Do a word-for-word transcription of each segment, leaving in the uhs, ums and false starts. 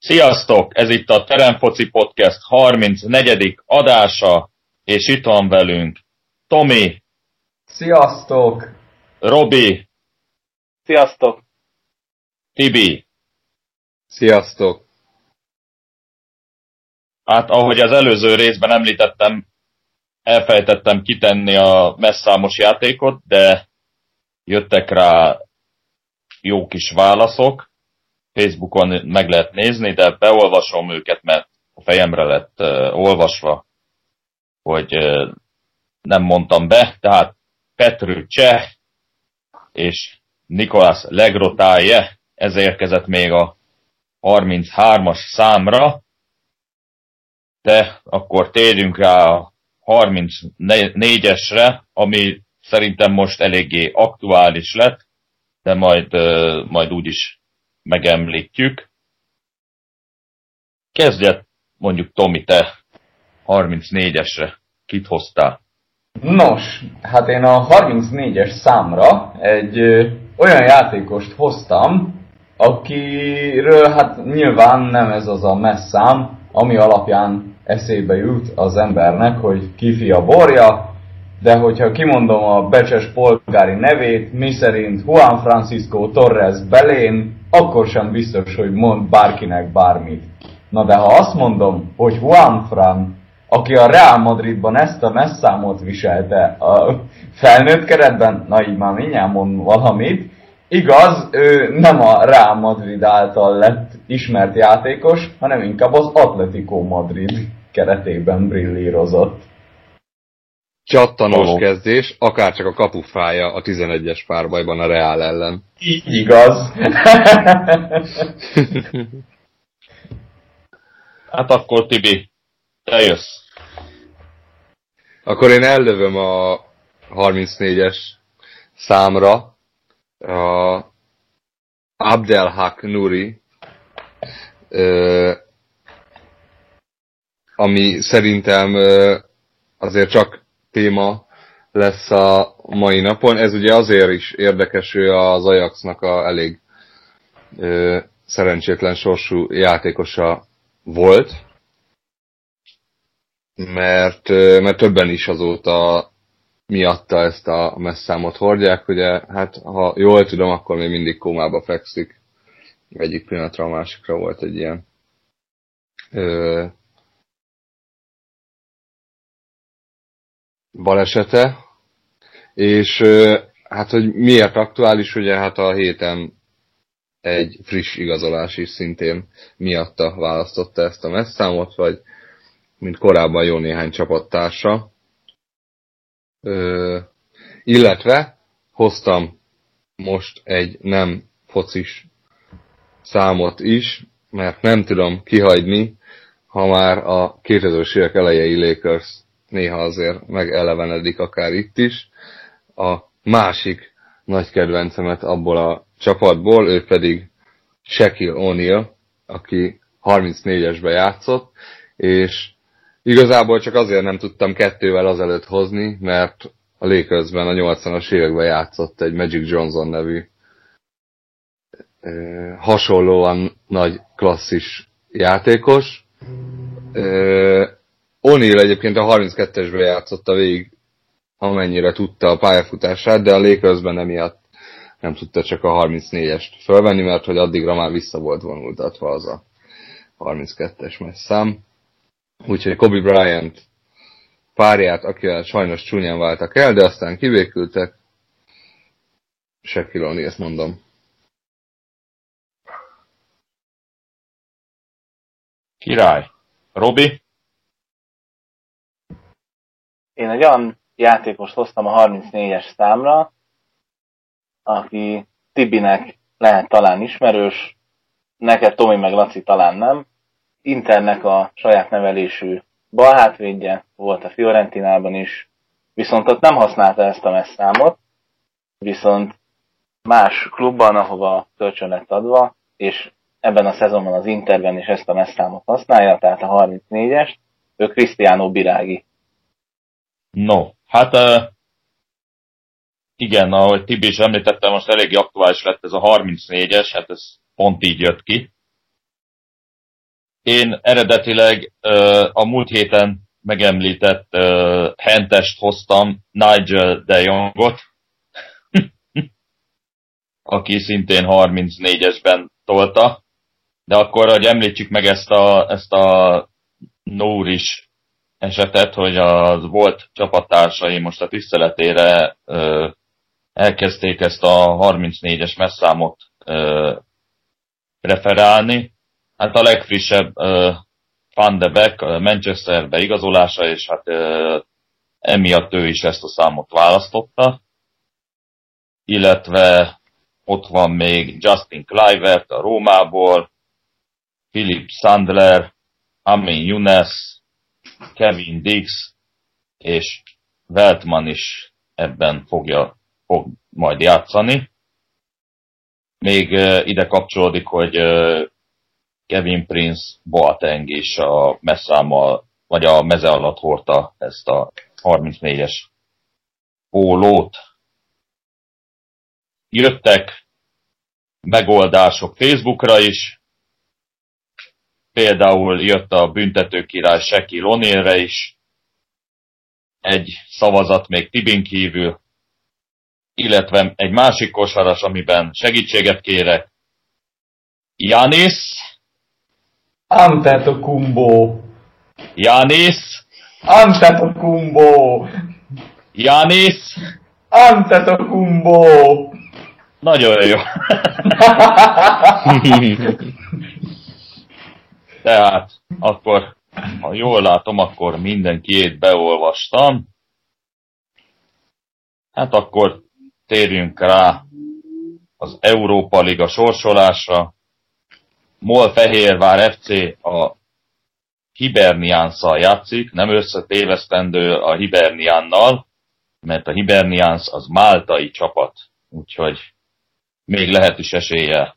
Sziasztok! Ez itt a Teremfoci Podcast harmincnegyedik adása, és itt van velünk Tomi. Sziasztok! Robi. Sziasztok! Tibi. Sziasztok! Hát ahogy az előző részben említettem, elfelejtettem kitenni a messzámos játékot, de jöttek rá jó kis válaszok. Facebookon meg lehet nézni, de beolvasom őket, mert a fejemre lett uh, olvasva, hogy uh, nem mondtam be. Tehát Petr Cseh és Nicolas Legrotáje, ez érkezett még a harminchármas számra, de akkor térjünk rá a harmincnégyesre, ami szerintem most eléggé aktuális lett, de majd, uh, majd úgyis megemlítjük. Kezdjed mondjuk, Tomi, te harmincnégyesre. Kit hoztál? Nos, hát én a harmincnégyes számra egy ö, olyan játékost hoztam, akiről hát nyilván nem ez az a messzám, ami alapján eszébe jut az embernek, hogy ki fia borja, de hogyha kimondom a becses polgári nevét, miszerint Juan Francisco Torres Belén, akkor sem biztos, hogy mond bárkinek bármit. Na de ha azt mondom, hogy Juan Fran, aki a Real Madridban ezt a messzámot viselte a felnőtt keretben, na így már mindjárt mond valamit. Igaz, ő nem a Real Madrid által lett ismert játékos, hanem inkább az Atletico Madrid keretében brillírozott. Csattanós oh. kezdés, akárcsak a kapufája a tizenegyes párbajban a Real ellen. Így igaz. Hát akkor Tibi, te jössz. Akkor én ellövöm a harmincnégyes számra a Abdelhak Nouri, ami szerintem azért csak téma lesz a mai napon. Ez ugye azért is érdekes, ő az Ajaxnak a elég ö, szerencsétlen sorsú játékosa volt, mert, ö, mert többen is azóta miatta ezt a messzámot hordják. Ugye, hát ha jól tudom, akkor még mindig kómába fekszik. Egyik pillanatra a másikra volt egy ilyen ö, balesete, és hát, hogy miért aktuális, ugye hát a héten egy friss igazolás is szintén miatta választotta ezt a messzámot, vagy mint korábban jó néhány csapattársa. Ö, illetve hoztam most egy nem focis számot is, mert nem tudom kihagyni, ha már a kétezres évek elejei Lakers néha azért megelevenedik akár itt is. A másik nagy kedvencemet abból a csapatból, ő pedig Shaquille O'Neal, aki harmincnégyesbe játszott, és igazából csak azért nem tudtam kettővel azelőtt hozni, mert a Lakersben a nyolcvanas években játszott egy Magic Johnson nevű eh, hasonlóan nagy klasszis játékos. Eh, O'Neal egyébként a harminckettesben játszotta végig, amennyire tudta a pályafutását, de a Lakersben emiatt nem tudta csak a harmincnégyest fölvenni, mert hogy addigra már vissza volt vonultatva az a harminckettes messzám. Úgyhogy Kobe Bryant párját, akivel sajnos csúnyán váltak el, de aztán kivékültek. Shaquille O'Neal, ezt mondom. Király. Robi? Én egy olyan játékost hoztam a harmincnégyes számra, aki Tibinek lehet talán ismerős, neked Tomi meg Laci talán nem. Internek a saját nevelésű balhátvédje, volt a Fiorentinában is, viszont ott nem használta ezt a messzámot, viszont más klubban, ahova kölcsön lett adva, és ebben a szezonban az Interben is ezt a messzámot használja, tehát a harmincnégyest, ő Cristiano Biraghi. No, hát uh, igen, ahogy Tibi is említette, most eléggé aktuális lett ez a harmincnégyes, hát ez pont így jött ki. Én eredetileg a múlt héten megemlített hentest hoztam, Nigel de Jongot, aki szintén harmincnégyesben tolta, de akkor, hogy említsük meg ezt a, ezt a Nóris esetet, hogy az volt csapattársai most a tiszteletére ö, elkezdték ezt a harmincnégyes messzámot ö, referálni. Hát a legfrissebb ö, Van de Beek Manchesterbe igazolása, és hát ö, emiatt ő is ezt a számot választotta. Illetve ott van még Justin Kluivert a Rómából, Philip Sandler, Amin Younes, Kevin Dix és Veltman is ebben fogja, fog majd játszani. Még uh, ide kapcsolódik, hogy uh, Kevin Prince Boateng is a messzámmal, vagy a meze alatt hordta ezt a harmincnégyes pólót. Jöttek megoldások Facebookra is, például jött a büntetőkirály Shaquille O'Nealre is, egy szavazat még Tibin kívül, illetve egy másik kosaras, amiben segítséget kérek, Giannis Antetokounmpo. Giannis Antetokounmpo. Giannis Antetokounmpo. Nagyon jó. Tehát, akkor, ha jól látom, akkor mindenkiét beolvastam. Hát akkor térjünk rá az Európa Liga sorsolásra. Molfehérvár ef cé a Hiberniánszal játszik, nem összetévesztendő a Hiberniánnal, mert a Hiberniánsz az máltai csapat, úgyhogy még lehet is esélye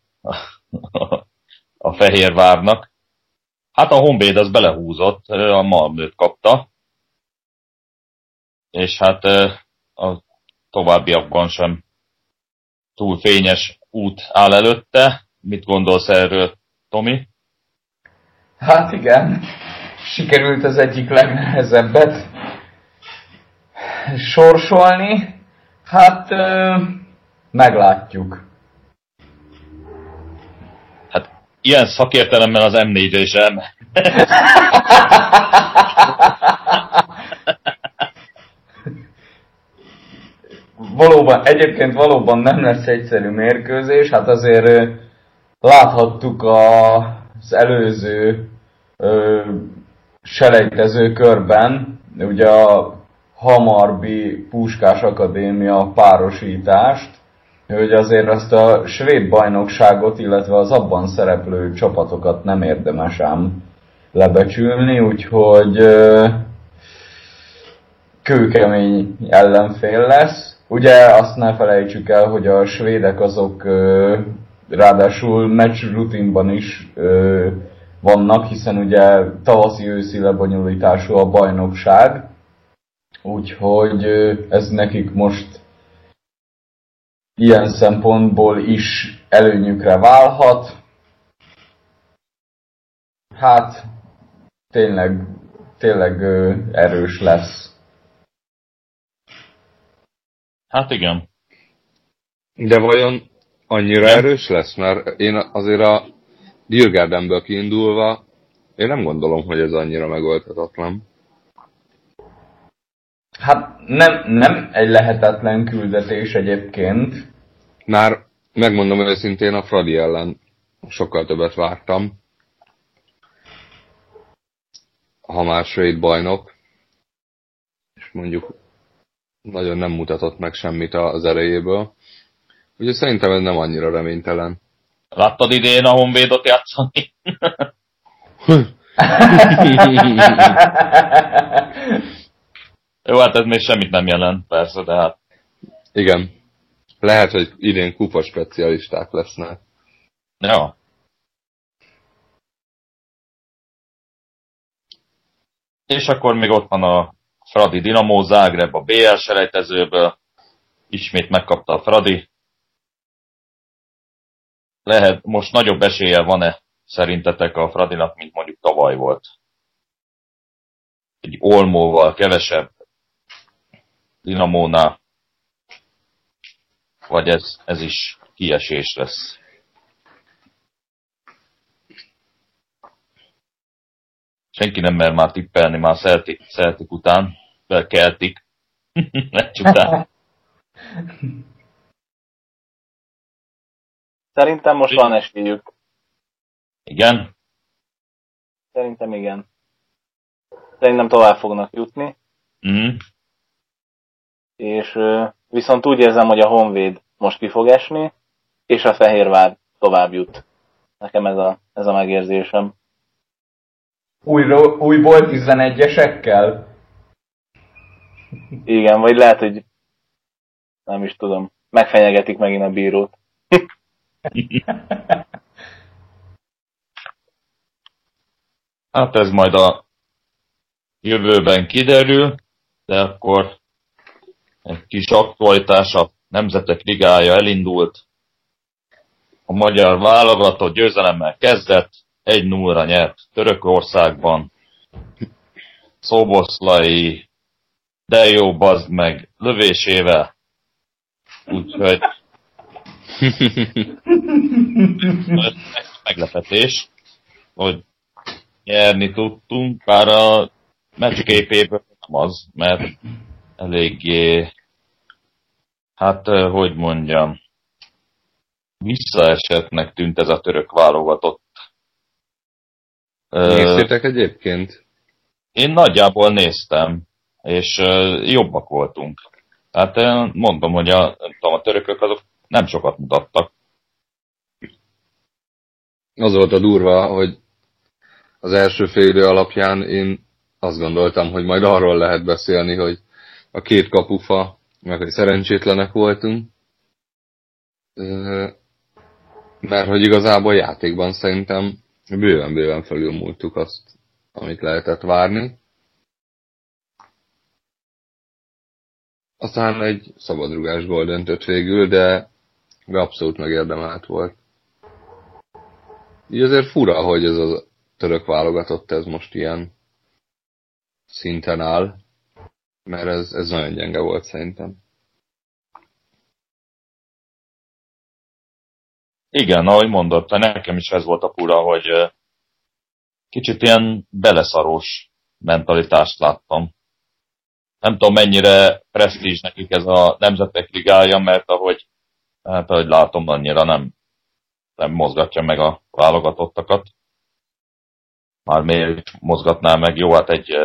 a Fehérvárnak. Hát a Honvéd az belehúzott, a Malmöt kapta, és hát a továbbiakban sem túl fényes út áll előtte. Mit gondolsz erről, Tomi? Hát igen, sikerült az egyik legnehezebbet sorsolni. Hát ö, meglátjuk. Hát ilyen szakértelemmel az em négyre sem. Valóban, egyébként valóban nem lesz egyszerű mérkőzés, hát azért ö, láthattuk a, az előző ö, selejtező körben, ugye a Hamarby Puskás Akadémia párosítást, hogy azért azt a svéd bajnokságot, illetve az abban szereplő csapatokat nem érdemes ám lebecsülni, úgyhogy ö, kőkemény ellenfél lesz. Ugye azt ne felejtsük el, hogy a svédek azok ö, ráadásul meccs rutinban is ö, vannak, hiszen ugye tavaszi-őszi lebonyolítású a bajnokság, úgyhogy ö, ez nekik most ilyen szempontból is előnyükre válhat. Hát tényleg, tényleg ö, erős lesz. Hát igen. De vajon annyira erős lesz? Mert én azért a Djurgårdenből kiindulva, én nem gondolom, hogy ez annyira megoldhatatlan. Hát nem, nem egy lehetetlen küldetés egyébként. Már megmondom őszintén, a Fradi ellen sokkal többet vártam. Ha már svéd bajnok, és mondjuk nagyon nem mutatott meg semmit az erejéből. Úgyhogy szerintem ez nem annyira reménytelen. Láttad idén a Honvédot játszani? Jó, hát ez még semmit nem jelent, persze, de hát... Igen. Lehet, hogy idén kupa specialisták lesznek. Jó. És akkor még ott van a Fradi Dinamo Zágráb a bé el selejtezőből. Ismét megkapta a Fradi. Lehet, most nagyobb eséllyel van-e szerintetek a Fradinak, mint mondjuk tavaly volt? Egy Olmóval kevesebb Dinamónál, vagy ez, ez is kiesés lesz? Senki nem mer már tippelni, már Celtic, Celtic után, Celtic, meccs után. Szerintem most van esélyük. Igen? Szerintem igen. Szerintem tovább fognak jutni. Mm. És viszont úgy érzem, hogy a Honvéd most ki fog esni, és a Fehérvár tovább jut. Nekem ez a, ez a megérzésem. Újra, újból tizenegyesekkel? Igen, vagy lehet, hogy nem is tudom. Megfenyegetik megint a bírót. Hát ez majd a jövőben kiderül, de akkor egy kis aktualitás, a Nemzetek Ligája elindult. A magyar válogatott győzelemmel kezdett, egy nullra nyert Törökországban. Szoboszlai, de jó bazd meg, lövésével. Úgyhogy meglepetés, hogy nyerni tudtunk, bár a meccsképéből nem az, mert eléggé, hát hogy mondjam, visszaesettnek tűnt ez a török válogatott. Néztétek egyébként? Én nagyjából néztem, és jobbak voltunk. Hát mondom, hogy a, nem tudom, a törökök azok nem sokat mutattak. Az volt a durva, hogy az első fél idő alapján én azt gondoltam, hogy majd arról lehet beszélni, hogy a két kapufa, meg hogy szerencsétlenek voltunk. Mert hogy igazából a játékban szerintem bőven-bőven felülmúltuk azt, amit lehetett várni. Aztán egy szabadrugás gól döntött végül, de, de abszolút megérdemelt volt. Így azért fura, hogy ez a török válogatott ez most ilyen szinten áll, mert ez, ez nagyon gyenge volt szerintem. Igen, ahogy mondott, nekem is ez volt a fura, hogy kicsit ilyen beleszarós mentalitást láttam. Nem tudom, mennyire presztízs nekik ez a Nemzetek Ligája, mert ahogy, hát, ahogy látom, annyira nem, nem mozgatja meg a válogatottakat. Már miért mozgatná meg? Jó, hát egy,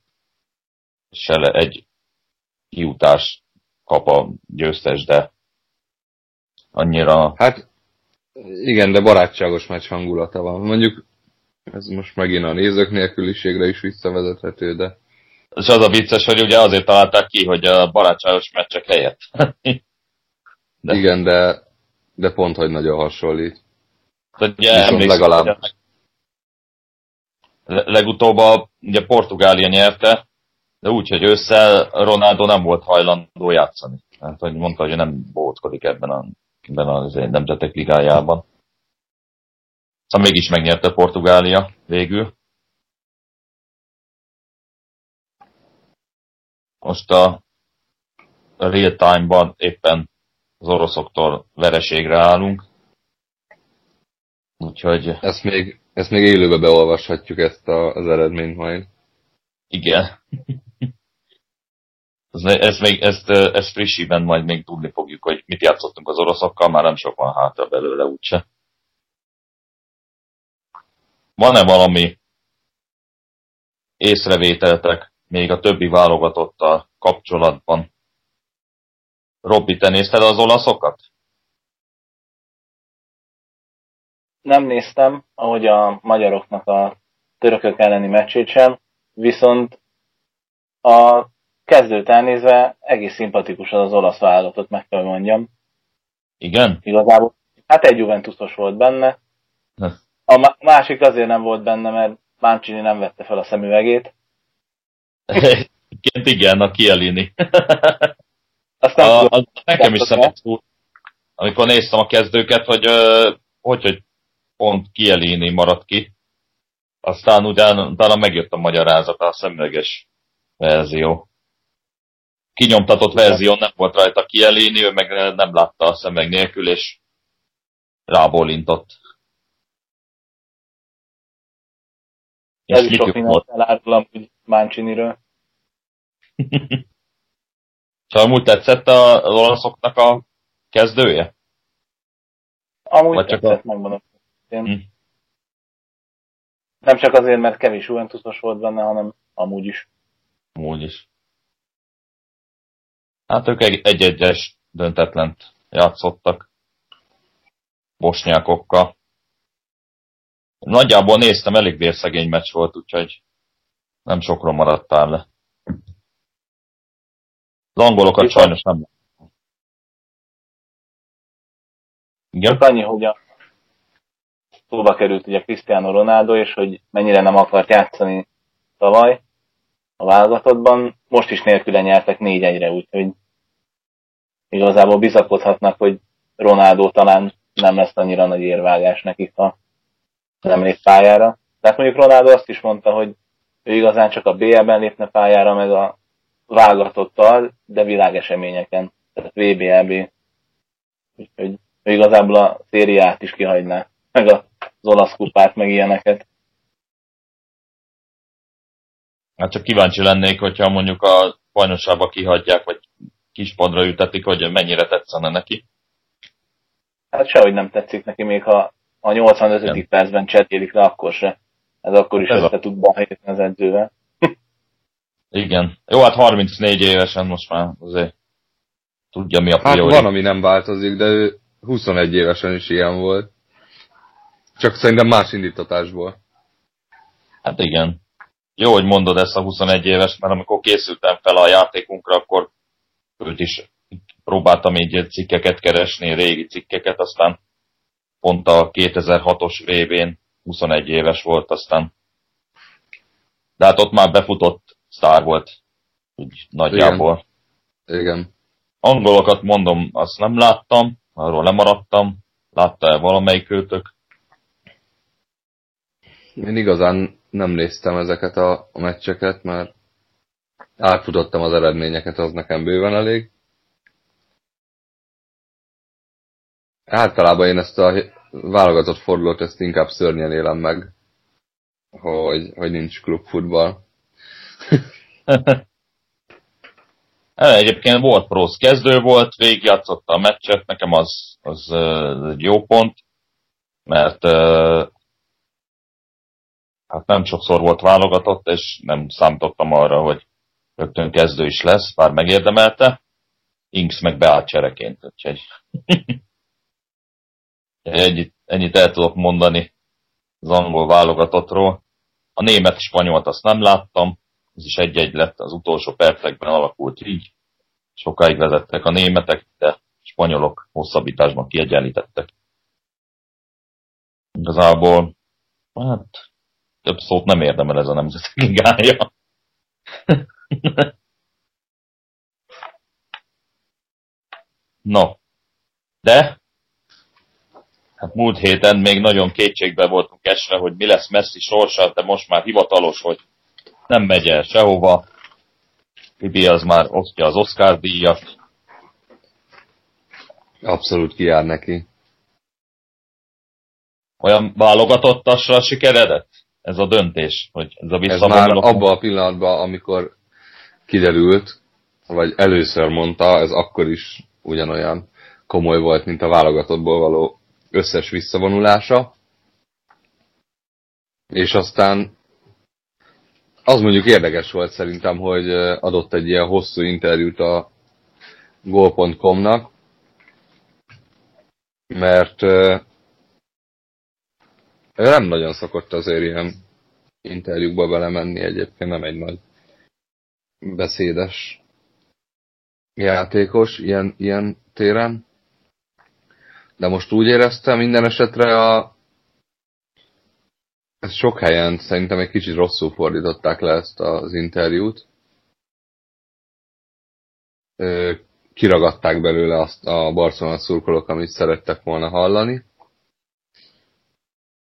egy kiutást kap a győztes, de annyira... Hát igen, de barátságos meccs hangulata van. Mondjuk ez most megint a nézők nélküliségre is visszavezethető, de... És az a vicces, hogy ugye azért találták ki, hogy a barátságos meccsek helyett. de. Igen, de, de pont, hogy nagyon hasonlít. Ugye legalább. Legutóbb a, ugye Portugália nyerte, de úgy, hogy ősszel Ronaldo nem volt hajlandó játszani. Hát, hogy mondta, hogy nem bóckodik ebben a, ebben a Nemzetek Ligájában. Szóval mégis megnyerte Portugália végül. Most a real time-ban éppen az oroszoktól vereségre állunk. Úgyhogy... Ezt még, ezt még élőbe beolvashatjuk, ezt a, az eredményt majd. Igen. ezt, még, ezt, ezt frissiben majd még tudni fogjuk, hogy mit játszottunk az oroszokkal, már nem sok van hátra belőle úgyse. Van-e valami észrevételtek még a többi válogatottal kapcsolatban? Robbi, te nézted az olaszokat? Nem néztem, ahogy a magyaroknak a törökök elleni meccsét sem, viszont a kezdőt elnézve egész szimpatikus az, az olasz válogatott, meg kell mondjam. Igen? Igazából, hát egy Juventusos volt benne. Hm. A másik azért nem volt benne, mert Mancini nem vette fel a szemüvegét. Igen, igen, a Chiellini. Aztán a, a, nekem is szemet, amikor néztem a kezdőket, hogy hogy, hogy pont Chiellini maradt ki. Aztán utána, utána megjött a magyarázata, a szemüveges verzió. Kinyomtatott verzió nem volt rajta Chiellini, ő meg nem látta a szemüveg nélkül, és rábólintott. Ez is sok mindent elárulom, hogy Manciniről. Szóval amúgy tetszett az olaszoknak a kezdője? Amúgy Vagy tetszett, a... megmondom. Hm. Nem csak azért, mert kevés Juventusos volt benne, hanem amúgy is. Amúgy is. Hát ők egy-egyes döntetlent játszottak bosnyákokkal. Nagyjából néztem, elég vérszegény meccs volt, úgyhogy nem sokról maradtál le. Az angolokat sajnos nem. Igen? Annyi, hogy a szóba került ugye Cristiano Ronaldo, és hogy mennyire nem akart játszani tavaly a válogatottban. Most is nélküle nyertek négy egyre, úgyhogy igazából bizakodhatnak, hogy Ronaldo talán nem lesz annyira nagy érvágás nekik, ha nem lép pályára. Tehát mondjuk Ronaldo azt is mondta, hogy ő igazán csak a bé el-ben lépne pályára, meg a válogatottal, de világeseményeken, tehát vé bé el bé. Úgyhogy ő igazából a szériát is kihagyná, meg az olasz kupát, meg ilyeneket. Hát csak kíváncsi lennék, hogyha mondjuk a bajnokságba kihagyják, vagy kispadra ültetik, hogy mennyire tetszene neki. Hát sehogy nem tetszik neki, még ha a nyolcvanötödik percben cserélik le, akkor se. Ez akkor is ez össze a... tud balhézni az edzővel. Igen. Jó, hát harmincnégy évesen most már azért tudja, mi a priori. Hát van, ami nem változik, de ő huszonegy évesen is ilyen volt. Csak szerintem más indítatásból. Hát igen. Jó, hogy mondod ezt a huszonegy éves, mert amikor készültem fel a játékunkra, akkor őt is próbáltam így cikkeket keresni, régi cikkeket, aztán pont a kétezer-hatos vé bén huszonegy éves volt, aztán de hát ott már befutott sztár volt, úgy nagyjából. Igen. Igen. Angolokat mondom, azt nem láttam, arról lemaradtam. Látta-e valamelyik őtök? Én igazán nem néztem ezeket a, a meccseket, mert átfutottam az eredményeket, az nekem bőven elég. Általában én ezt a válogatott fordulót ezt inkább szörnyen élem meg, hogy, hogy nincs klubfutball. Egyébként volt prósz kezdő volt, végigjátszotta a meccset, nekem az, az egy jó pont, mert hát nem sokszor volt válogatott, és nem számítottam arra, hogy rögtön kezdő is lesz, bár megérdemelte. Inks meg beállt csereként, úgyhogy ennyit, ennyit el tudok mondani az angol válogatottról. A német-spanyolt azt nem láttam, ez is egy-egy lett, az utolsó percekben alakult így. Sokáig vezettek a németek, de spanyolok hosszabbításban kiegyenlítettek. Igazából, hát, több szót nem érdemel ez a nemzetek ligája. No, de hát múlt héten még nagyon kétségbe voltunk esve, hogy mi lesz Messi sorsa, de most már hivatalos, hogy nem megy el sehova. Tibi az már osztja az Oscar díjat. Abszolút kijár neki. Olyan válogatottasra sikeredett ez a döntés, hogy ez a visszavonuló. Ez már abban a pillanatban, amikor kiderült, vagy először mondta, ez akkor is ugyanolyan komoly volt, mint a válogatottból való összes visszavonulása. És aztán az mondjuk érdekes volt szerintem, hogy adott egy ilyen hosszú interjút a gól pont com-nak, mert ő nem nagyon szokott azért ilyen interjúkba belemenni, egyébként nem egy nagy beszédes játékos ilyen, ilyen téren. De most úgy éreztem minden esetre a ezt sok helyen szerintem egy kicsit rosszul fordították le ezt az interjút. Kiragadták belőle azt a Barcelona szurkolók, amit szerettek volna hallani.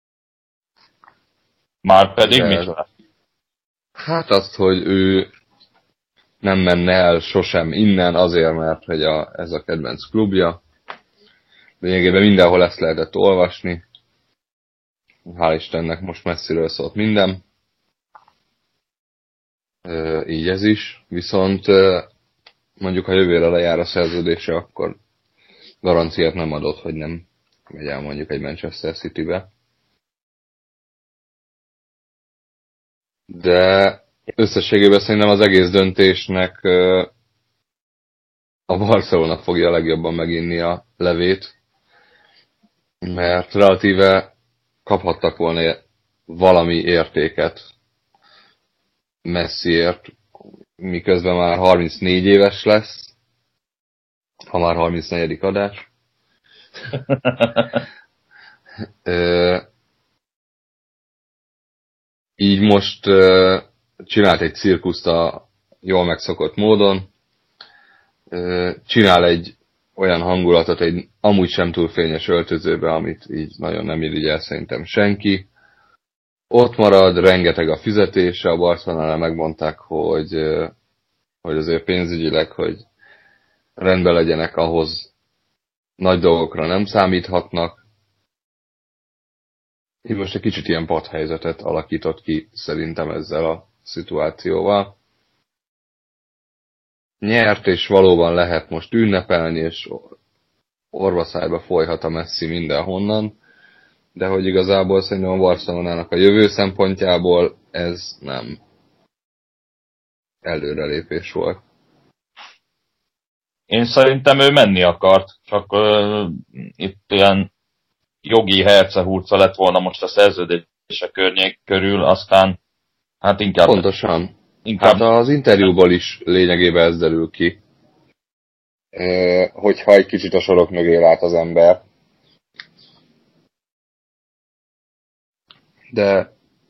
Már pedig De... mit? Hát azt, hogy ő nem menne el sosem innen azért, mert hogy a, ez a kedvenc klubja. Lényegében mindenhol ezt lehetett olvasni. Hál' Istennek most messziről szólt minden. E, így ez is. Viszont e, mondjuk, ha jövőre lejár a szerződése, akkor garanciát nem adott, hogy nem megy el mondjuk egy Manchester Citybe. De összességében szerintem az egész döntésnek e, a Barcelona fogja legjobban meginni a levét, mert relatíve kaphattak volna valami értéket Messiért, miközben már harmincnégy éves lesz, ha már harmincnegyedik adás. Ö, így most ö, csinált egy cirkuszt a jól megszokott módon, ö, csinál egy olyan hangulatot egy amúgy sem túl fényes öltözőbe, amit így nagyon nem irigyel szerintem senki. Ott marad, rengeteg a fizetése, a Barcelonánál megmondták, hogy, hogy azért pénzügyileg, hogy rendben legyenek, ahhoz nagy dolgokra nem számíthatnak. Így most egy kicsit ilyen padhelyzetet alakított ki szerintem ezzel a szituációval. Nyert, és valóban lehet most ünnepelni, és orvaszájba folyhat a Messi mindenhonnan, de hogy igazából szerintem a Barcelonának a jövő szempontjából ez nem előrelépés volt. Én szerintem ő menni akart, csak uh, itt ilyen jogi hercehurca lett volna most a szerződése környék körül, aztán hát inkább... Pontosan. Inkább... Hát az interjúból is lényegében ez derül ki, e, hogyha egy kicsit a sorok mögé lát az ember. De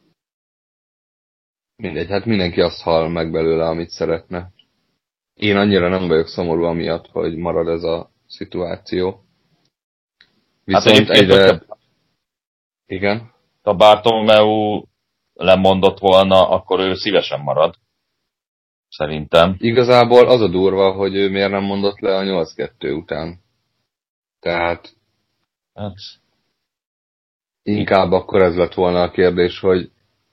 mindegy, hát mindenki azt hall meg belőle, amit szeretne. Én annyira nem vagyok szomorú amiatt, hogy marad ez a szituáció. Viszont hát egyre... Hogyha... Igen? Ha Bartomeu lemondott volna, akkor ő szívesen marad. Szerintem. Igazából az a durva, hogy ő miért nem mondott le a nyolc kettő után. Tehát... Hát... Inkább akkor ez lett volna a kérdés, hogy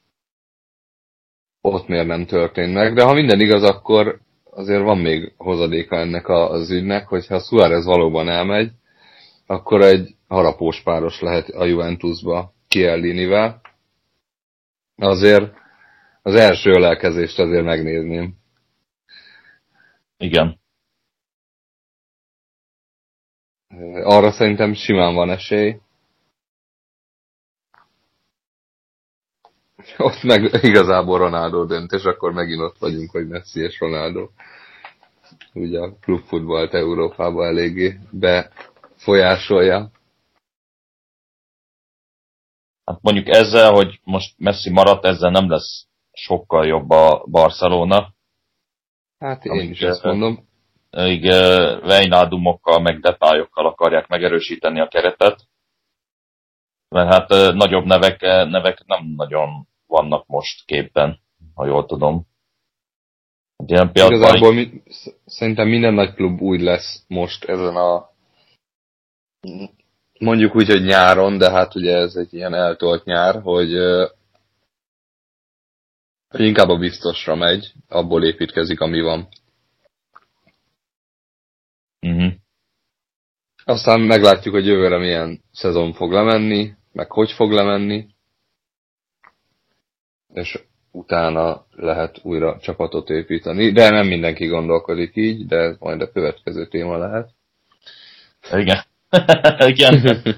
ott miért nem történt meg. De ha minden igaz, akkor azért van még hozadéka ennek az ügynek, hogyha Suárez valóban elmegy, akkor egy harapós páros lehet a Juventusba Chiellinivel. Azért az első ölelkezést azért megnézném. Igen. Arra szerintem simán van esély. Ott meg igazából Ronaldo dönt, és akkor megint ott vagyunk, hogy Messi és Ronaldo. Ugye a klubfutballt Európában eléggé befolyásolja. Hát mondjuk ezzel, hogy most Messi maradt, ezzel nem lesz sokkal jobb a Barcelona. Hát én is ezt mondom. Így Wijnaldumokkal, meg Depáyokkal akarják megerősíteni a keretet. Mert hát nagyobb nevek, nevek nem nagyon vannak most képben, ha jól tudom. Ilyen Igazából mi, szerintem minden nagy klub úgy lesz most ezen a mondjuk úgy, hogy nyáron, de hát ugye ez egy ilyen eltolt nyár, hogy, hogy inkább a biztosra megy, abból építkezik, ami van. Uh-huh. Aztán meglátjuk, hogy jövőre milyen szezon fog lemenni, meg hogy fog lemenni, és utána lehet újra csapatot építeni, de nem mindenki gondolkodik így, de majd a következő téma lehet. Igen. Igen.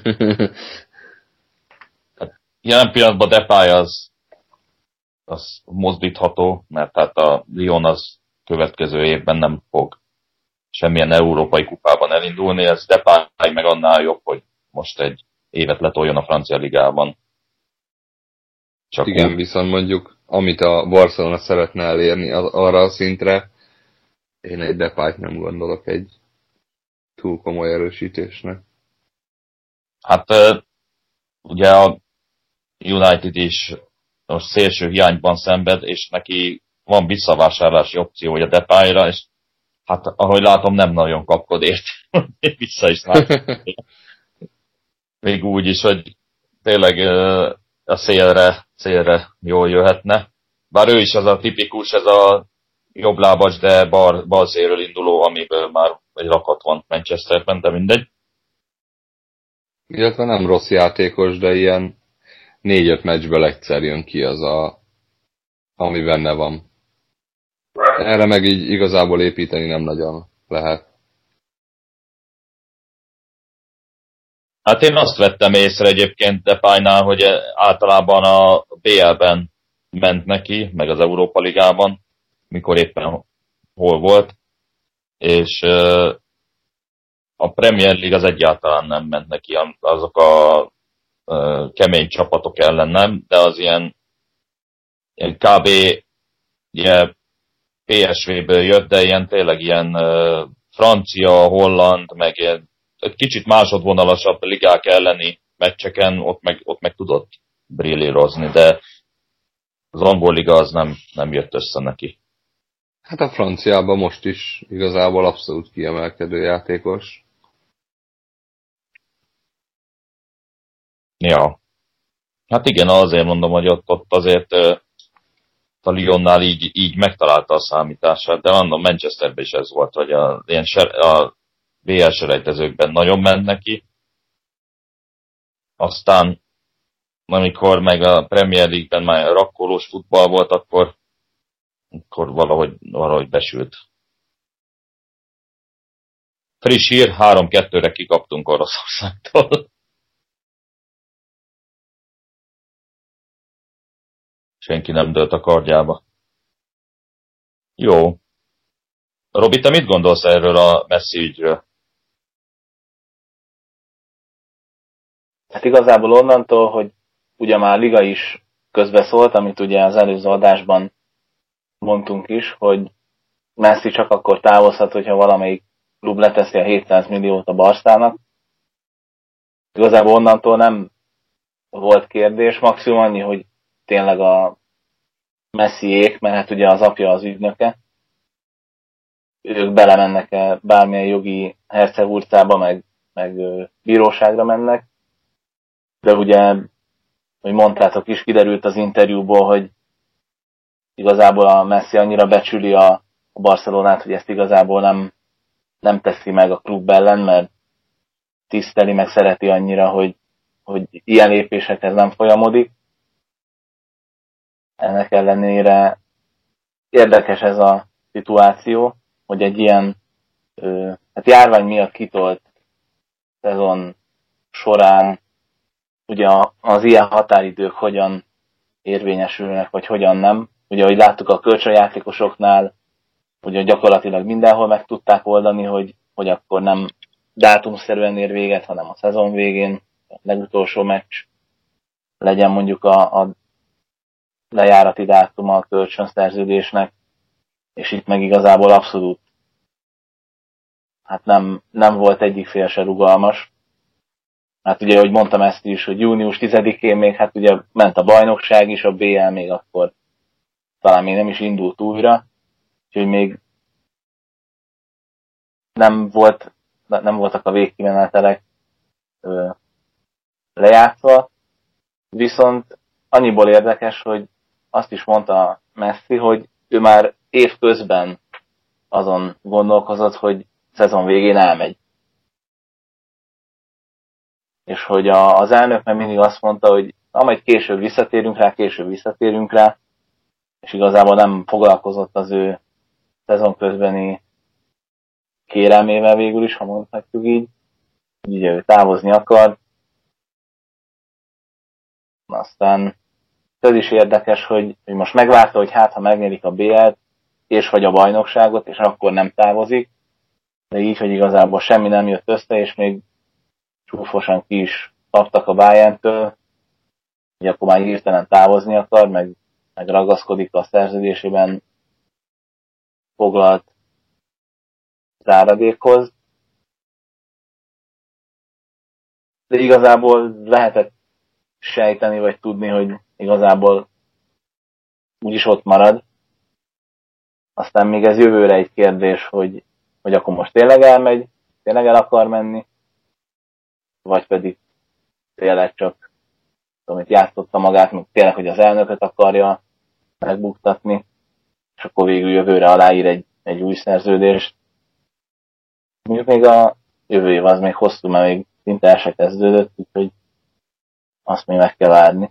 Jelen pillanatban Depay az, az mozdítható, mert hát a Lyon az következő évben nem fog semmilyen európai kupában elindulni, ez Depay meg annál jobb, hogy most egy évet letoljon a francia ligában. Csak igen, úgy. Viszont mondjuk, amit a Barcelona szeretne elérni az, arra a szintre, én egy Depayt nem gondolok egy túl komoly erősítésnek. Hát ugye a United is most szélső hiányban szenved, és neki van visszavásárlási opciója Depayra, és hát ahogy látom, nem nagyon kapkod ért. Vissza is látom. Még úgy is, hogy tényleg a szélre, szélre jól jöhetne. Bár ő is az a tipikus, ez a jobblábas, de bal, bal szélről induló, amiből már egy rakat van Manchesterben, de mindegy. Illetve nem rossz játékos, de ilyen négy-öt meccsből egyszer jön ki az a, ami benne van. Erre meg így igazából építeni nem nagyon lehet. Hát én azt vettem észre egyébként Depaynál, hogy általában a bé el-ben ment neki, meg az Európa Ligában, mikor éppen hol volt, és a Premier League az egyáltalán nem ment neki, azok a kemény csapatok ellen nem, de az ilyen, ilyen kb. Ilyen pé es vé-ből jött, de ilyen tényleg ilyen francia, holland, meg ilyen egy kicsit másodvonalasabb ligák elleni meccseken ott meg, ott meg tudott brillírozni, de az angol liga az nem, nem jött össze neki. Hát a franciában most is igazából abszolút kiemelkedő játékos. Ja. Hát igen, azért mondom, hogy ott, ott azért a Lyonnál így, így megtalálta a számítását, de mondom, Manchesterben is ez volt, hogy a, ilyen ser, a bé el selejtezőkben nagyon ment neki. Aztán, amikor meg a Premier League-ben már rakkolós futball volt, akkor, akkor valahogy, valahogy besült. Friss hír, három kettőre kikaptunk Oroszországtól. Senki nem dőlt a kardjába. Jó. Robi, te mit gondolsz erről a Messi ügyről? Hát igazából onnantól, hogy ugye már a liga is közbeszólt, amit ugye az előző adásban mondtunk is, hogy Messi csak akkor távozhat, hogyha valamelyik klub leteszi a hétszáz milliót a Barszának. Igazából onnantól nem volt kérdés, maximum annyi, hogy tényleg a Messiék, mert hát ugye az apja az ügynöke, ők belemennek-e bármilyen jogi hercegurcába, meg, meg bíróságra mennek, de ugye, hogy mondtátok is, kiderült az interjúból, hogy igazából a Messi annyira becsüli a, a Barcelonát, hogy ezt igazából nem, nem teszi meg a klub ellen, mert tiszteli, meg szereti annyira, hogy, hogy ilyen lépésekhez nem folyamodik. Ennek ellenére érdekes ez a szituáció, hogy egy ilyen ö, hát járvány miatt kitolt szezon során ugye az ilyen határidők hogyan érvényesülnek, vagy hogyan nem. Ugye, ahogy láttuk a kölcsönjátékosoknál, ugye gyakorlatilag mindenhol meg tudták oldani, hogy, hogy akkor nem dátumszerűen ér véget, hanem a szezon végén, a legutolsó meccs legyen mondjuk a, a lejárati dátuma a kölcsönszerződésnek, és itt meg igazából abszolút hát nem, nem volt egyik fél se rugalmas. Hát ugye, ahogy mondtam ezt is, hogy június tizedikén még, hát ugye ment a bajnokság is, a bé el még akkor talán még nem is indult újra, úgyhogy még nem, volt, nem voltak a végkimenetelek ö, lejátszva, viszont annyiból érdekes, hogy azt is mondta Messi, hogy ő már évközben azon gondolkozott, hogy szezon végén elmegy. És hogy a, az elnök meg mindig azt mondta, hogy amely később visszatérünk rá, később visszatérünk rá, és igazából nem foglalkozott az ő szezon közbeni kérelmével végül is, ha mondhatjuk így. Így ő távozni akar. Aztán ez is érdekes, hogy, hogy most megvárta, hogy hát, ha megnyerik a bé el-t, és vagy a bajnokságot, és akkor nem távozik. De így, hogy igazából semmi nem jött össze, és még csúfosan ki is kaptak a Bayerntől, hogy akkor már hirtelen távozni akar, meg, meg ragaszkodik a szerződésében foglalt záradékhoz. De igazából lehetett sejteni, vagy tudni, hogy igazából úgyis ott marad. Aztán még ez jövőre egy kérdés, hogy, hogy akkor most tényleg elmegy, tényleg el akar menni, vagy pedig tényleg csak amit játszotta magát, még tényleg, hogy az elnököt akarja megbuktatni, és akkor végül jövőre aláír egy, egy új szerződést. Mondjuk még a jövő év az még hosszú, mert még szinte el se kezdődött, úgyhogy azt még meg kell várni.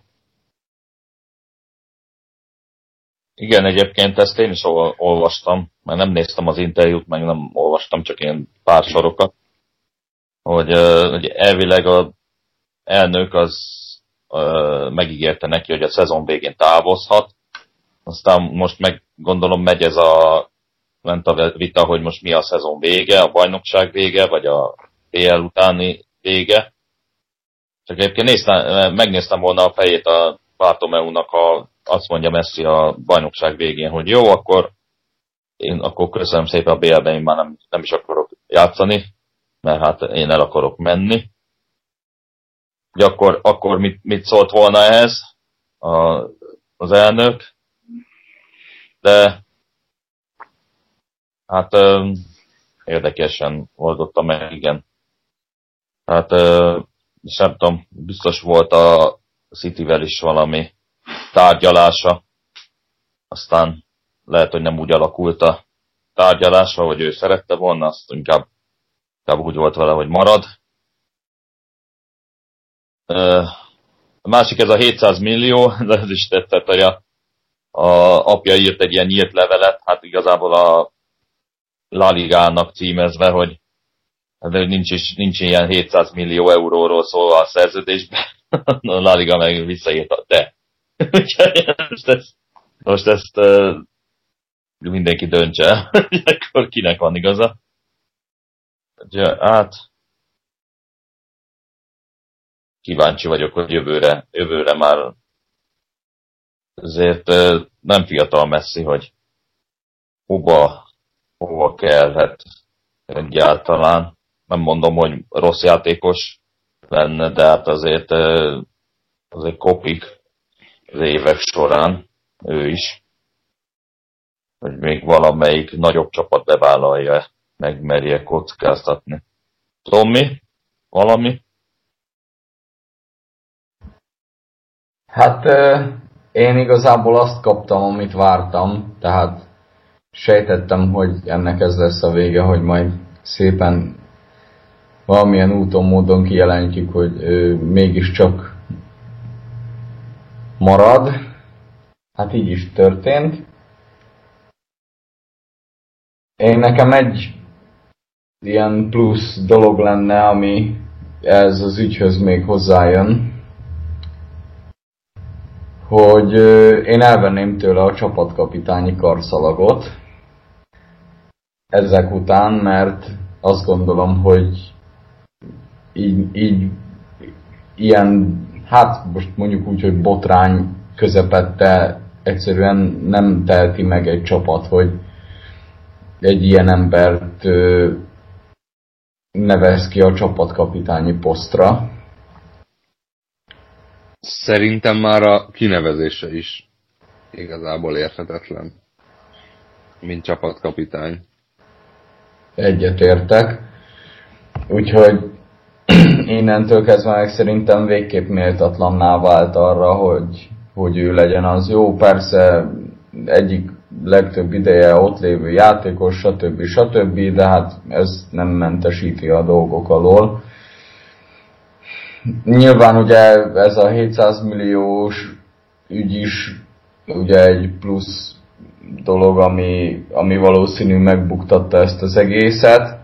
Igen, egyébként ezt én is olvastam, mert nem néztem az interjút, meg nem olvastam, csak én pár sorokat, hogy, hogy elvileg az elnök az megígérte neki, hogy a szezon végén távozhat, aztán most meg gondolom megy ez a, ment a vita, hogy most mi a szezon vége, a bajnokság vége, vagy a bé el utáni vége. Csak egyébként néztem, megnéztem volna a fejét a Bartomeu-nak, ha azt mondja Messi a bajnokság végén, hogy jó, akkor én akkor köszönöm szépen a bé el-ben, én már nem, nem is akarok játszani, mert hát én el akarok menni. Hogy akkor, akkor mit, mit szólt volna ehhez a, az elnök, de hát ö, érdekesen oldotta meg, igen. Hát ö, sem tudom, biztos volt a Cityvel is valami tárgyalása, aztán lehet, hogy nem úgy alakult a tárgyalása, hogy ő szerette volna, azt inkább, inkább úgy volt vele, hogy marad. A másik ez a hétszáz millió, de ez is tetszett, hogy a, a apja írt egy ilyen nyílt levelet, hát igazából a La Ligának címezve, hogy de nincs, is, nincs ilyen hétszáz millió euróról szó a szerződésben, a La Liga meg visszaírta, de. most ezt, most ezt uh, mindenki döntse, akkor kinek van igaza. Ugye, hát kíváncsi vagyok, hogy jövőre, jövőre már azért uh, nem fiatal Messi, hogy hova, hova kellhet egyáltalán. Nem mondom, hogy rossz játékos lenne, de hát azért, uh, azért kopik az évek során ő is, hogy még valamelyik nagyobb csapat bevállalja, megmerje kockáztatni. Tommi, valami? Hát én igazából azt kaptam, amit vártam, tehát sejtettem, hogy ennek ez lesz a vége, hogy majd szépen valamilyen úton, módon kijelentjük, hogy mégiscsak marad. Hát így is történt. Én nekem egy ilyen plusz dolog lenne, ami ez az ügyhöz még hozzájön, hogy én elvenném tőle a csapatkapitányi karszalagot ezek után, mert azt gondolom, hogy így, így ilyen, hát most mondjuk úgy, hogy botrány közepette egyszerűen nem teheti meg egy csapat, hogy egy ilyen embert nevez ki a csapatkapitányi posztra. Szerintem már a kinevezése is igazából érthetetlen, mint csapatkapitány. Egyetértek. Úgyhogy innentől kezdve meg szerintem végképp méltatlanná vált arra, hogy, hogy ő legyen az. Jó, persze egyik legtöbb ideje ott lévő játékos, stb. stb., de hát ez nem mentesíti a dolgok alól. Nyilván ugye ez a hétszáz milliós ügy is ugye egy plusz dolog, ami, ami valószínű megbuktatta ezt az egészet.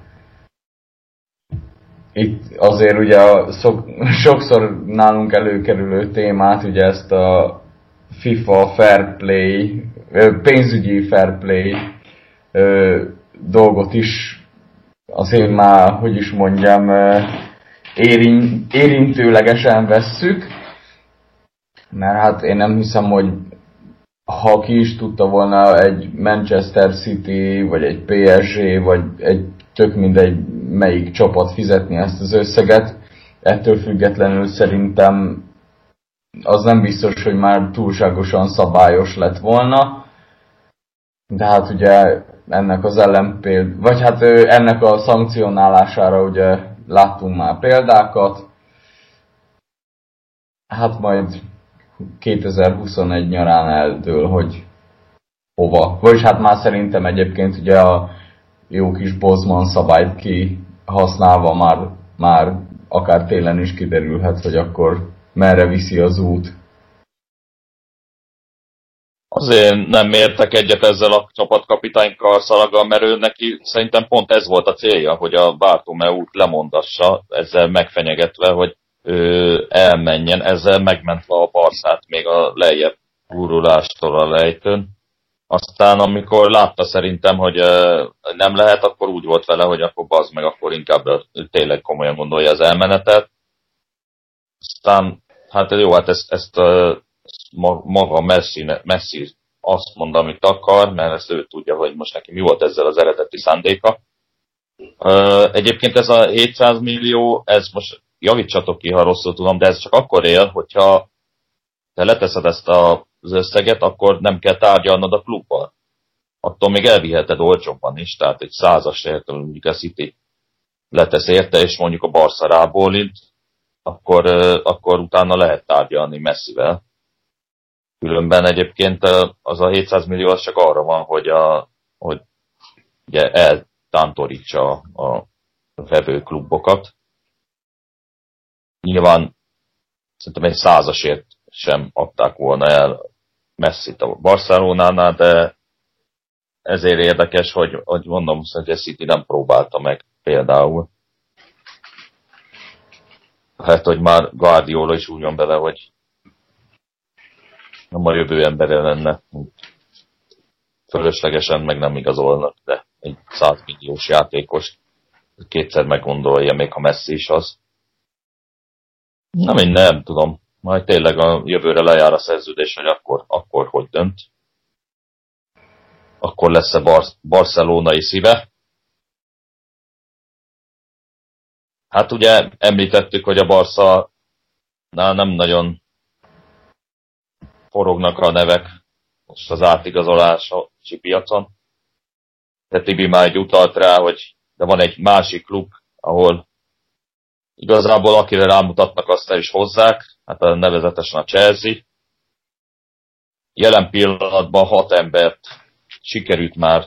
Itt azért ugye a szok, sokszor nálunk előkerülő témát, ugye ezt a FIFA fair play, pénzügyi fair play dolgot is azért már, hogy is mondjam, Érin, érintőlegesen vesszük, mert hát én nem hiszem, hogy ha ki is tudta volna egy Manchester City, vagy egy pé es gé, vagy egy tök mindegy melyik csapat fizetni ezt az összeget, ettől függetlenül szerintem az nem biztos, hogy már túlságosan szabályos lett volna. De hát ugye ennek az ellenpéld, vagy hát ennek a szankcionálására ugye láttunk már példákat. Hát majd kétezer-huszonegy nyarán eldől, hogy hova. Vagyis hát már szerintem egyébként ugye a jó kis Bosman szabályt kihasználva már, már akár télen is kiderülhet, hogy akkor merre viszi az út. Azért nem értek egyet ezzel a csapatkapitány Karszalaggal, mert ő neki szerintem pont ez volt a célja, hogy a Bartomeu-t lemondassa, ezzel megfenyegetve, hogy ő elmenjen, ezzel megmentve a Barszát még a lejjebb gurulástól a lejtőn. Aztán amikor látta szerintem, hogy nem lehet, akkor úgy volt vele, hogy akkor bazd meg, akkor inkább tényleg komolyan gondolja az elmenetet. Aztán, hát jó, hát ezt, ezt maga Messi, Messi azt mond, amit akar, mert ezt ő tudja, hogy most neki mi volt ezzel az eredeti szándéka. Egyébként ez a hétszáz millió, ez most javítsatok ki, ha rosszul tudom, de ez csak akkor él, hogyha te leteszed ezt az összeget, akkor nem kell tárgyalnod a klubbal. Attól még elviheted olcsóbban is, tehát egy százasért, mondjuk a City letesz érte, és mondjuk a Barca rábólint, akkor, akkor utána lehet tárgyalni Messivel. Különben egyébként az a hétszáz millió az csak arra van, hogy, a, hogy ugye eltántorítsa a vevő klubokat. Nyilván szerintem egy százasért sem adták volna el Messit a Barcelonánál, de ezért érdekes, hogy, hogy mondom, hogy a City nem próbálta meg például. Hát, hogy már Guardiola is úgy van bele, hogy nem a jövő embere lenne. Fölöslegesen meg nem igazolnak, de egy száz milliós játékos kétszer meggondolja, még ha Messi is az. Nem, én nem tudom. Majd tényleg a jövőre lejár a szerződés, hogy akkor, akkor hogy dönt. Akkor lesz-e bar- barcelonai szíve. Hát ugye említettük, hogy a Barca nem nagyon forognak a nevek most az átigazolási piacon. De Tibi már egy utalt rá, hogy de van egy másik klub, ahol igazából akire rámutatnak, azt el is hozzák, hát a nevezetesen a Chelsea. Jelen pillanatban hat embert sikerült már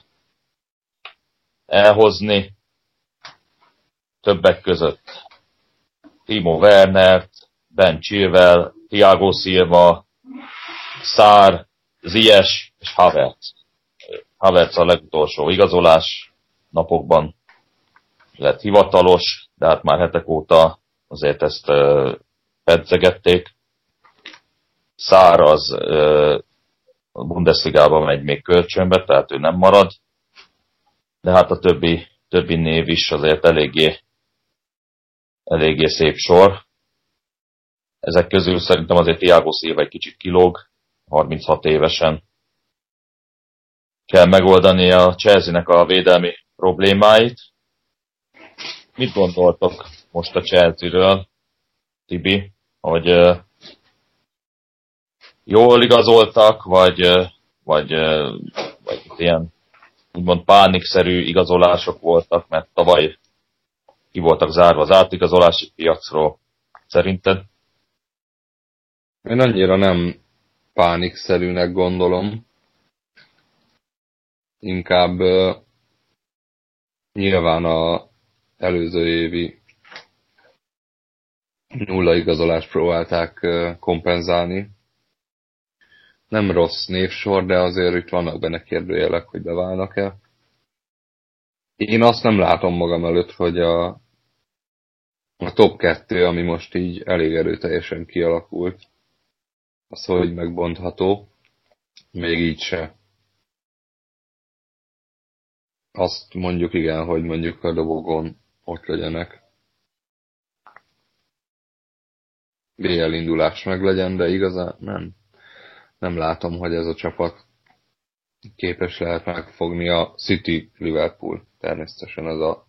elhozni, többek között Timo Wernert, Ben Chilwell, Thiago Silva, Sarr, Ziyech és Havertz. Havertz a legutolsó igazolás napokban lett hivatalos, de hát már hetek óta azért ezt uh, pedzegették. Sarr az uh, a Bundesligában megy még kölcsönbe, tehát ő nem marad, de hát a többi, többi név is azért eléggé, eléggé szép sor. Ezek közül szerintem azért Thiago Silva egy kicsit kilóg, harminchat évesen. Kell megoldani a Chelsea-nek a védelmi problémáit. Mit gondoltok most a Chelsea-ről, Tibi? Hogy uh, jól igazoltak, vagy, uh, vagy, uh, vagy ilyen úgymond pánikszerű igazolások voltak, mert tavaly ki voltak zárva az átigazolási piacról. Szerinted? Én annyira nem pánikszerűnek gondolom. Inkább uh, nyilván a előző évi nulla igazolást próbálták uh, kompenzálni. Nem rossz névsor, de azért itt vannak benne kérdőjelek, hogy beválnak-e. Én azt nem látom magam előtt, hogy a, a top kettő, ami most így elég erőteljesen kialakult, az hogy megbontható, még így se. Azt mondjuk igen, hogy mondjuk a dobogon ott legyenek. bé el indulás meg legyen, de igazán nem. Nem látom, hogy ez a csapat képes lehet megfogni a City Liverpool. Természetesen az a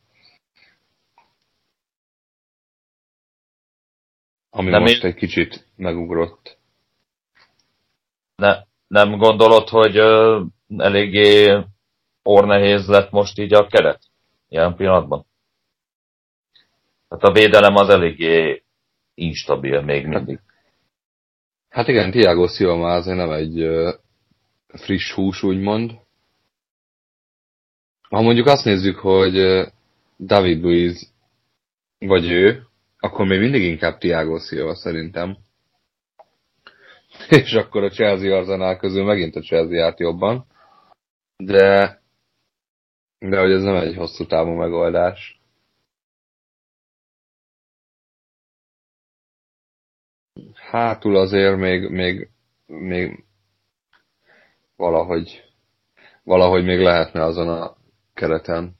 ami nem most én... egy kicsit megugrott. ne, nem gondolod, hogy ö, eléggé ornehéz lett most így a keret? Ilyen pillanatban? Hát a védelem az eléggé instabil még mindig. Hát igen, Thiago Silva már azért nem egy uh, friss hús, úgymond. Ha mondjuk azt nézzük, hogy uh, David Luiz vagy ő, akkor még mindig inkább Thiago Silva szerintem. És akkor a Chelsea Arsenal közül megint a Chelsea járt jobban. De, de hogy ez nem egy hosszú távú megoldás. Hátul azért még, még, még valahogy, valahogy még lehetne azon a kereten.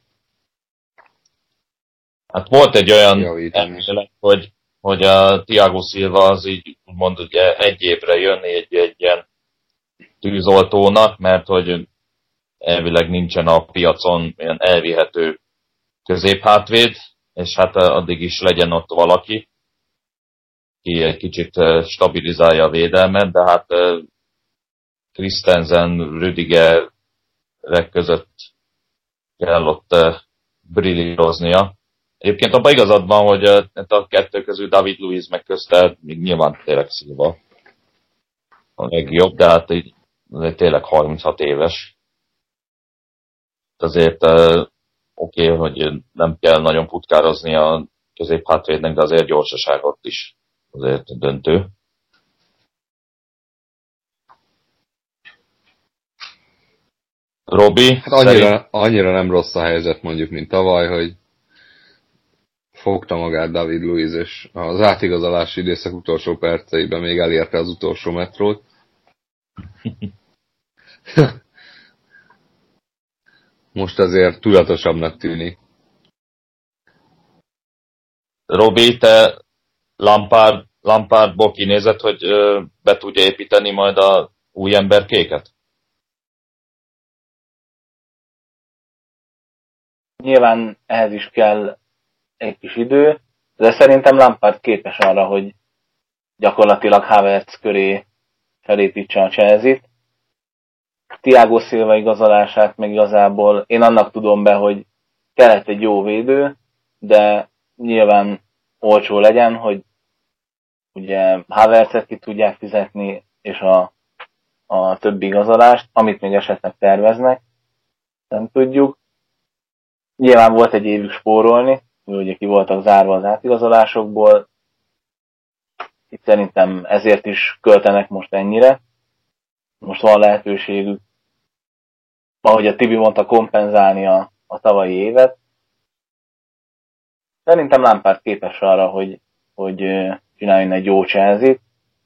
Hát volt egy olyan elmélet, hogy, hogy a Thiago Silva az így úgymond ugye egy évre jön egy, egy ilyen tűzoltónak, mert hogy elvileg nincsen a piacon ilyen elvihető középhátvéd, és hát addig is legyen ott valaki, ki egy kicsit stabilizálja a védelmet, de hát Christensen, Rüdigerek között kell ott brillíroznia. Egyébként abban igazad van, hogy a kettő közül David Luiz meg közte még nyilván tényleg Silva a legjobb, de hát így tényleg harminchat éves. Azért oké, okay, hogy nem kell nagyon futkározni a középhátvédnek, de azért gyorsaságot is azért döntő. Robi? Hát annyira, szerint... annyira nem rossz a helyzet mondjuk, mint tavaly, hogy fogta magát David Luiz, és az átigazolási időszak utolsó perceiben még elérte az utolsó metrót. Most azért tudatosabbnak tűnik. Robi, te Lampard, Lampardból kinézett, hogy ö, be tudja építeni majd a új emberkéket? Nyilván ehhez is kell egy kis idő, de szerintem Lampard képes arra, hogy gyakorlatilag Havertz köré felépítse a Chelsea-t. Thiago Silva igazolását meg igazából én annak tudom be, hogy kellett egy jó védő, de nyilván olcsó legyen, hogy ugye Havertzet ki tudják fizetni, és a, a többi igazolást, amit még esetleg terveznek, nem tudjuk. Nyilván volt egy évük spórolni, ugye ki voltak zárva az átigazolásokból, itt szerintem ezért is költenek most ennyire. Most van lehetőségük, ahogy a Tibi mondta, kompenzálni a, a tavalyi évet. Szerintem Lampard képes arra, hogy, hogy csináljon egy jó Chelsea-t.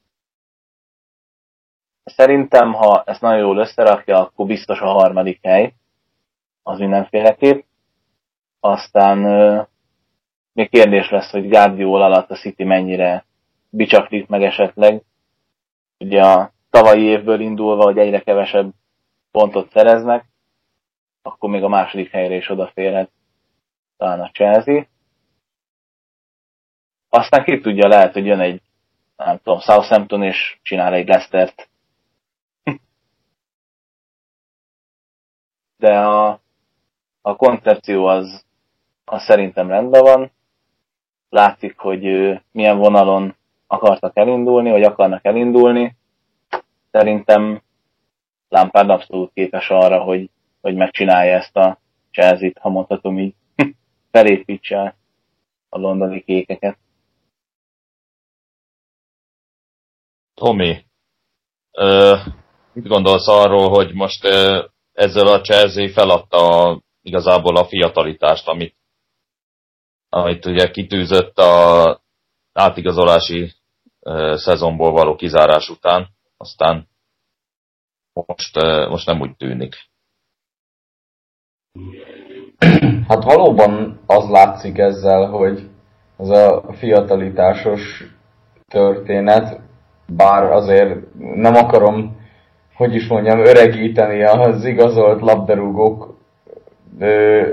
Szerintem, ha ezt nagyon jól összerakja, akkor biztos a harmadik hely, az mindenféleképp. Aztán még kérdés lesz, hogy Guardiola alatt a City mennyire bicsaklik meg esetleg. Ugye a tavalyi évből indulva, hogy egyre kevesebb pontot szereznek, akkor még a második helyre is odaférhet talán a Chelsea. Aztán ki tudja, lehet, hogy jön egy, nem tudom, Southampton és csinál egy Leicestert. De a, a koncepció az, az szerintem rendben van. Látszik, hogy milyen vonalon akartak elindulni, vagy akarnak elindulni. Szerintem Lampard abszolút képes arra, hogy, hogy megcsinálja ezt a Chelsea-t, ha mondhatom így, felépítse a londoni kékeket. Tomi, mit gondolsz arról, hogy most ö, ezzel a Chelsea feladta a, igazából a fiatalitást, amit, amit ugye kitűzött a átigazolási ö, szezonból való kizárás után, aztán most, ö, most nem úgy tűnik. Hát valóban az látszik ezzel, hogy ez a fiatalitásos történet, bár azért nem akarom, hogy is mondjam, öregíteni az igazolt labdarúgók ö,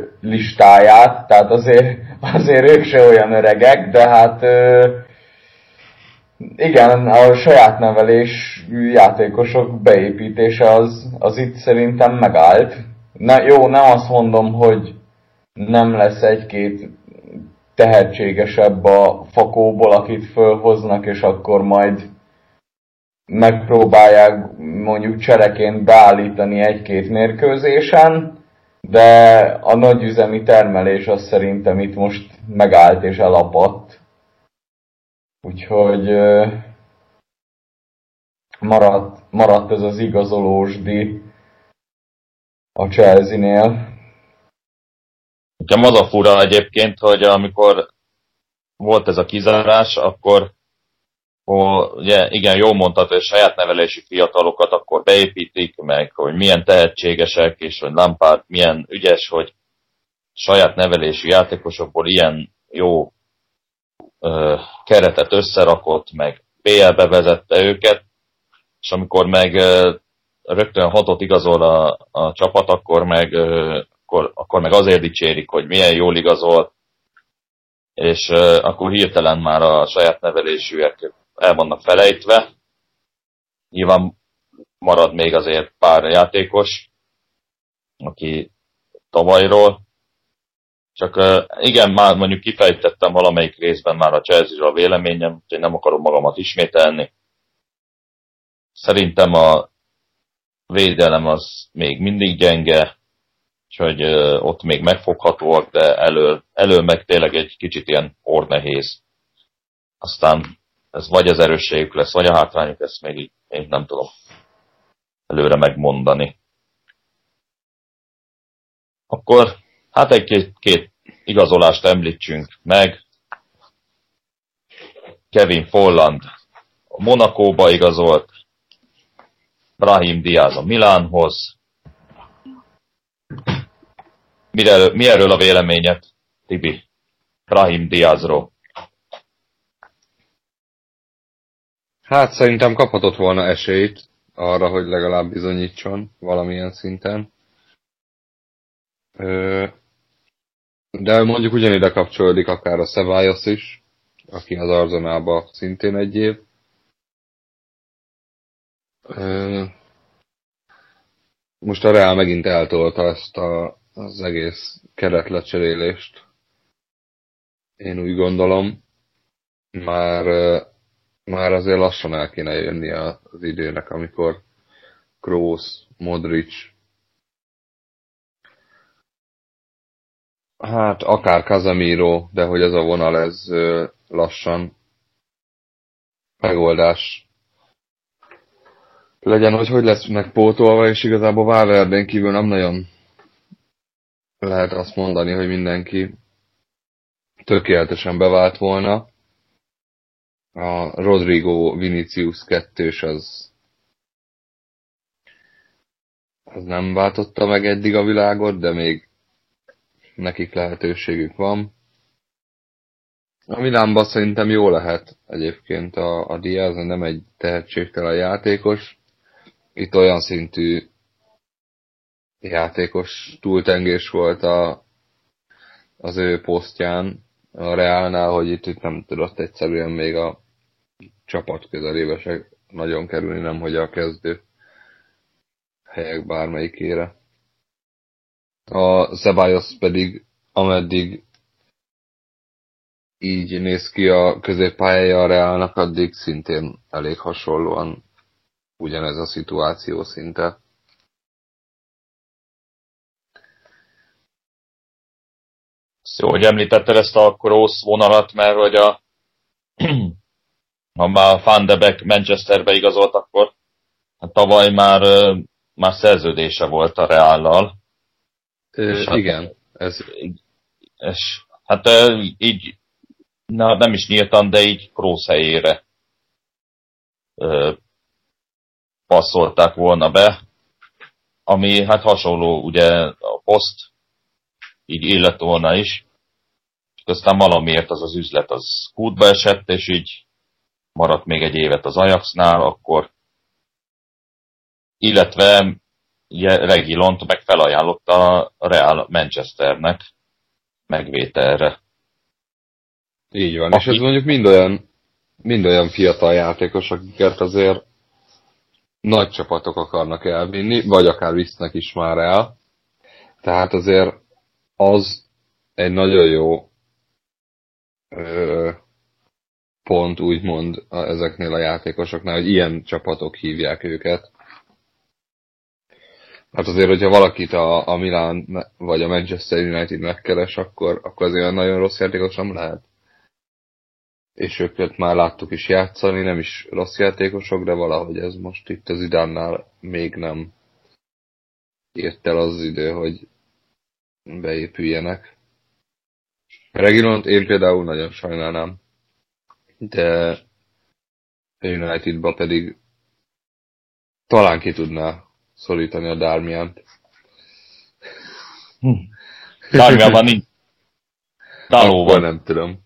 listáját, tehát azért, azért ők se olyan öregek, de hát ö, Igen, a saját nevelésű játékosok beépítése az, az itt szerintem megállt. Na, jó, nem azt mondom, hogy nem lesz egy-két tehetségesebb a fakóból, akit fölhoznak, és akkor majd megpróbálják mondjuk csereként beállítani egy-két mérkőzésen, de a nagyüzemi termelés az szerintem itt most megállt és elapadt. Úgyhogy maradt, maradt ez az igazolósdi a Chelsea-nél. Nekem az a fura egyébként, hogy amikor volt ez a kizárás, akkor ó, ugye, igen, jól mondtad, hogy saját nevelési fiatalokat akkor beépítik, meg hogy milyen tehetségesek, és hogy Lampard milyen ügyes, hogy saját nevelési játékosokból ilyen jó ö, keretet összerakott, meg bé el-be vezette őket, és amikor meg ö, rögtön hatot igazol a, a csapat, akkor meg, ö, akkor, akkor meg azért dicsérik, hogy milyen jól igazol, és ö, akkor hirtelen már a saját nevelésűek el vannak felejtve. Nyilván marad még azért pár játékos, aki tavalyról. Csak igen, már mondjuk kifejtettem valamelyik részben már a Chelsea-ről a véleményem, úgyhogy nem akarom magamat ismételni. Szerintem a védelem az még mindig gyenge, úgyhogy ott még megfoghatóak, de elől, elől meg tényleg egy kicsit ilyen orrnehéz. Aztán ez vagy az erősségük lesz, vagy a hátrányuk, ezt még így én nem tudom előre megmondani. Akkor hát egy-két igazolást említsünk meg. Kevin Folland a Monacóba igazolt, Brahim Diaz a Milánhoz. Mire, mi erről a véleményed, Tibi? Brahim Diazról. Hát szerintem kaphatott volna esélyt arra, hogy legalább bizonyítson valamilyen szinten. De mondjuk ugyanide kapcsolódik akár a Ceballos is, aki az Arsenalban szintén egy év. Most a Real megint eltolta ezt a, az egész keretlecserélést. Én úgy gondolom, már, már azért lassan el kéne jönni az időnek, amikor Kroos, Modric, hát akár Casemiro, de hogy ez a vonal ez lassan megoldás legyen, hogy hogy lesznek pótolva, és igazából Valverdén kívül nem nagyon lehet azt mondani, hogy mindenki tökéletesen bevált volna. A Rodrigo Vinicius kettős az, az nem váltotta meg eddig a világot, de még nekik lehetőségük van. A Milánban szerintem jó lehet egyébként a, a Diaz, nem egy tehetségtelen játékos. Itt olyan szintű játékos túltengés volt a, az ő posztján a Reálnál, hogy itt, itt nem tudott egyszerűen még a csapat közelébe se nagyon kerülni, nem hogy a kezdő helyek bármelyikére. A Ceballos pedig, ameddig így néz ki a középpályája a Reálnak, addig szintén elég hasonlóan ugyanez a szituáció szinte. Jó, hogy említetted ezt a Kroos vonalat, mert hogy a ha már Van de Beek Manchesterbe igazolt, akkor hát tavaly már, már szerződése volt a Reállal. És hát, igen. Ez... És hát így na, nem is nyíltan, de így Kroos helyére passzolták volna be, ami hát hasonló ugye a poszt, így illet volna is. És aztán valamiért az az üzlet az kútba esett, és így maradt még egy évet az Ajaxnál, akkor illetve Reguilont meg felajánlotta a Real Manchesternek megvételre. Így van, aki... és ez mondjuk mind olyan mind olyan fiatal játékos, akiket azért nagy csapatok akarnak elvinni, vagy akár visznek is már el. Tehát azért az egy nagyon jó ö, pont, úgymond a, ezeknél a játékosoknál, hogy ilyen csapatok hívják őket. Hát azért, hogyha valakit a, a Milan vagy a Manchester United megkeres, akkor, akkor azért nagyon rossz játékos nem lehet. És őket már láttuk is játszani, nem is rossz játékosok, de valahogy ez most itt az Zidánnál még nem ért el az idő, hogy beépüljenek. Reguilont én például nagyon sajnálnám, de a Unitedba pedig talán ki tudná szorítani a Darmiant. Hm. Darmianban nincs. Dalóban. nem tudom.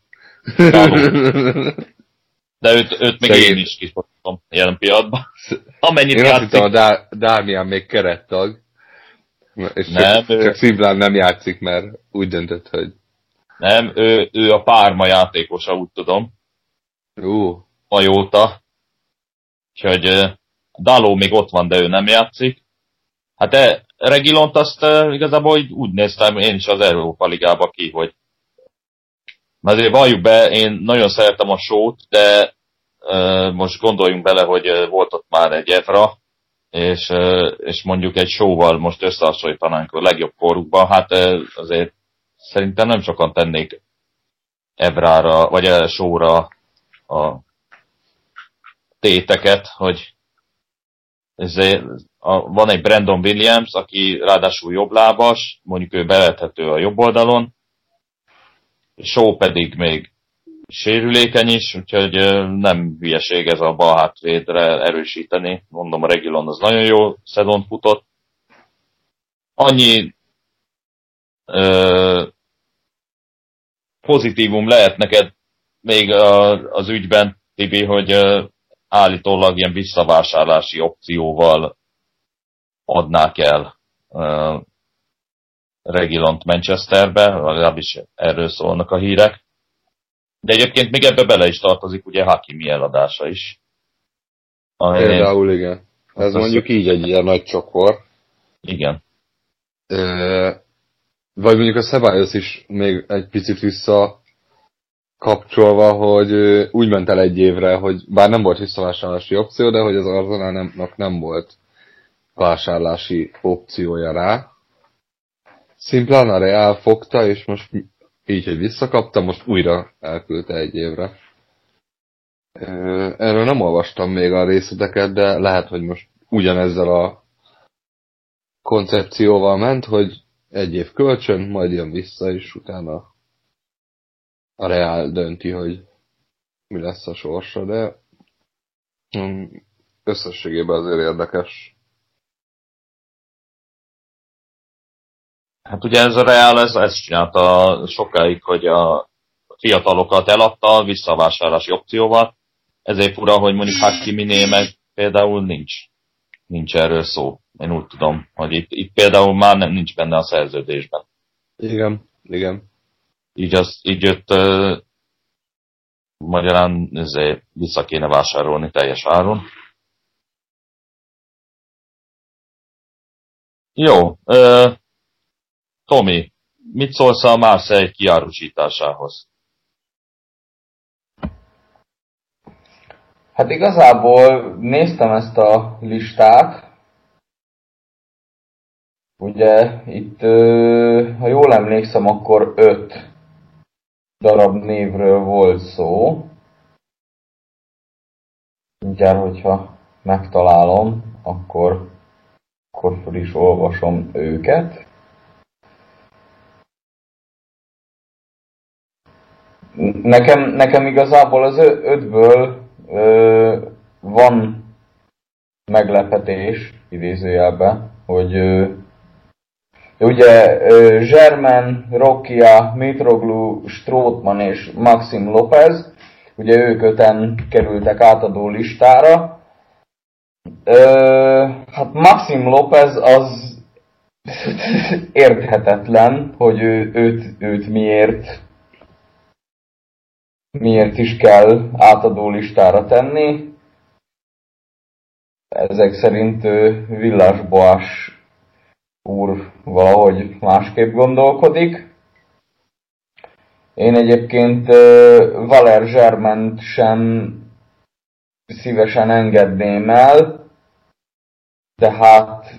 De őt, őt még Szegény. Én is kiszottam jelen pillanatban. Amennyit én játszik... azt hittem, a Dar- Darmian még kerettag. És nem, csak, ő... csak szimplán nem játszik, mert úgy döntött, hogy... Nem, ő, ő a Parma játékosa, úgy tudom. Uh. Majóta. Úgyhogy uh, Daló még ott van, de ő nem játszik. Hát de Reguilont azt uh, igazából úgy néztem én is az Európa Ligába ki, hogy azért valljuk be, én nagyon szeretem a sót, de uh, most gondoljunk bele, hogy uh, volt ott már egy Evra, és, uh, és mondjuk egy sóval most összehasonlítanánk a legjobb korukban, hát uh, azért szerintem nem sokan tennék Evrára, vagy a sóra a téteket, hogy ezért, a, van egy Brandon Williams, aki ráadásul jobblábas, mondjuk ő bevethető a jobb oldalon, Shaw pedig még sérülékeny is, úgyhogy nem hülyeség ez a bal hátvédre erősíteni. Mondom, a Reguilon az nagyon jó szezont futott. Annyi ö, pozitívum lehet neked még a, az ügyben, Tibi, hogy ö, állítólag ilyen visszavásárlási opcióval adnák el ö, Reguilont Manchesterbe, legalábbis erről szólnak a hírek. De egyébként még ebbe bele is tartozik ugye Hakimi eladása is. Például igen. Ez mondjuk így egy ilyen nagy csokor. Igen. E, vagy mondjuk a Ceballos is még egy picit vissza kapcsolva, hogy úgy ment el egy évre, hogy bár nem volt visszavásárlási opció, de hogy az Arsenalnak nem volt vásárlási opciója rá. Szimplán a Real fogta, és most így, hogy visszakapta, most újra elküldte egy évre. Erről nem olvastam még a részleteket, de lehet, hogy most ugyanezzel a koncepcióval ment, hogy egy év kölcsön, majd jön vissza, és utána a Real dönti, hogy mi lesz a sorsa, de összességében azért érdekes. Hát ugye ez a Real, ez, ezt csinálta sokáig, hogy a fiatalokat eladta visszavásárlási opcióval. Ezért fura, hogy mondjuk Hakiminél meg például nincs. Nincs erről szó. Én úgy tudom, hogy itt, itt például már nem, nincs benne a szerződésben. Igen, igen. Így, az, így jött uh, magyarán ezért vissza kéne vásárolni teljes áron. Jó. Uh, Tomi, mit szólsz a Marseille kiárusításához? Hát igazából néztem ezt a listát. Ugye itt, ha jól emlékszem, akkor öt darab névről volt szó. Mindjárt, hogyha megtalálom, akkor, akkor fel is olvasom őket. Nekem, nekem igazából az ötből ö, van meglepetés, idézőjelben, hogy ö, ugye ö, Germain, Rokia, Mitroglou, Strootman és Maxim Lopez, ugye ők öten kerültek átadó listára. Ö, hát Maxim Lopez az érthetetlen, hogy ő, őt, őt miért miért is kell átadó listára tenni. Ezek szerint Villas Boas úr valahogy másképp gondolkodik. Én egyébként Valère Germaint sem szívesen engedném el, de hát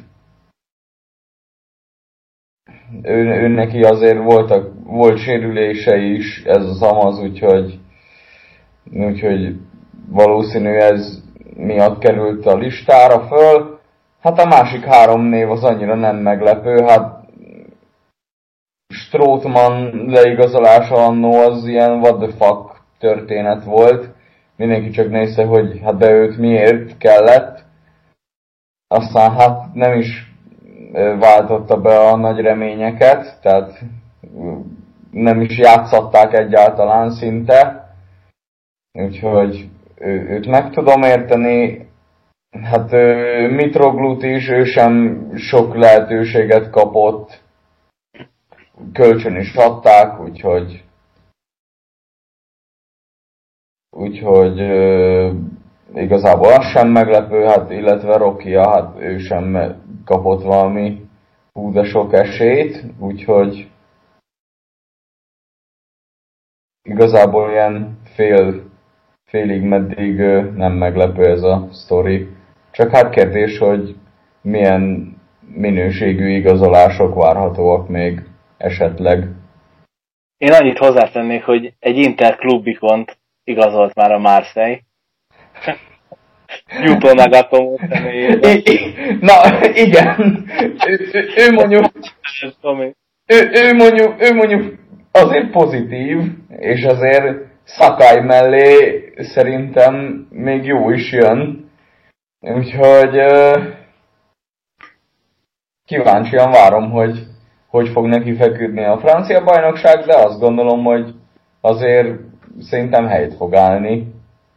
ő, ő neki azért voltak, volt sérülései is, ez a Samaz, úgyhogy, úgyhogy valószínű ez miatt került a listára föl. Hát a másik három név az annyira nem meglepő, hát Strootman leigazolása annó az ilyen what the fuck történet volt. Mindenki csak nézte, hogy hát de őt miért kellett. Aztán hát nem is váltotta be a nagy reményeket, tehát nem is játszatták egyáltalán szinte. Úgyhogy ő, őt meg tudom érteni. Hát Mitroglut is, ő sem sok lehetőséget kapott. Kölcsön is adták, úgyhogy úgyhogy uh, igazából az sem meglepő, hát illetve Rokia, hát ő sem kapott valami hú de sok esélyt, úgyhogy igazából ilyen fél, félig meddig uh, nem meglepő ez a sztori. Csak hát kérdés, hogy milyen minőségű igazolások várhatóak még esetleg. Én annyit hozzátennék, hogy egy Inter klubikont igazolt már a Marseille. Yuto Nagatomo személyében. Na, igen. Ő, ő, ő mondjuk... Ő, ő, mondjuk, ő mondjuk azért pozitív, és azért Sakai mellé szerintem még jó is jön. Úgyhogy kíváncsian várom, hogy hogy fog neki feküdni a francia bajnokság, de azt gondolom, hogy azért szerintem helyt fog állni.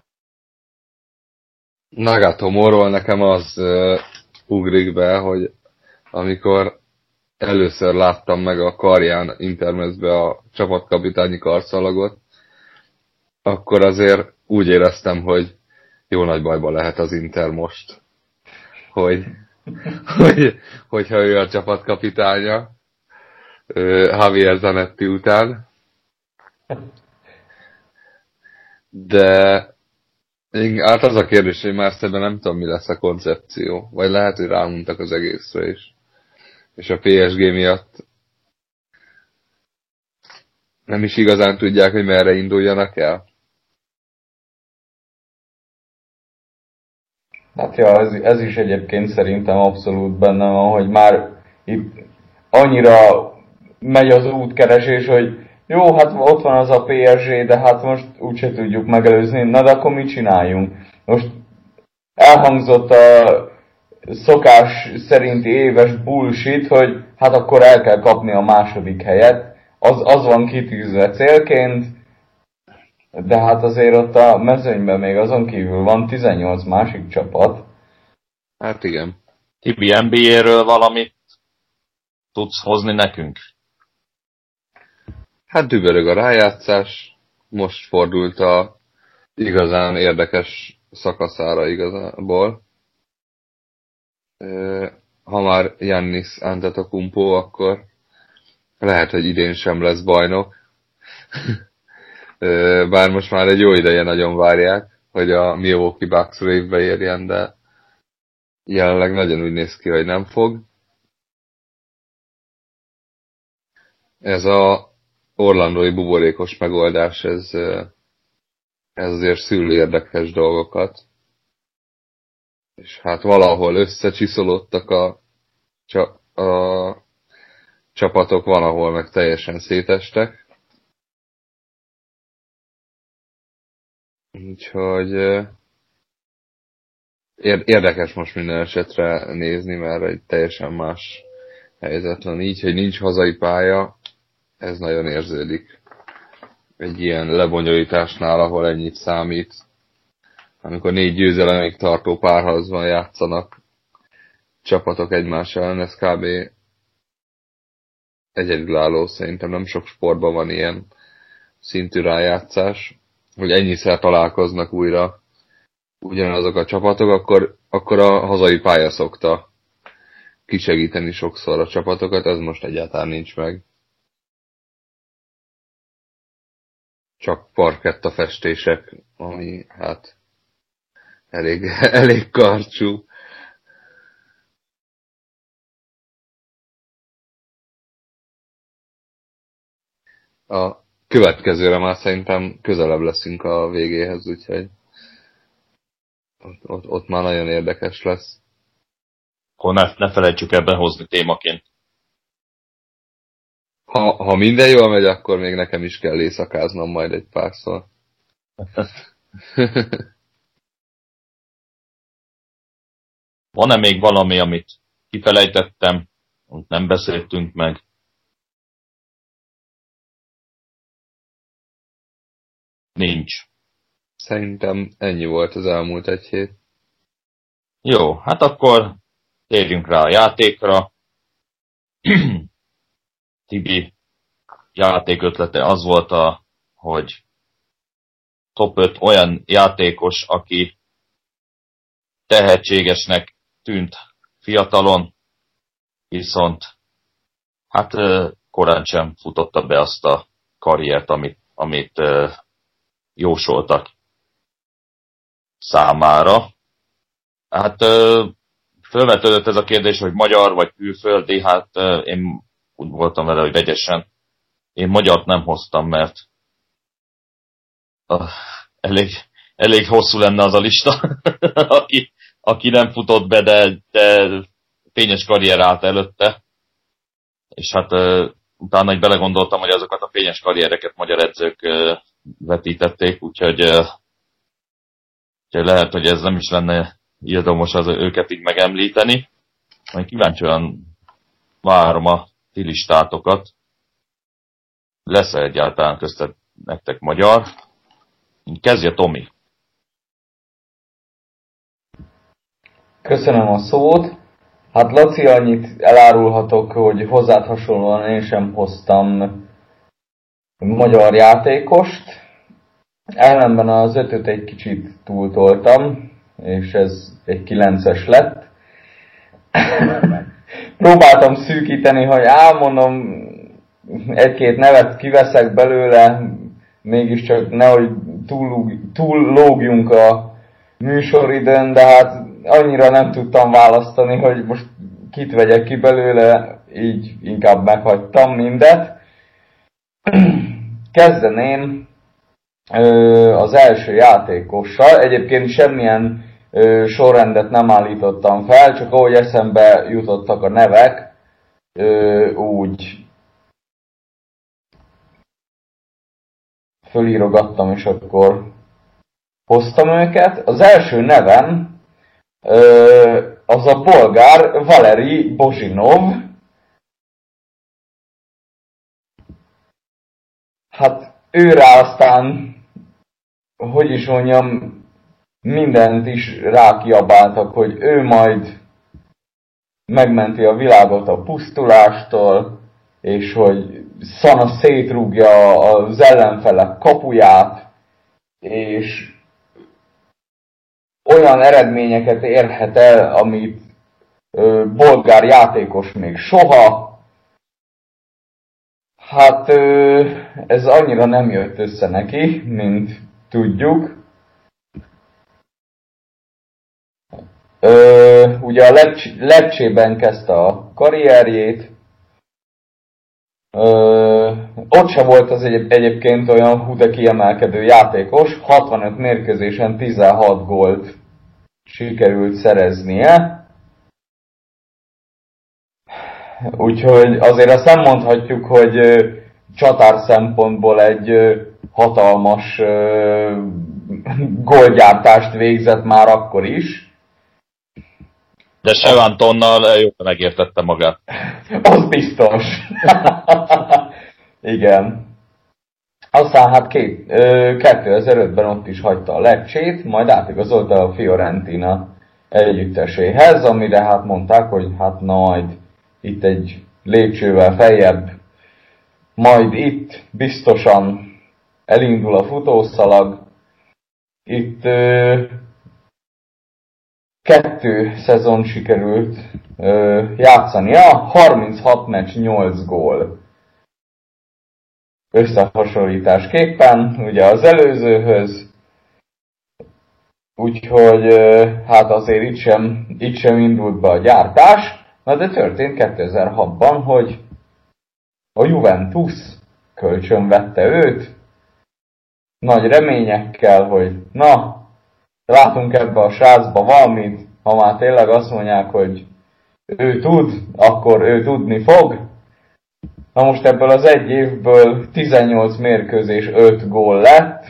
Nagatomóról nekem az uh, ugrik be, hogy amikor először láttam meg a karján Intermezbe a csapatkapitányi karszalagot, akkor azért úgy éreztem, hogy jó nagy bajban lehet az Inter most. Hogy, hogy, hogyha ő a csapatkapitánya, Javier Zanetti után. De hát az a kérdés, hogy már szerintem nem tudom, mi lesz a koncepció. Vagy lehet, hogy rámondtak az egészre is. És a pé es gé miatt nem is igazán tudják, hogy merre induljanak el. Hát ja, ez, ez is egyébként szerintem abszolút benne van, hogy már itt annyira megy az útkeresés, hogy jó, hát ott van az a pé es gé, de hát most úgyse tudjuk megelőzni, na de akkor mit csináljunk? Most elhangzott a szokás szerinti éves bullshit, hogy hát akkor el kell kapni a második helyet, az, az van kitűzve célként, de hát azért ott a mezőnyben még azon kívül van tizennyolc másik csapat. Hát igen. Tibi, en bé á-ről valamit tudsz hozni nekünk? Hát dübörög a rájátszás, most fordult a igazán érdekes szakaszára igazából. Ha már Giannis Antetokounmpo, akkor lehet, hogy idén sem lesz bajnok. Bár most már egy jó ideje nagyon várják, hogy a Milwaukee Bucks révbe érjen, de jelenleg nagyon úgy néz ki, hogy nem fog. Ez a orlandói buborékos megoldás, ez, ez azért szül érdekes dolgokat. És hát valahol összecsiszolódtak a, a csapatok, van, ahol meg teljesen szétestek. Úgyhogy érdekes most minden esetre nézni, mert egy teljesen más helyzet van. Így, hogy nincs hazai pálya, ez nagyon érződik. Egy ilyen lebonyolításnál, ahol ennyit számít, amikor négy győzelemig tartó párharcban játszanak csapatok egymás ellen, ez kb. Egyedülálló, szerintem nem sok sportban van ilyen szintű rájátszás. hogy ennyiszer találkoznak újra ugyanazok a csapatok, akkor, akkor a hazai pálya szokta kisegíteni sokszor a csapatokat, ez most egyáltalán nincs meg. Csak parketta festések, ami hát elég, elég karcsú. A következőre már szerintem közelebb leszünk a végéhez, úgyhogy ott, ott, ott már nagyon érdekes lesz. Akkor ne, ne felejtsük ebben hozni témaként. Ha, ha minden jól megy, akkor még nekem is kell éjszakáznom majd egy párszor. Van-e még valami, amit kifelejtettem, amit nem beszéltünk meg? Nincs. Szerintem ennyi volt az elmúlt egy hét. Jó, hát akkor térjünk rá a játékra. Tibi játékötlete az volt, a, hogy top öt olyan játékos, aki tehetségesnek tűnt fiatalon, viszont hát korán sem futotta be azt a karriert, amit, amit jósoltak számára. Hát felvetődött ez a kérdés, hogy magyar vagy külföldi, hát én úgy voltam vele, hogy vegyesen. Én magyart nem hoztam, mert uh, elég, elég hosszú lenne az a lista, aki, aki nem futott be, de, de fényes karrier állt előtte. És hát uh, utána így belegondoltam, hogy azokat a fényes karriereket magyar edzők uh, vetítették, úgyhogy, uh, úgyhogy lehet, hogy ez nem is lenne érdemes az őket így megemlíteni. Majd kíváncsian várom a ti listátokat. Lesz-e egyáltalán köztet nektek magyar? Kezdje Tomi. Köszönöm a szót. Hát Laci, annyit elárulhatok, hogy hozzád hasonlóan én sem hoztam magyar játékost. Ellenben az ötöt egy kicsit túltoltam, és ez egy kilences lett. Próbáltam szűkíteni, hogy elmondom, egy-két nevet kiveszek belőle, mégiscsak nehogy túl, túl lógjunk a műsoridőn, de hát annyira nem tudtam választani, hogy most kit vegyek ki belőle, így inkább meghagytam mindet. Kezdeném az első játékossal, egyébként semmilyen sorrendet nem állítottam fel, csak ahogy eszembe jutottak a nevek, úgy fölírogattam, és akkor hoztam őket. Az első nevem az a bolgár Valeri Bozsinov. Hát őre aztán, hogy is mondjam, mindent is rákiabáltak, hogy ő majd megmenti a világot a pusztulástól, és hogy szana szétrúgja az ellenfelek kapuját, és olyan eredményeket érhet el, amit ö, bolgár játékos még soha. Hát ö, ez annyira nem jött össze neki, mint tudjuk. Ö, ugye a Lecce, Lecce-ben kezdte a karrierjét. Ö, ott se volt az egy, egyébként olyan hú de kiemelkedő játékos, hatvanöt mérkőzésen tizenhat gólt sikerült szereznie. Úgyhogy azért azt nem mondhatjuk, hogy ö, csatár szempontból egy ö, hatalmas ö, gólgyártást végzett már akkor is. De Sevantonnal jól megértette magát. Az biztos. Igen. Aztán hát két, kétezer-ötben ott is hagyta a Lecce-t, majd átigazolta a Fiorentina együtteséhez, amire hát mondták, hogy hát na majd itt egy lépcsővel feljebb, majd itt biztosan elindul a futószalag, itt ö, kettő szezon sikerült ö, játszania, harminchat meccs, nyolc gól. Összehasonlításképpen, ugye az előzőhöz, úgyhogy ö, hát azért itt sem, itt sem indult be a gyártás, na de történt kétezer-hatban, hogy a Juventus kölcsön vette őt, nagy reményekkel, hogy na, látunk ebbe a srácba valamit, ha már tényleg azt mondják, hogy ő tud, akkor ő tudni fog. Na most ebből az egy évből tizennyolc mérkőzés, öt gól lett.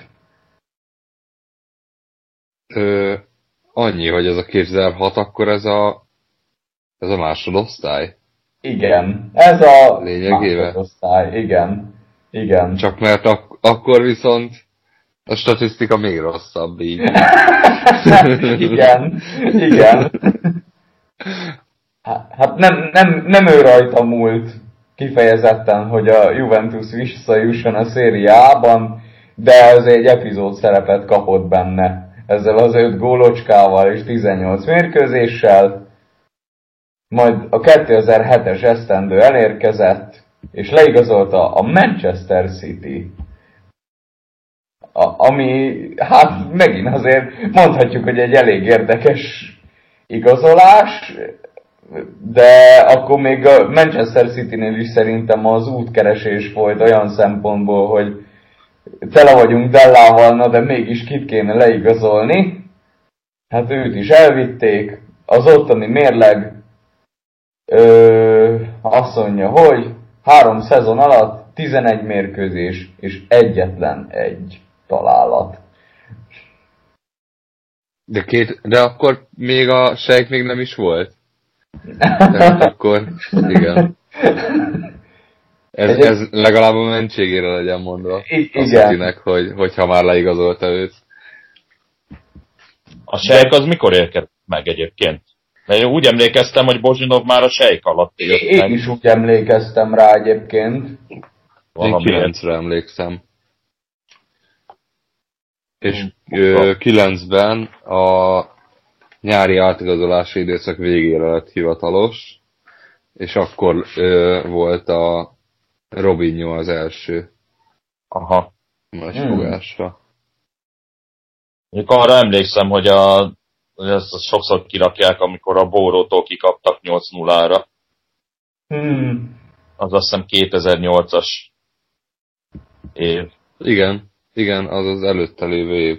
Ö, annyi, hogy ez a kétezer-hat, akkor ez a, ez a másodosztály? Igen, ez a lényegében másodosztály, igen, igen. Csak mert ak- akkor viszont a statisztika még rosszabb így. igen, igen. Hát nem, nem, nem ő rajta múlt kifejezetten, hogy a Juventus visszajusson a Serie A-ban, de azért egy epizód szerepet kapott benne. Ezzel az öt gólocskával és tizennyolc mérkőzéssel. Majd a kétezer-hetes esztendő elérkezett, és leigazolta a Manchester City. A, ami, hát megint azért mondhatjuk, hogy egy elég érdekes igazolás, de akkor még a Manchester Citynél is szerintem az útkeresés volt olyan szempontból, hogy tele vagyunk Dellával, na de mégis kit kéne leigazolni. Hát őt is elvitték, az ottani mérleg ö, azt mondja, hogy három szezon alatt tizenegy mérkőzés és egyetlen egy találat. De, két, de akkor még a sejk még nem is volt. Tehát akkor, igen. Ez, ez legalább a mentségére legyen mondva. I- a Citynek, hogy, hogyha már leigazolta őt. A sejk az mikor érkezett meg egyébként? Mert én úgy emlékeztem, hogy Bozsinov már a sejk alatt jött Én meg. is úgy emlékeztem rá egyébként. Én kilencre emlékszem. És ö, kilencben a nyári átigazolási időszak végére lett hivatalos, és akkor ö, volt a Robinho az első. Aha. Nagy hmm. fogásra. Még arra emlékszem, hogy, a, hogy ezt sokszor kirakják, amikor a Bórótól kikaptak nyolc nullára. Hmm. Az azt hiszem kétezer-nyolcas év. Igen, igen, az az előtte lévő év.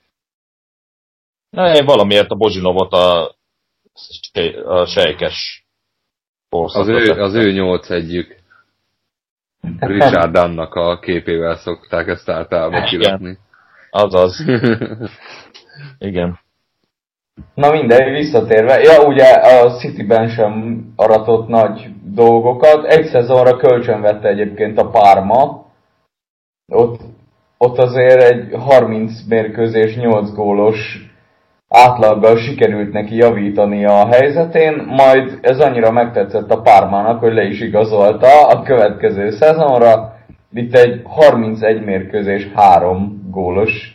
Na, én valamiért a Bozsinovot a, a sejkes az ő, az ő nyolc együk. Richard Dunnak a képével szokták ezt általában kirakni. Azaz. Igen. Na mindegy, visszatérve. Ja, ugye a Cityben sem aratott nagy dolgokat. Egy szezonra kölcsönvette egyébként a Parma. Ott, ott azért egy harminc mérkőzés, nyolc gólos átlaggal sikerült neki javítani a helyzetén, majd ez annyira megtetszett a Parmának, hogy le is igazolta a következő szezonra. Itt egy harmincegy mérkőzés, három gólos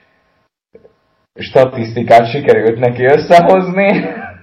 statisztikát sikerült neki összehozni.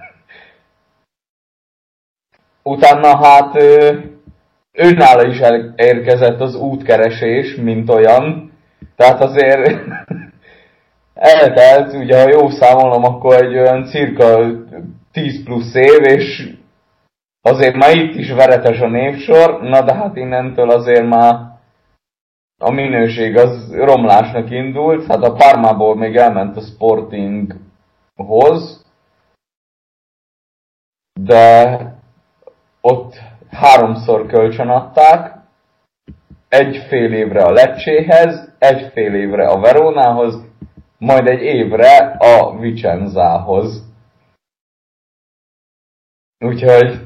Utána hát őnála is elérkezett az útkeresés, mint olyan. Tehát azért eltelt, ugye ha jó számolom, akkor egy olyan cirka tíz plusz év, és azért már itt is veretes a névsor, na de hát innentől azért már a minőség az romlásnak indult, hát a Parmából még elment a Sportinghoz, de ott háromszor kölcsön adták, egy fél évre a Leccehez, egy fél évre a Verónához, majd egy évre a Vicenzához. Úgyhogy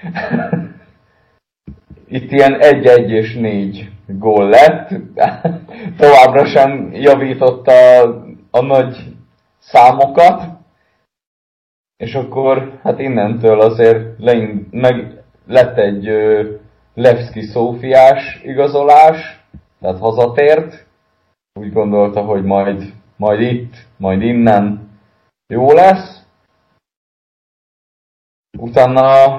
itt ilyen egy-egy és négy gól lett. Továbbra sem javította a, a nagy számokat. És akkor hát innentől azért leind, meg lett egy uh, Levski Szófiás igazolás, tehát hazatért. Úgy gondolta, hogy majd, majd itt, majd innen jó lesz. Utána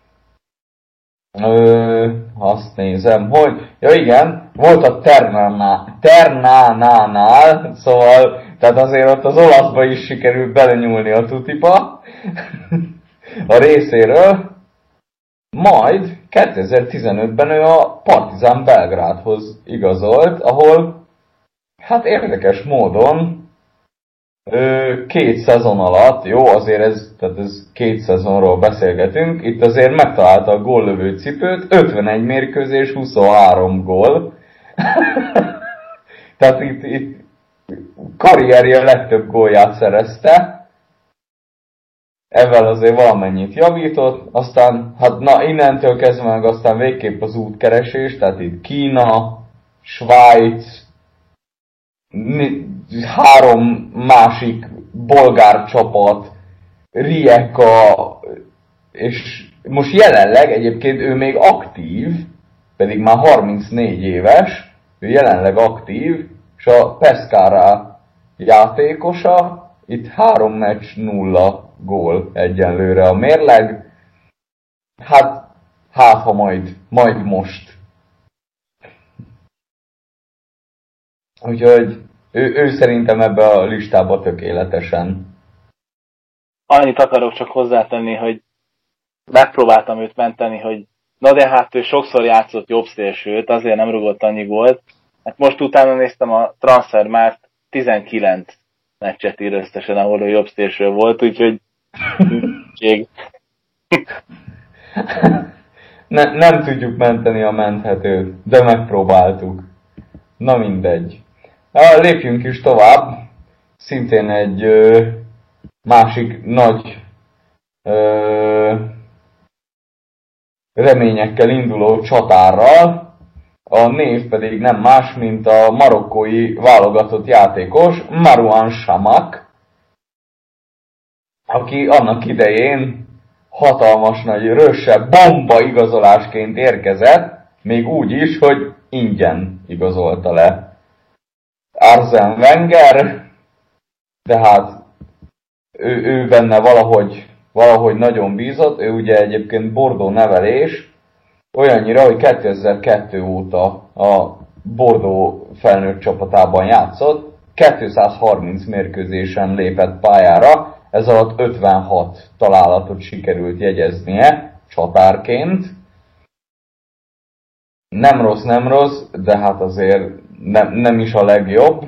ö, azt nézem, hogy ja igen, volt a Ternánánál, szóval tehát azért ott az olaszba is sikerült belenyúlni a tutipa a részéről. Majd kétezer-tizenötben ő a Partizan Belgrádhoz igazolt, ahol hát érdekes módon két szezon alatt, jó, azért ez, tehát ez két szezonról beszélgetünk, itt azért megtalálta a góllövő cipőt, ötvenegy mérkőzés, huszonhárom gól. Tehát itt, itt karrierje legtöbb gólját szerezte. Ezzel azért valamennyit javított, aztán, hát na innentől kezdve meg aztán végképp az útkeresés, tehát itt Kína, Svájc, három másik bolgár csapat, Rijeka, és most jelenleg egyébként ő még aktív, pedig már harmincnégy éves, ő jelenleg aktív, és a Pescara játékosa, itt három meccs, nulla gól egyenlőre a mérleg. Hát, hát ha majd, majd most. Úgyhogy ő, ő szerintem ebbe a listába tökéletesen. Annyit akarok csak hozzátenni, hogy megpróbáltam őt menteni, hogy na de hát ő sokszor játszott jobb szélsőt, azért nem rugott annyi gólt. Hát most utána néztem a Transfermarkt, tizenkilenc meccset ír összesen, ahol ő jobb szélső volt, úgyhogy ne, nem tudjuk menteni a menthetőt, de megpróbáltuk. Na mindegy. Na, lépjünk is tovább. Szintén egy ö, másik nagy ö, reményekkel induló csatárral. A név pedig nem más, mint a marokkói válogatott játékos Marouane Chamakh, aki annak idején hatalmas nagy rösse bomba igazolásként érkezett, még úgy is, hogy ingyen igazolta le Arsene Wenger, tehát ő, ő benne valahogy, valahogy nagyon bízott, ő ugye egyébként Bordeaux nevelés, olyannyira, hogy kétezer-kettő óta a Bordeaux felnőtt csapatában játszott, kétszázharminc mérkőzésen lépett pályára, ez alatt ötvenhat találatot sikerült jegyeznie csatárként. Nem rossz, nem rossz, de hát azért nem, nem is a legjobb.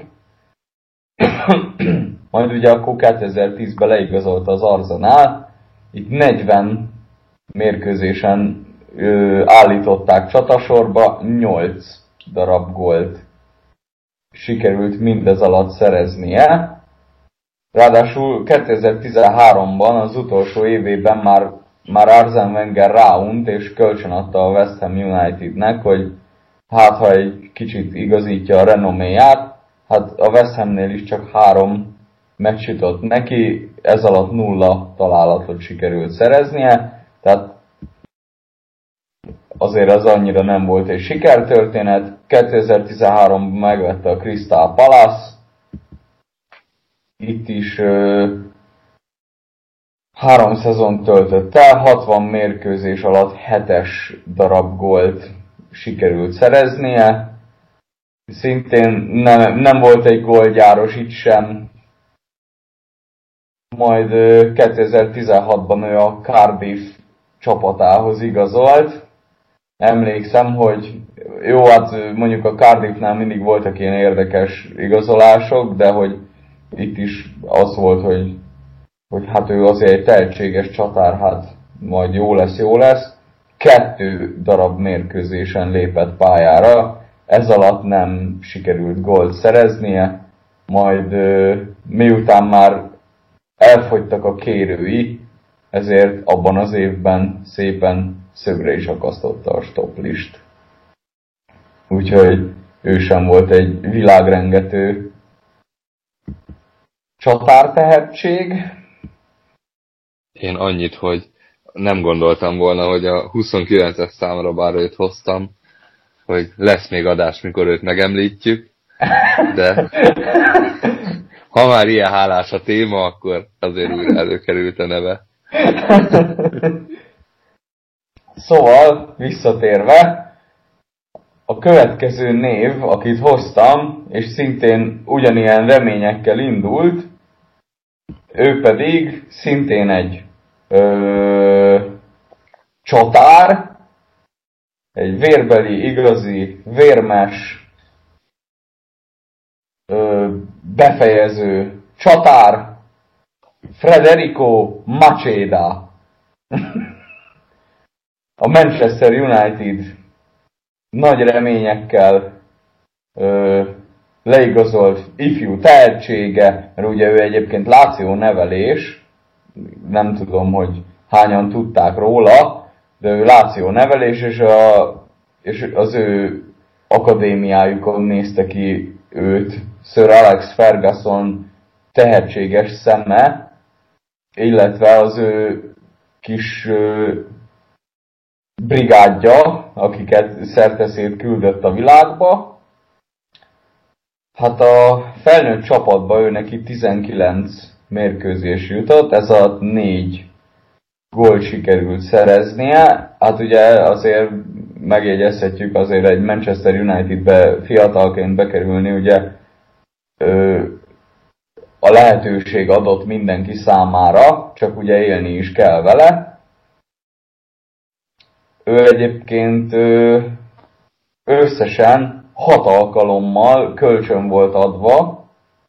Majd ugye akkor kétezer-tízben leigazolta az Arsenal, itt negyven mérkőzésen ö, állították csatasorba, nyolc darab gólt sikerült mindez alatt szereznie. Ráadásul kétezer-tizenháromban, az utolsó évében már, már Arsene Wenger ráunt és kölcsönadta a West Ham Unitednek, hogy hát ha egy kicsit igazítja a renoméját, hát a West Hamnél is csak három meccs jutott neki, ez alatt nulla találatot sikerült szereznie, tehát azért az annyira nem volt egy sikertörténet. kétezer-tizenháromban megvette a Crystal Palace, itt is ö, három szezon töltött el, hatvan mérkőzés alatt hetes darab gólt sikerült szereznie. Szintén nem, nem volt egy gólgyáros itt sem. Majd ö, kétezer-tizenhatban ő a Cardiff csapatához igazolt. Emlékszem, hogy jó, hát mondjuk a Cardiffnál mindig voltak ilyen érdekes igazolások, de hogy itt is az volt, hogy, hogy hát ő azért egy tehetséges csatár, hát majd jó lesz, jó lesz. Kettő darab mérkőzésen lépett pályára, ez alatt nem sikerült gólt szereznie, majd miután már elfogytak a kérői, ezért abban az évben szépen szögre is akasztotta a stoplist. Úgyhogy ő sem volt egy világrengető csatártehetség. Én annyit, hogy nem gondoltam volna, hogy a huszonkilences számra bár őt hoztam, hogy lesz még adás, mikor őt megemlítjük, de ha már ilyen hálás a téma, akkor azért újra előkerült a neve. Szóval, visszatérve, a következő név, akit hoztam, és szintén ugyanilyen reményekkel indult, ő pedig szintén egy ö, csatár, egy vérbeli, igazi, vérmes, ö, befejező csatár, Federico Macheda. A Manchester United nagy reményekkel ö, leigazolt ifjú tehetsége, mert ugye ő egyébként Lazio nevelés, nem tudom, hogy hányan tudták róla, de ő Lazio nevelés, és, a, és az ő akadémiájukon nézte ki őt Sir Alex Ferguson tehetséges szeme, illetve az ő kis ö, brigádja, akiket szerteszét küldött a világba. Hát a felnőtt csapatban ő neki tizenkilenc mérkőzés jutott, ez alatt négy gólt sikerült szereznie. Hát ugye azért megjegyezhetjük, azért egy Manchester Unitedbe fiatalként bekerülni, ugye ö, a lehetőség adott mindenki számára, csak ugye élni is kell vele. Ő egyébként ö, összesen hat alkalommal kölcsön volt adva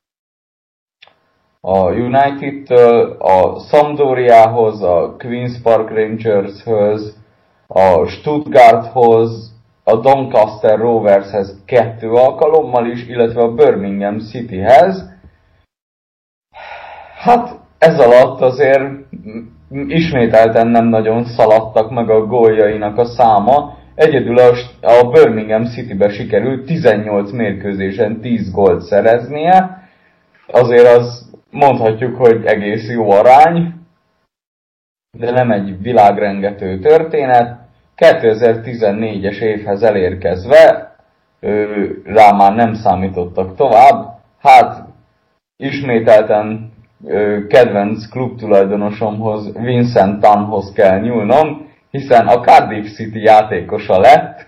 a United-től, a Sampdoriához, a Queen's Park Rangershöz, a Stuttgarthoz, a Doncaster Rovershez kettő alkalommal is, illetve a Birmingham Cityhez. Hát ez alatt azért ismételten nem nagyon szaladtak meg a góljainak a száma. Egyedül a, a Birmingham Citybe sikerült tizennyolc mérkőzésen tíz gólt szereznie. Azért az mondhatjuk, hogy egész jó arány, de nem egy világrengető történet. kétezer-tizennégyes évhez elérkezve ő, rá már nem számítottak tovább. Hát ismételten ő, kedvenc klubtulajdonosomhoz, Vincent Tanhoz kell nyúlnom, hiszen a Cardiff City játékosa lett,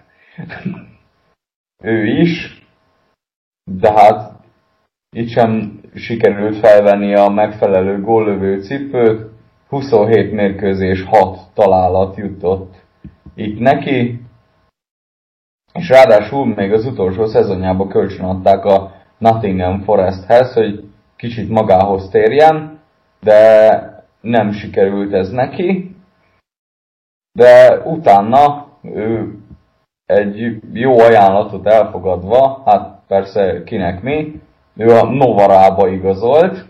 ő is, de hát itt sem sikerült felvenni a megfelelő góllövő cipőt, huszonhét mérkőzés, hat találat jutott itt neki, és ráadásul még az utolsó szezonjában kölcsön adták a Nottingham Foresthez, hogy kicsit magához térjen, de nem sikerült ez neki. De utána ő egy jó ajánlatot elfogadva, hát persze kinek mi, ő a Novarába igazolt,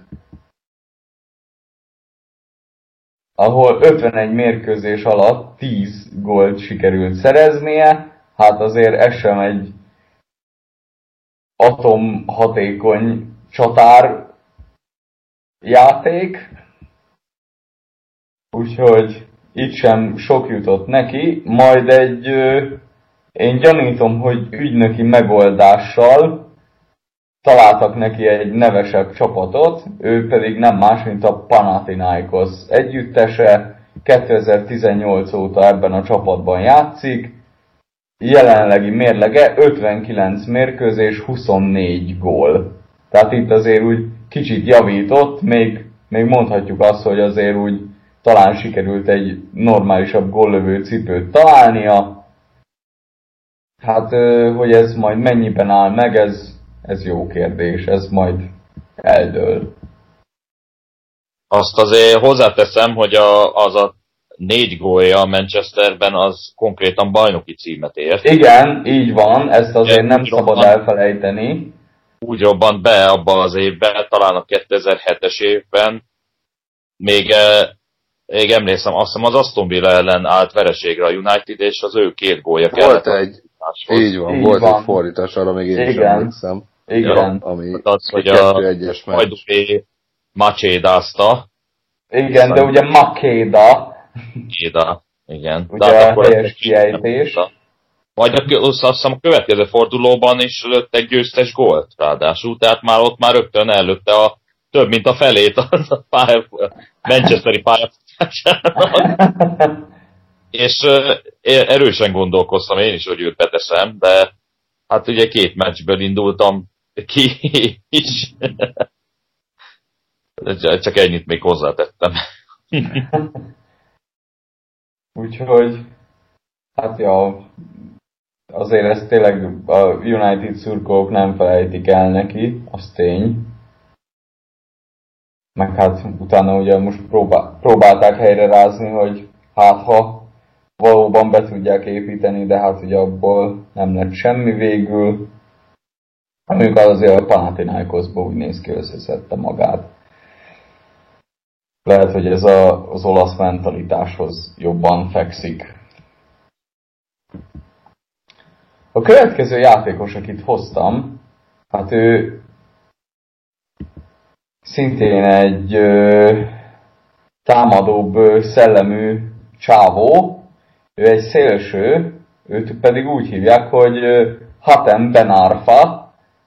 ahol ötvenegy mérkőzés alatt tíz gólt sikerült szereznie, hát azért ez sem egy atomhatékony csatár játék, úgyhogy itt sem sok jutott neki, majd egy, én gyanítom, hogy ügynöki megoldással találtak neki egy nevesebb csapatot, ő pedig nem más, mint a Panathinaikos együttese, kétezer-tizennyolc óta ebben a csapatban játszik, jelenlegi mérlege ötvenkilenc mérkőzés, huszonnégy gól. Tehát itt azért úgy kicsit javított, még, még mondhatjuk azt, hogy azért úgy talán sikerült egy normálisabb góllövő cipőt találnia. Hát, hogy ez majd mennyiben áll meg, ez, ez jó kérdés, ez majd eldől. Azt azért hozzáteszem, hogy a, az a négy gólja a Manchesterben az konkrétan bajnoki címet ért. Igen, így van, ezt azért Igen, nem szabad robbant, elfelejteni. Úgy robbant be abban az évben, talán a kétezer-hetes évben, még, még emlékszem, azt hiszem az Aston Villa ellen állt vereségre a United, és az ő két gólja volt kellett. Egy, így van, így volt van. Egy fordítás, arra még én is emlékszem. Igen. Ja, ami az, hogy a Hajdúi Machédázta. Igen, de ugye Makeda. Makeda, igen. Ugye de a helyes kiejtés. Majd a, azt hiszem a következő fordulóban is lőtt egy győztes gólt, ráadásul, tehát már ott már rögtön előtte a több, mint a felét a pálya, Manchesteri pályafutásának. És uh, erősen gondolkoztam én is, hogy őt beteszem, de hát ugye két meccsből indultam ki is. Csak ennyit még hozzátettem. Úgyhogy, hát ja, azért ezt tényleg a United szurkolók nem felejtik el neki, az tény. Meg hát utána ugye most próbál, próbálták helyre rázni, hogy hát ha valóban be tudják építeni, de hát ugye abból nem lett semmi végül. Mondjuk azért a Panathinaikosból úgy néz ki, összeszedte magát. Lehet, hogy ez a, az olasz mentalitáshoz jobban fekszik. A következő játékos, akit hoztam, hát ő szintén egy ö, támadóbb ö, szellemű csávó, ő egy szélső, őt pedig úgy hívják, hogy ö, Hatem Ben Arfa.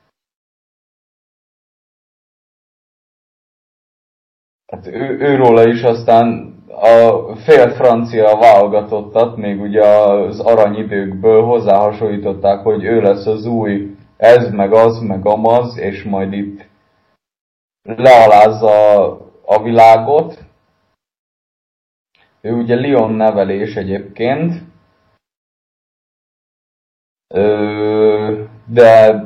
Hát ő, őróla is aztán a fél francia válogatottat, még ugye az aranyidőkből hozzáhasonlították, hogy ő lesz az új ez, meg az, meg amaz, és majd itt lealázza a világot. Ő ugye Lyon nevelés egyébként, de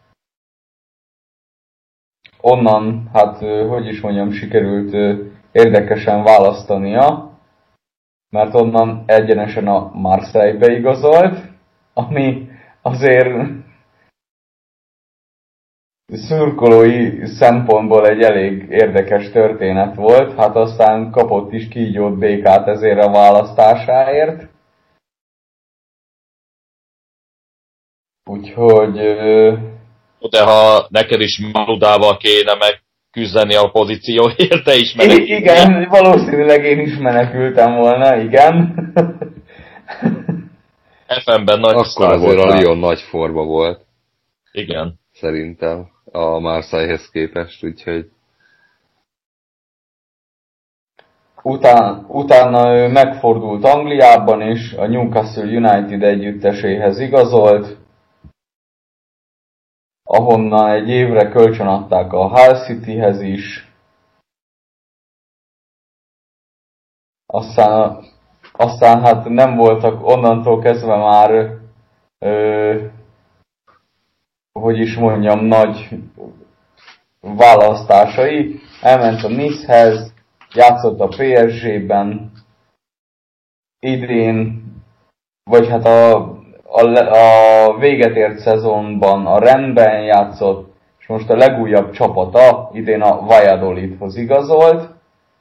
onnan, hát hogy is mondjam, sikerült érdekesen választania, mert onnan egyenesen a Marseille-be igazolt, ami azért szurkolói szempontból egy elég érdekes történet volt, hát aztán kapott is kígyót békát ezért a választásáért. Úgyhogy... De ha neked is Maludával kéne megküzdeni a pozícióért, te is menekültél. Igen, valószínűleg én is menekültem volna, igen. ef em-ben nagy akkor azért a Lyon nagy forma volt. Igen. Szerintem a Marseille-hez képest, úgyhogy... Utána, utána ő megfordult Angliában is, a Newcastle United együtteséhez igazolt, ahonnan egy évre kölcsönadták a Hull Cityhez is. Aztán, aztán hát nem voltak onnantól kezdve már, ö, hogy is mondjam, nagy választásai. Elment a Nicehez, játszott a pé es gé-ben, idén, vagy hát a, a, a véget ért szezonban a Rennesben játszott, és most a legújabb csapata idén a Valladolidhoz igazolt.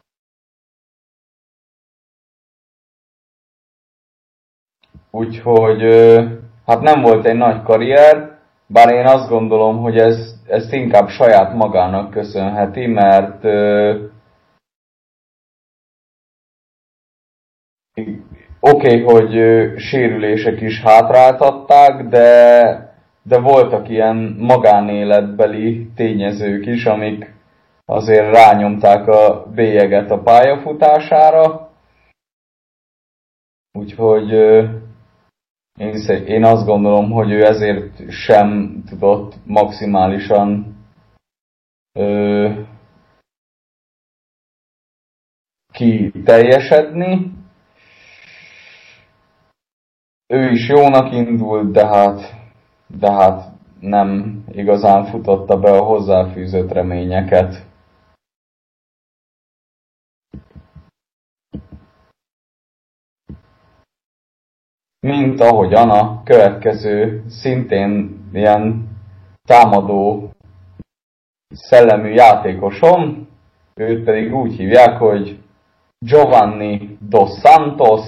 Úgyhogy hát nem volt egy nagy karrier, bár én azt gondolom, hogy ez, ezt inkább saját magának köszönheti, mert oké, okay, hogy sérülések is hátráltatták, de, de voltak ilyen magánéletbeli tényezők is, amik azért rányomták a bélyeget a pályafutására. Úgyhogy én, én azt gondolom, hogy ő ezért sem tudott maximálisan ö, kiteljesedni. Ő is jónak indult, de hát, de hát nem igazán futotta be a hozzáfűzött reményeket. Mint ahogyan a következő, szintén ilyen támadó szellemű játékosom, őt pedig úgy hívják, hogy Giovanni dos Santos.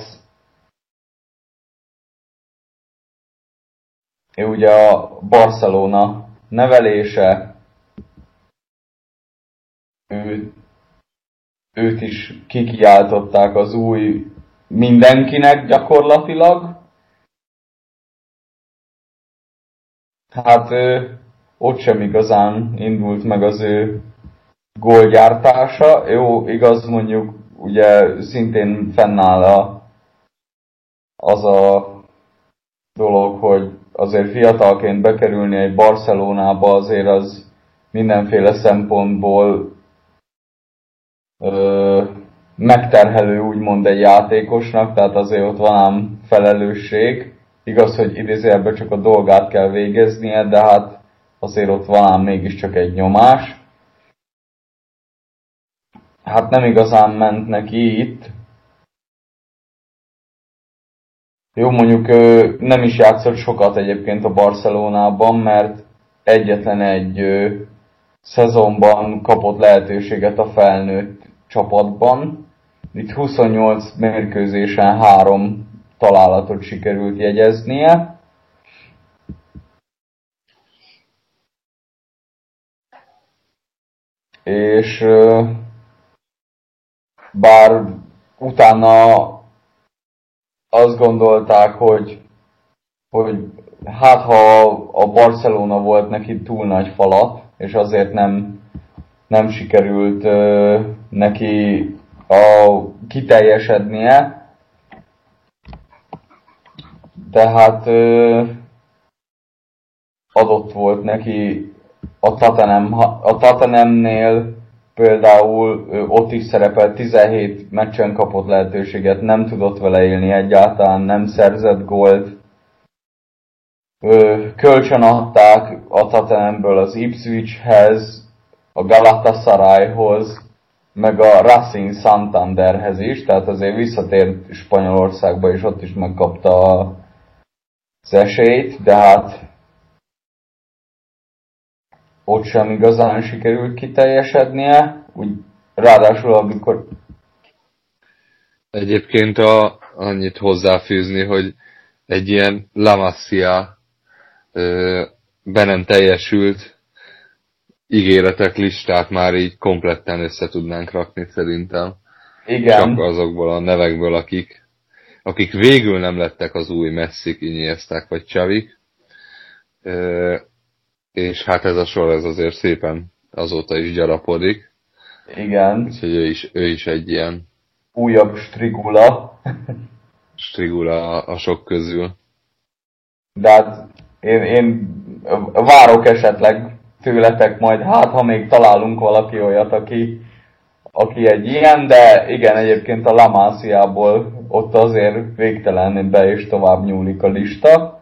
Ő ugye a Barcelona nevelése, ő, őt is kikiáltották az új mindenkinek gyakorlatilag. Hát ő, ott sem igazán indult meg az ő gólgyártása. Jó, igaz, mondjuk ugye szintén fennáll a, az a dolog, hogy azért fiatalként bekerülni egy Barcelonába azért az mindenféle szempontból ö, megterhelő úgymond egy játékosnak, tehát azért ott van ám felelősség. Igaz, hogy idézőjelben csak a dolgát kell végeznie, de hát azért ott van ám mégiscsak egy nyomás. Hát nem igazán ment neki itt. Jó, mondjuk ő nem is játszott sokat egyébként a Barcelonában, mert egyetlen egy ö, szezonban kapott lehetőséget a felnőtt csapatban. Itt huszonnyolc mérkőzésen három találatot sikerült jegyeznie. És ö, bár utána azt gondolták, hogy, hogy hát ha a Barcelona volt neki túl nagy falat, és azért nem, nem sikerült ö, neki a, kiteljesednie, tehát ö, adott volt neki a Tottenham, a Tottenhamnél például ö, ott is szerepelt, tizenhét meccsen kapott lehetőséget, nem tudott vele élni egyáltalán, nem szerzett gólt. Ö, kölcsön adták a Tottenhamből az Ipswichhez, a Galatasarayhoz, meg a Racing Santanderhez is, tehát azért visszatért Spanyolországba, és ott is megkapta az esélyt, de hát ott sem igazán sikerült kiteljesednie, úgy ráadásul amikor... Egyébként a, annyit hozzáfűzni, hogy egy ilyen La Masia ö, be nem teljesült ígéretek listát már így kompletten össze tudnánk rakni szerintem. Igen. Csak azokból a nevekből, akik, akik végül nem lettek az új Messik, Iniesták vagy Xavik. Ö, és hát ez a sor ez azért szépen azóta is gyarapodik. Igen. Úgyhogy ő is, ő is egy ilyen újabb strigula. strigula a, a sok közül. De hát én, én várok esetleg tőletek majd, hát ha még találunk valaki olyat, aki, aki egy ilyen, de igen, egyébként a La Masia-ból ott azért végtelen be és tovább nyúlik a lista.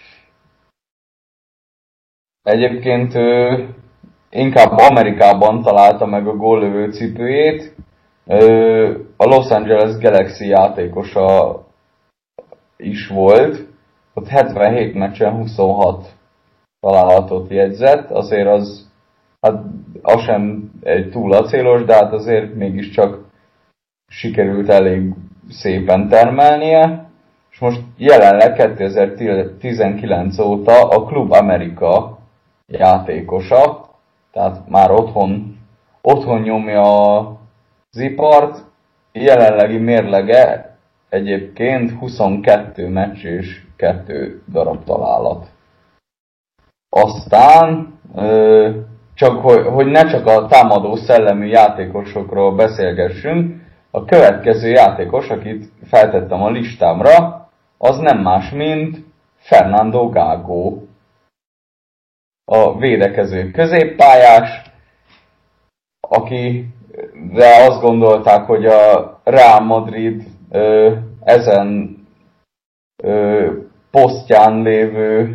Egyébként ő inkább Amerikában találta meg a góllövő cipőjét. Ő a Los Angeles Galaxy játékosa is volt. Ott hetvenhét meccsen huszonhat találatot jegyzett. Azért az, hát az sem egy túl acélos, de hát azért mégiscsak sikerült elég szépen termelnie. És most jelenleg kétezer-tizenkilenc óta a Club America játékosa, tehát már otthon, otthon nyomja az ipart. Jelenlegi mérlege egyébként huszonkettő meccs és kettő darab találat. Aztán, csak hogy, hogy ne csak a támadó szellemű játékosokról beszélgessünk, a következő játékos, akit feltettem a listámra, az nem más, mint Fernando Gago. A védekező középpályás, akire azt gondolták, hogy a Real Madrid ö, ezen ö, posztján lévő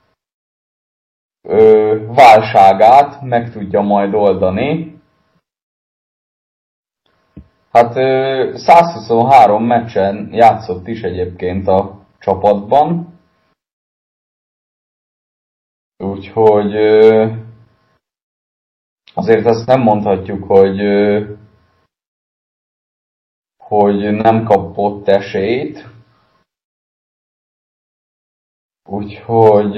ö, válságát meg tudja majd oldani. Hát ö, százhuszonhárom meccsen játszott is egyébként a csapatban. Úgyhogy azért azt nem mondhatjuk, hogy, hogy nem kapott esélyt. Úgyhogy,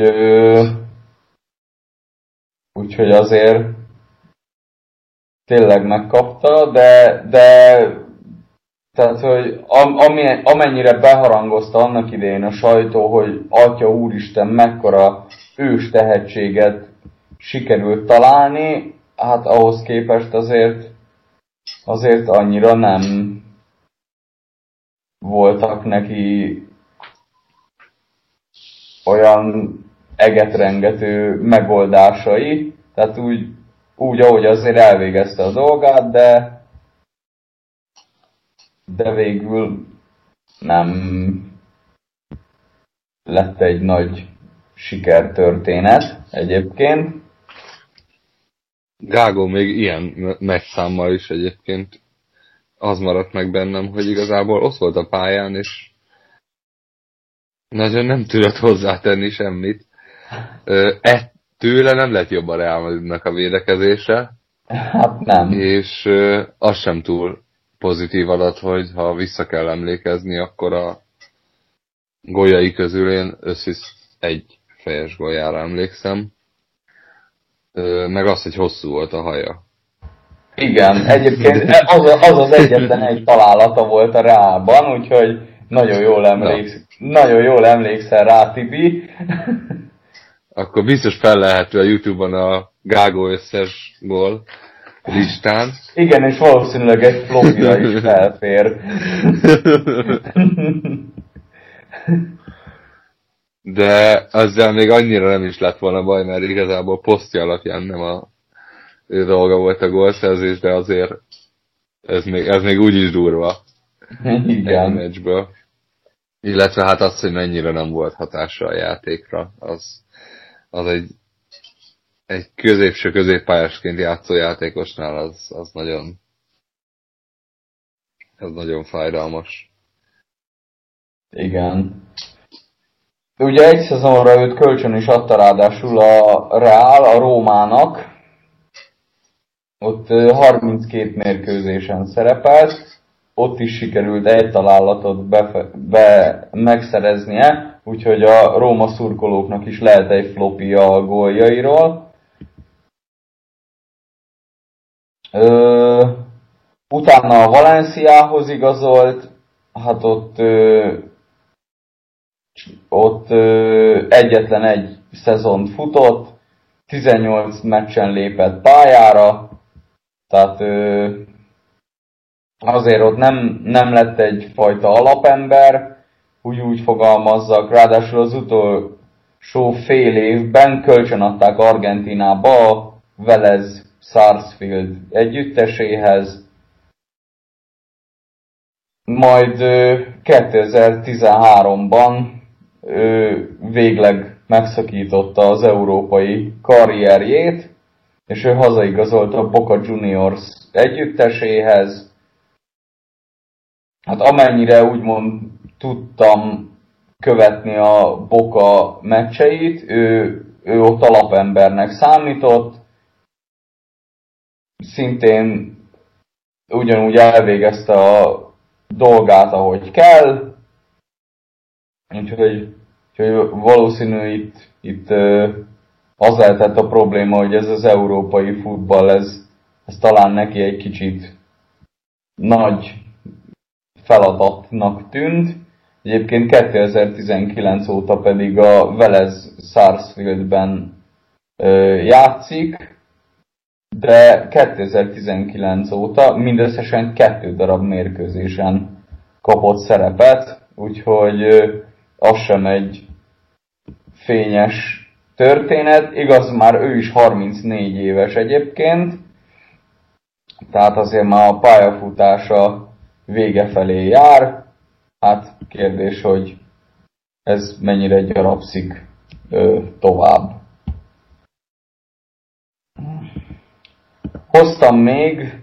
úgyhogy azért tényleg megkapta, de, de tehát, hogy amennyire beharangozta annak idején a sajtó, hogy Atya Úristen mekkora ős tehetséget sikerült találni, hát ahhoz képest azért, azért annyira nem voltak neki olyan egetrengető megoldásai, tehát úgy, úgy, ahogy azért elvégezte a dolgát, de, de végül nem lett egy nagy sikertörténet egyébként. Gágó még ilyen meccszámmal is egyébként az maradt meg bennem, hogy igazából ott volt a pályán, és nagyon nem tudott hozzátenni semmit. E, tőle nem lett jobb a Real Madridnak a védekezése. Hát nem. És az sem túl pozitív adat, hogy ha vissza kell emlékezni, akkor a góljai közül én összhisz egy fejes góljára emlékszem. Meg az, hogy hosszú volt a haja. Igen, egyébként az az, az egyetlen egy találata volt a Reálban, úgyhogy nagyon jól emléksz, nagyon jól emlékszel rá, Tibi. Akkor biztos felelhető a YouTube-on a Gágó összes gól listán. Igen, és valószínűleg egy flopira is felfér. De ezzel még annyira nem is lett volna baj, mert igazából posztja alapján nem a ő dolga volt a gólszerzés, de azért ez még, ez még úgy is durva. Igen. Meccsből. Illetve hát az, hogy mennyire nem volt hatása a játékra, az, az egy, egy középső középpályásként játszó játékosnál az, az nagyon az nagyon fájdalmas. Igen. Ugye egy szezonra őt kölcsön is adta ráadásul a Real, a Rómának. Ott harminckét mérkőzésen szerepelt, ott is sikerült egy találatot be, be megszereznie, úgyhogy a Róma szurkolóknak is lehet egy flopja a góljairól. Ö, utána a Valenciához igazolt, hát ott, ö, ott ö, egyetlen egy szezont futott, tizennyolc meccsen lépett pályára, tehát ö, azért ott nem, nem lett egyfajta alapember, úgy úgy fogalmazzak, ráadásul az utolsó fél évben kölcsönadták Argentinába a Vélez Sarsfield együtteséhez, majd ö, kétezer-tizenháromban ö, végleg megszakította az európai karrierjét, és ő hazaigazolt a Boca Juniors együtteséhez. Hát amennyire úgymond tudtam követni a Boca meccseit, ő, ő ott alapembernek számított, szintén ugyanúgy elvégezte a dolgát, ahogy kell, úgyhogy, úgyhogy valószínű itt, itt az lehetett a probléma, hogy ez az európai futball, ez, ez talán neki egy kicsit nagy feladatnak tűnt. Egyébként kétezer-tizenkilenc óta pedig a Vélez Sarsfieldben játszik, de kétezer-tizenkilenc óta mindösszesen kettő darab mérkőzésen kapott szerepet, úgyhogy az sem egy fényes történet. Igaz, már ő is harmincnégy éves egyébként, tehát azért már a pályafutása vége felé jár. Hát kérdés, hogy ez mennyire gyarapszik ö, tovább. Hoztam még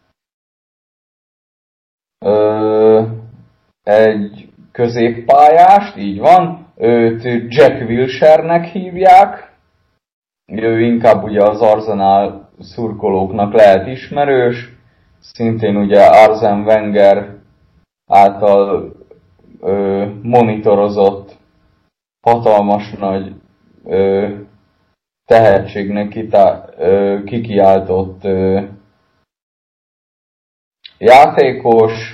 ö, egy középpályást, így van, őt Jack Wilshere-nek hívják, ő inkább ugye az Arsenal szurkolóknak lehet ismerős, szintén ugye Arsene Wenger által ö, monitorozott hatalmas nagy ö, tehetségnek kitá, ö, kikiáltott ö, játékos.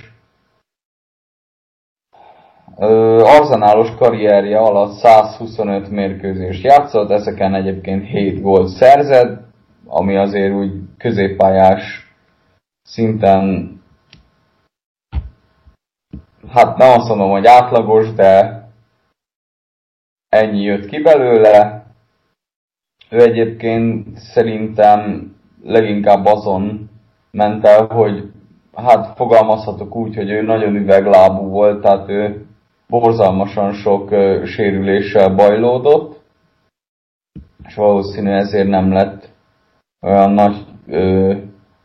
Ö, Arsenalos karrierje alatt százhuszonöt mérkőzést játszott, ezeken egyébként hét gólt szerzett, ami azért úgy középpályás szinten, hát nem azt mondom, hogy átlagos, de ennyi jött ki belőle. Ő egyébként szerintem leginkább azon ment el, hogy hát fogalmazhatok úgy, hogy ő nagyon üveglábú volt, tehát ő borzalmasan sok uh, sérüléssel bajlódott, és valószínű ezért nem lett olyan nagy uh,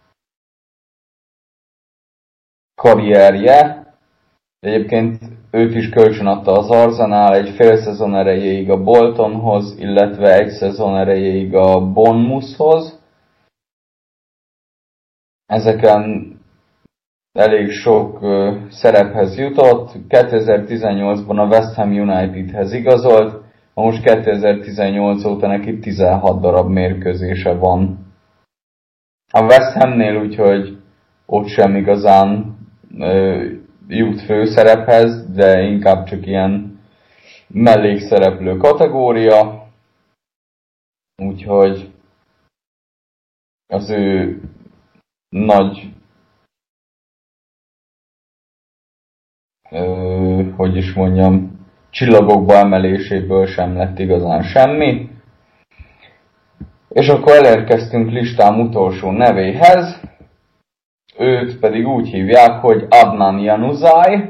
karrierje. Egyébként őt is kölcsönadta az Arsenal egy fél szezon erejéig a Boltonhoz, illetve egy szezon erejéig a Bournemouthhoz. Ezeken elég sok uh, szerephez jutott. kétezer-tizennyolcban a West Ham Unitedhez igazolt, most kétezer-tizennyolc óta neki tizenhat darab mérkőzése van a West Hamnél, úgyhogy ott sem igazán uh, jut főszerephez, de inkább csak ilyen mellékszereplő kategória. Úgyhogy az ő nagy, ö, hogy is mondjam, csillagokba emeléséből sem lett igazán semmi. És akkor elérkeztünk listám utolsó nevéhez. Őt pedig úgy hívják, hogy Adnan Januzaj,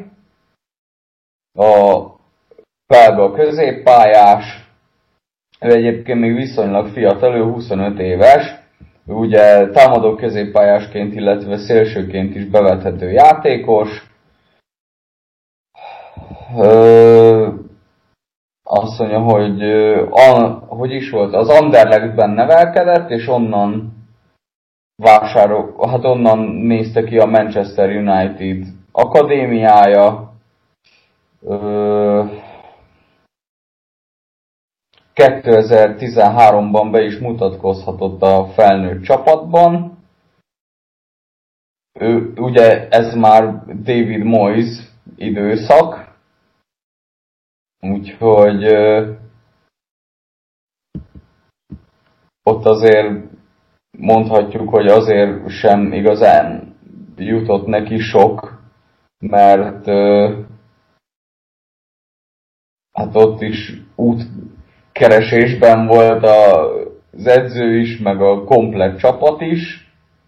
a belga középpályás. Ő egyébként még viszonylag fiatal, ő huszonöt éves. Ő ugye támadó középpályásként, illetve szélsőként is bevethető játékos. Ö, azt mondja, hogy a, hogy is volt, az Anderlechtben nevelkedett, és onnan vásárol, hát onnan nézte ki a Manchester United akadémiája. Ö, kétezer-tizenháromban be is mutatkozhatott a felnőtt csapatban. Ő, ugye ez már David Moyes időszak, úgyhogy ö, ott azért mondhatjuk, hogy azért sem igazán jutott neki sok, mert ö, hát ott is útkeresésben volt az edző is, meg a komplett csapat is.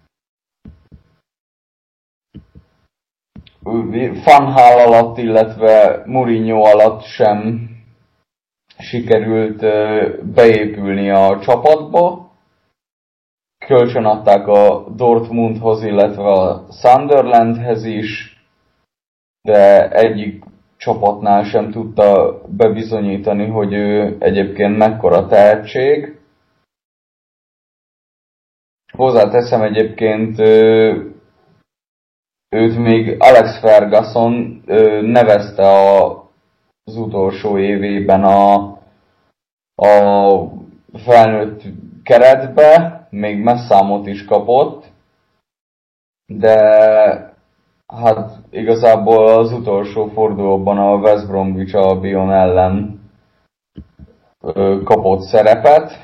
Van Gaal alatt, illetve Mourinho alatt sem sikerült beépülni a csapatba. Kölcsönadták a Dortmundhoz, illetve a Sunderlandhez is, de egyik csapatnál sem tudta bebizonyítani, hogy ő egyébként mekkora tehetség. Hozzáteszem egyébként, őt még Alex Ferguson nevezte az utolsó évében a, a felnőtt keretbe, még messzámot is kapott, de hát igazából az utolsó fordulóban a West Bromwich Albion ellen ö, kapott szerepet.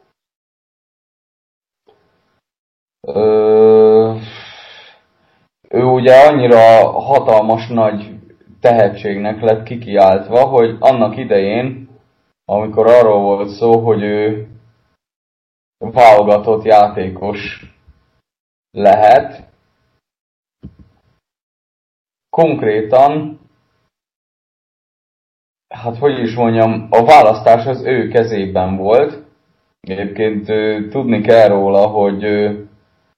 Ö, ő ugye annyira hatalmas nagy tehetségnek lett kikiáltva, hogy annak idején, amikor arról volt szó, hogy ő válogatott játékos lehet, konkrétan, hát hogy is mondjam, a választás az ő kezében volt. Egyébként tudni kell róla, hogy ő,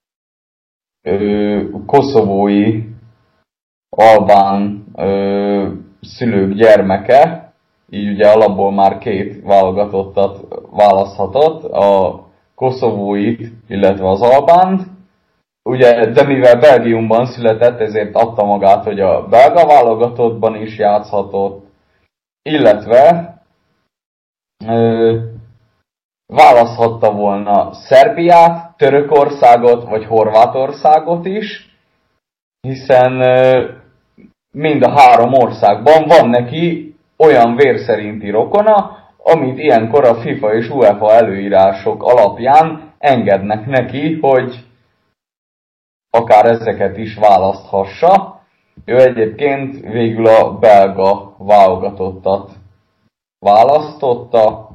ő koszovói albán ő, szülők gyermeke, így ugye alapból már két válogatottat választhatott, a koszovóit, illetve az albánt. Ugye, de mivel Belgiumban született, ezért adta magát, hogy a belga válogatottban is játszhatott, illetve ö, választhatta volna Szerbiát, Törökországot vagy Horvátországot is, hiszen ö, mind a három országban van neki olyan vérszerinti rokona, amit ilyenkor a FIFA és UEFA előírások alapján engednek neki, hogy akár ezeket is választhassa. Ő egyébként végül a belga válogatottat választotta.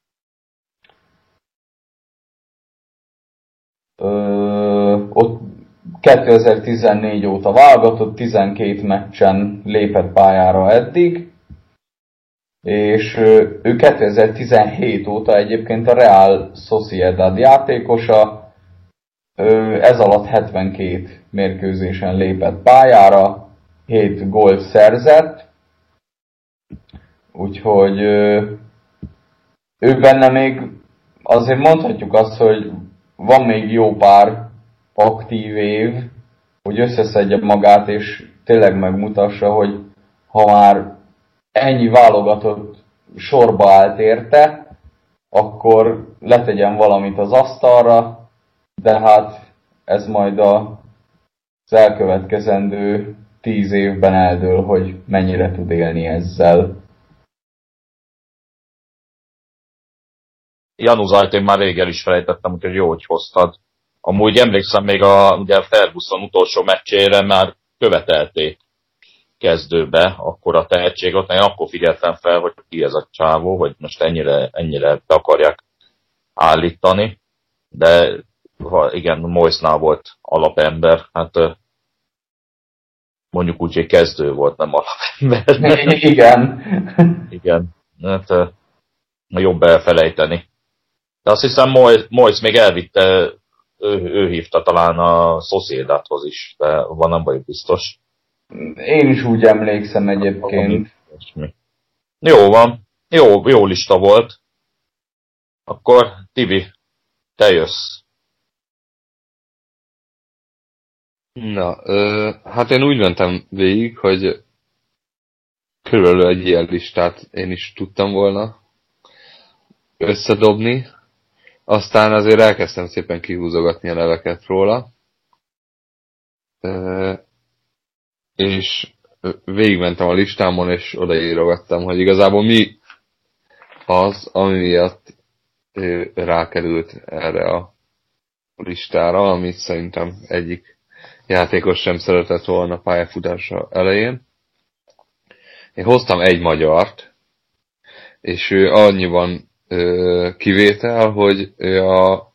Ö, ott kétezer-tizennégy óta válogatott, tizenkét meccsen lépett pályára eddig, és ő kétezer-tizenhét óta egyébként a Real Sociedad játékosa, ő ez alatt hetvenkét mérkőzésen lépett pályára, hét gólt szerzett, úgyhogy ő benne még azért mondhatjuk azt, hogy van még jó pár aktív év, hogy összeszedje magát, és tényleg megmutassa, hogy ha már ennyi válogatott sorba állt érte, akkor letegyen valamit az asztalra, de hát ez majd az elkövetkezendő tíz évben eldől, hogy mennyire tud élni ezzel. Januzajt én már rég el is felejtettem, úgyhogy jó, hogy hoztad. Amúgy emlékszem még a ugye Ferguson utolsó meccsére már követelték kezdőbe, akkor a tehetségot, én akkor figyeltem fel, hogy ki ez a csávó, hogy most ennyire, ennyire be akarják állítani, de ha igen, Moisnál volt alapember, hát mondjuk úgy, hogy kezdő volt, nem alapember. Igen. Igen, hát jobb elfelejteni. De azt hiszem, Mois még elvitte, ő, ő hívta talán a Sociedadhoz is, de van, nem vagyok biztos. Én is úgy emlékszem egyébként. Jó van, jó, jó lista volt. Akkor Tibi, te jössz. Na, ö, hát én úgy mentem végig, hogy körülbelül egy ilyen listát én is tudtam volna összedobni. Aztán azért elkezdtem szépen kihúzogatni a neveket róla. Ö, és végigmentem a listámon, és odaírogattam, hogy igazából mi az, ami miatt rákerült erre a listára, amit szerintem egyik játékos sem szeretett volna pályafutása elején. Én hoztam egy magyart, és ő annyiban ö, kivétel, hogy ő a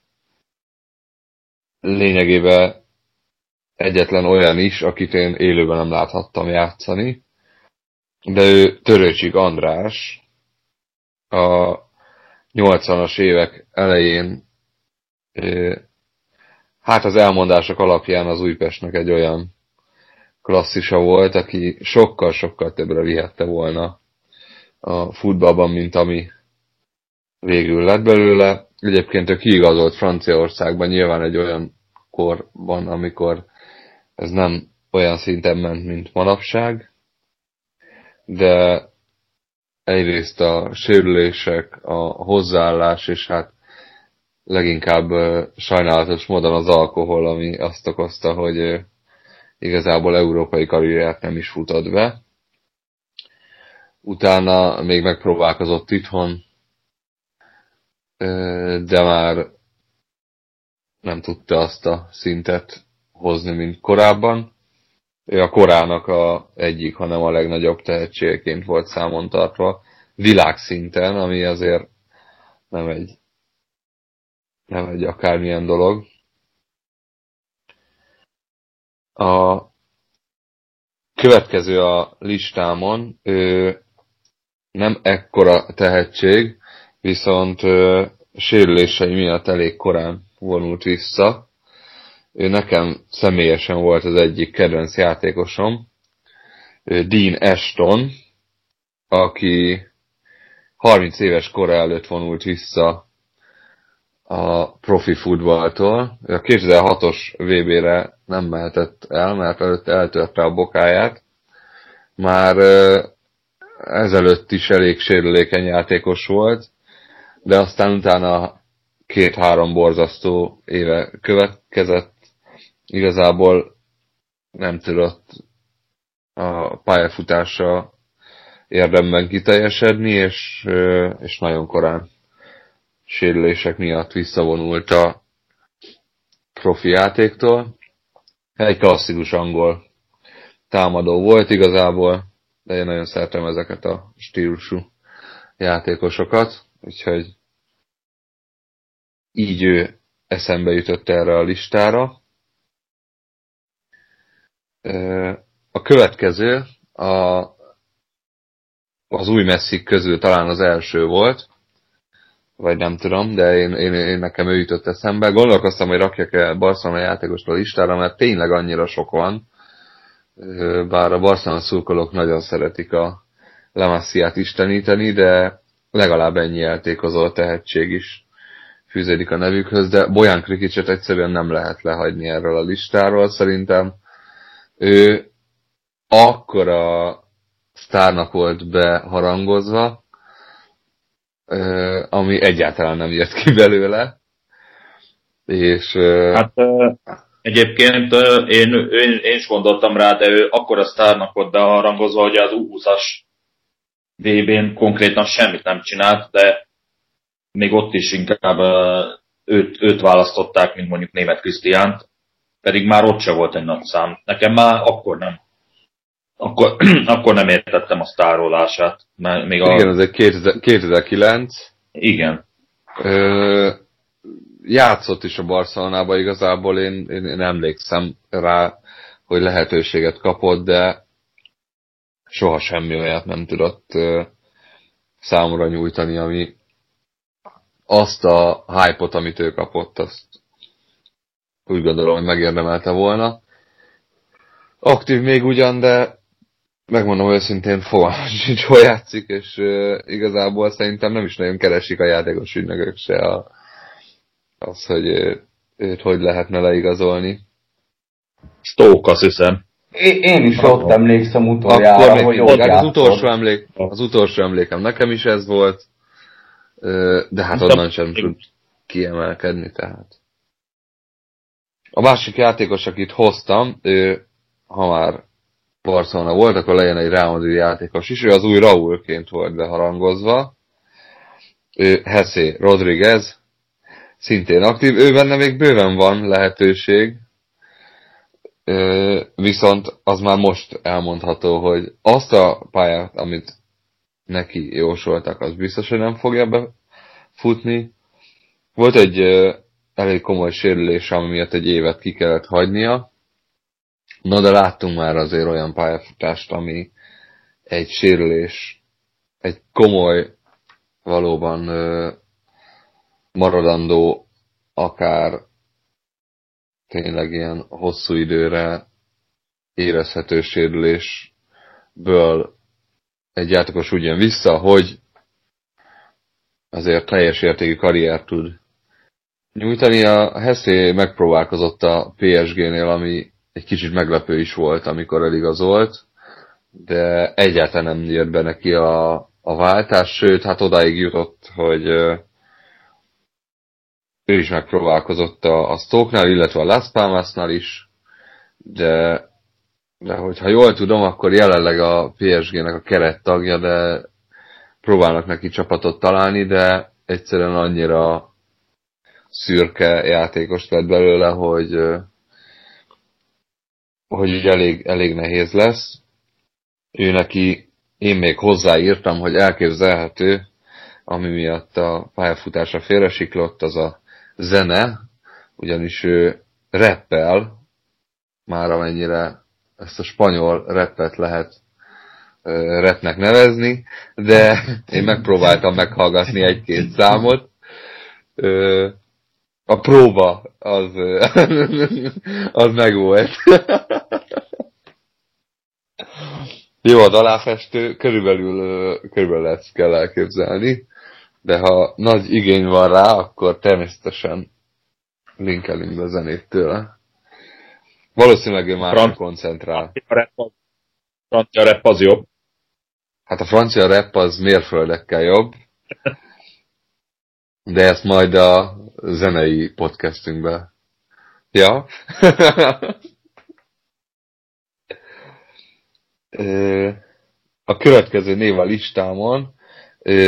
lényegében egyetlen olyan is, akit én élőben nem láthattam játszani, de ő Törőcsik András, a nyolcvanas évek elején, ö, hát az elmondások alapján az Újpestnek egy olyan klasszisa volt, aki sokkal-sokkal többre vihette volna a futballban, mint ami végül lett belőle. Egyébként ő kiigazolt Franciaországban, nyilván egy olyan korban, amikor ez nem olyan szinten ment, mint manapság, de egyrészt a sérülések, a hozzáállás, és hát leginkább sajnálatos módon az alkohol, ami azt okozta, hogy igazából európai karrierját nem is futott be. Utána még megpróbálkozott itthon, de már nem tudta azt a szintet hozni, mint korábban. Ő a korának a egyik, hanem a legnagyobb tehetségként volt számon tartva világszinten, ami azért nem egy, nem egy akármilyen dolog. A következő a listámon, ő nem ekkora tehetség, viszont ö, sérülései miatt elég korán vonult vissza. Ő nekem személyesen volt az egyik kedvenc játékosom, Dean Ashton, aki harminc éves kora előtt vonult vissza a profi futballtól. A kétezer-hatos vé bé-re nem mehetett el, mert előtte eltörte a bokáját. Már ezelőtt is elég sérülékeny játékos volt, de aztán utána két-három borzasztó éve következett. Igazából nem tudott a pályafutása érdemben kiteljesedni, és, és nagyon korán sérülések miatt visszavonult a profi játéktól. Egy klasszikus angol támadó volt igazából, de én nagyon szeretem ezeket a stílusú játékosokat, úgyhogy így ő eszembe jutott erre a listára. A következő a, az új Messzik közül talán az első volt, vagy nem tudom, de én, én, én nekem ő jutott eszembe. Gondolkoztam, hogy rakjak-e Barcelona játékost a listára, mert tényleg annyira sok van, bár a Barcelona szurkolók nagyon szeretik a La Masiát isteníteni, de legalább ennyi játékozó tehetség is fűződik a nevükhöz, de Bojan Krikicet egyszerűen nem lehet lehagyni erről a listáról, szerintem. Ő akkora sztárnak volt beharangozva, ami egyáltalán nem jött ki belőle. És, hát egyébként én, én, én is gondoltam rá, de ő akkora sztárnak volt beharangozva, hogy az U húszas vé bén konkrétan semmit nem csinált, de még ott is inkább őt, őt választották, mint mondjuk Németh Krisztiánt, pedig már ott se volt egy nagy szám. Nekem már akkor nem. Akkor, akkor nem értettem a sztárolását. Még a... Igen, ez egy kétezer-kilenc. Igen. Ö, játszott is a Barcelonában igazából, én, én, én emlékszem rá, hogy lehetőséget kapott, de soha semmi olyat nem tudott ö, számomra nyújtani, ami azt a hype-ot, amit ő kapott, azt úgy gondolom, hogy megérdemelte volna. Aktív még ugyan, de megmondom őszintén, fogalmam sincs, hol játszik, és uh, igazából szerintem nem is nagyon keresik a játékos ügynökök se a, az, hogy uh, őt hogy lehetne leigazolni. Stoke, azt hiszem. É- én is ott ah, emlékszem utoljára, még, hogy ott az utolsó, emlék, az utolsó emlékem nekem is ez volt, uh, de hát onnan sem tud kiemelkedni, tehát. A másik játékos, akit hoztam, ő, ha már Barcelona volt, akkor legyen egy Real Madrid játékos is, ő az új Raúlként volt beharangozva. Ő José Rodríguez, szintén aktív, ő benne még bőven van lehetőség, viszont az már most elmondható, hogy azt a pályát, amit neki jósoltak, az biztos, hogy nem fogja befutni. Volt egy elég komoly sérülés, ami miatt egy évet ki kellett hagynia. Na de láttunk már azért olyan pályafutást, ami egy sérülés, egy komoly, valóban ö, maradandó, akár tényleg ilyen hosszú időre érezhető sérülésből egy játékos úgy jön vissza, hogy azért teljes értékű karriert tud nyújtani. A José megpróbálkozott a pé es génél, ami egy kicsit meglepő is volt, amikor eligazolt, de egyáltalán nem jött be neki a, a váltás, sőt, hát odáig jutott, hogy ő is megpróbálkozott a, a Stoke-nál, illetve a Las Palmasnál is, de, de hogyha jól tudom, akkor jelenleg a pé es gének a kerettagja, de próbálnak neki csapatot találni, de egyszerűen annyira szürke játékos lett belőle, hogy hogy így elég, elég nehéz lesz. Ő neki, én még hozzáírtam, hogy elképzelhető, ami miatt a pályafutása félresiklott, az a zene, ugyanis ő rappel, már amennyire ezt a spanyol rappet lehet uh, rapnek nevezni, de én megpróbáltam meghallgatni egy-két számot. Uh, A próba az, az megvolt. Jó, a daláfestő, körülbelül, körülbelül ezt kell elképzelni, de ha nagy igény van rá, akkor természetesen linkelünk be zenét tőle. Valószínűleg ő már Fran- koncentrál. A francia rap az jobb. Hát a francia rap az mérföldekkel jobb, de ezt majd a zenei podcastünkben. Ja. A következő név a listámon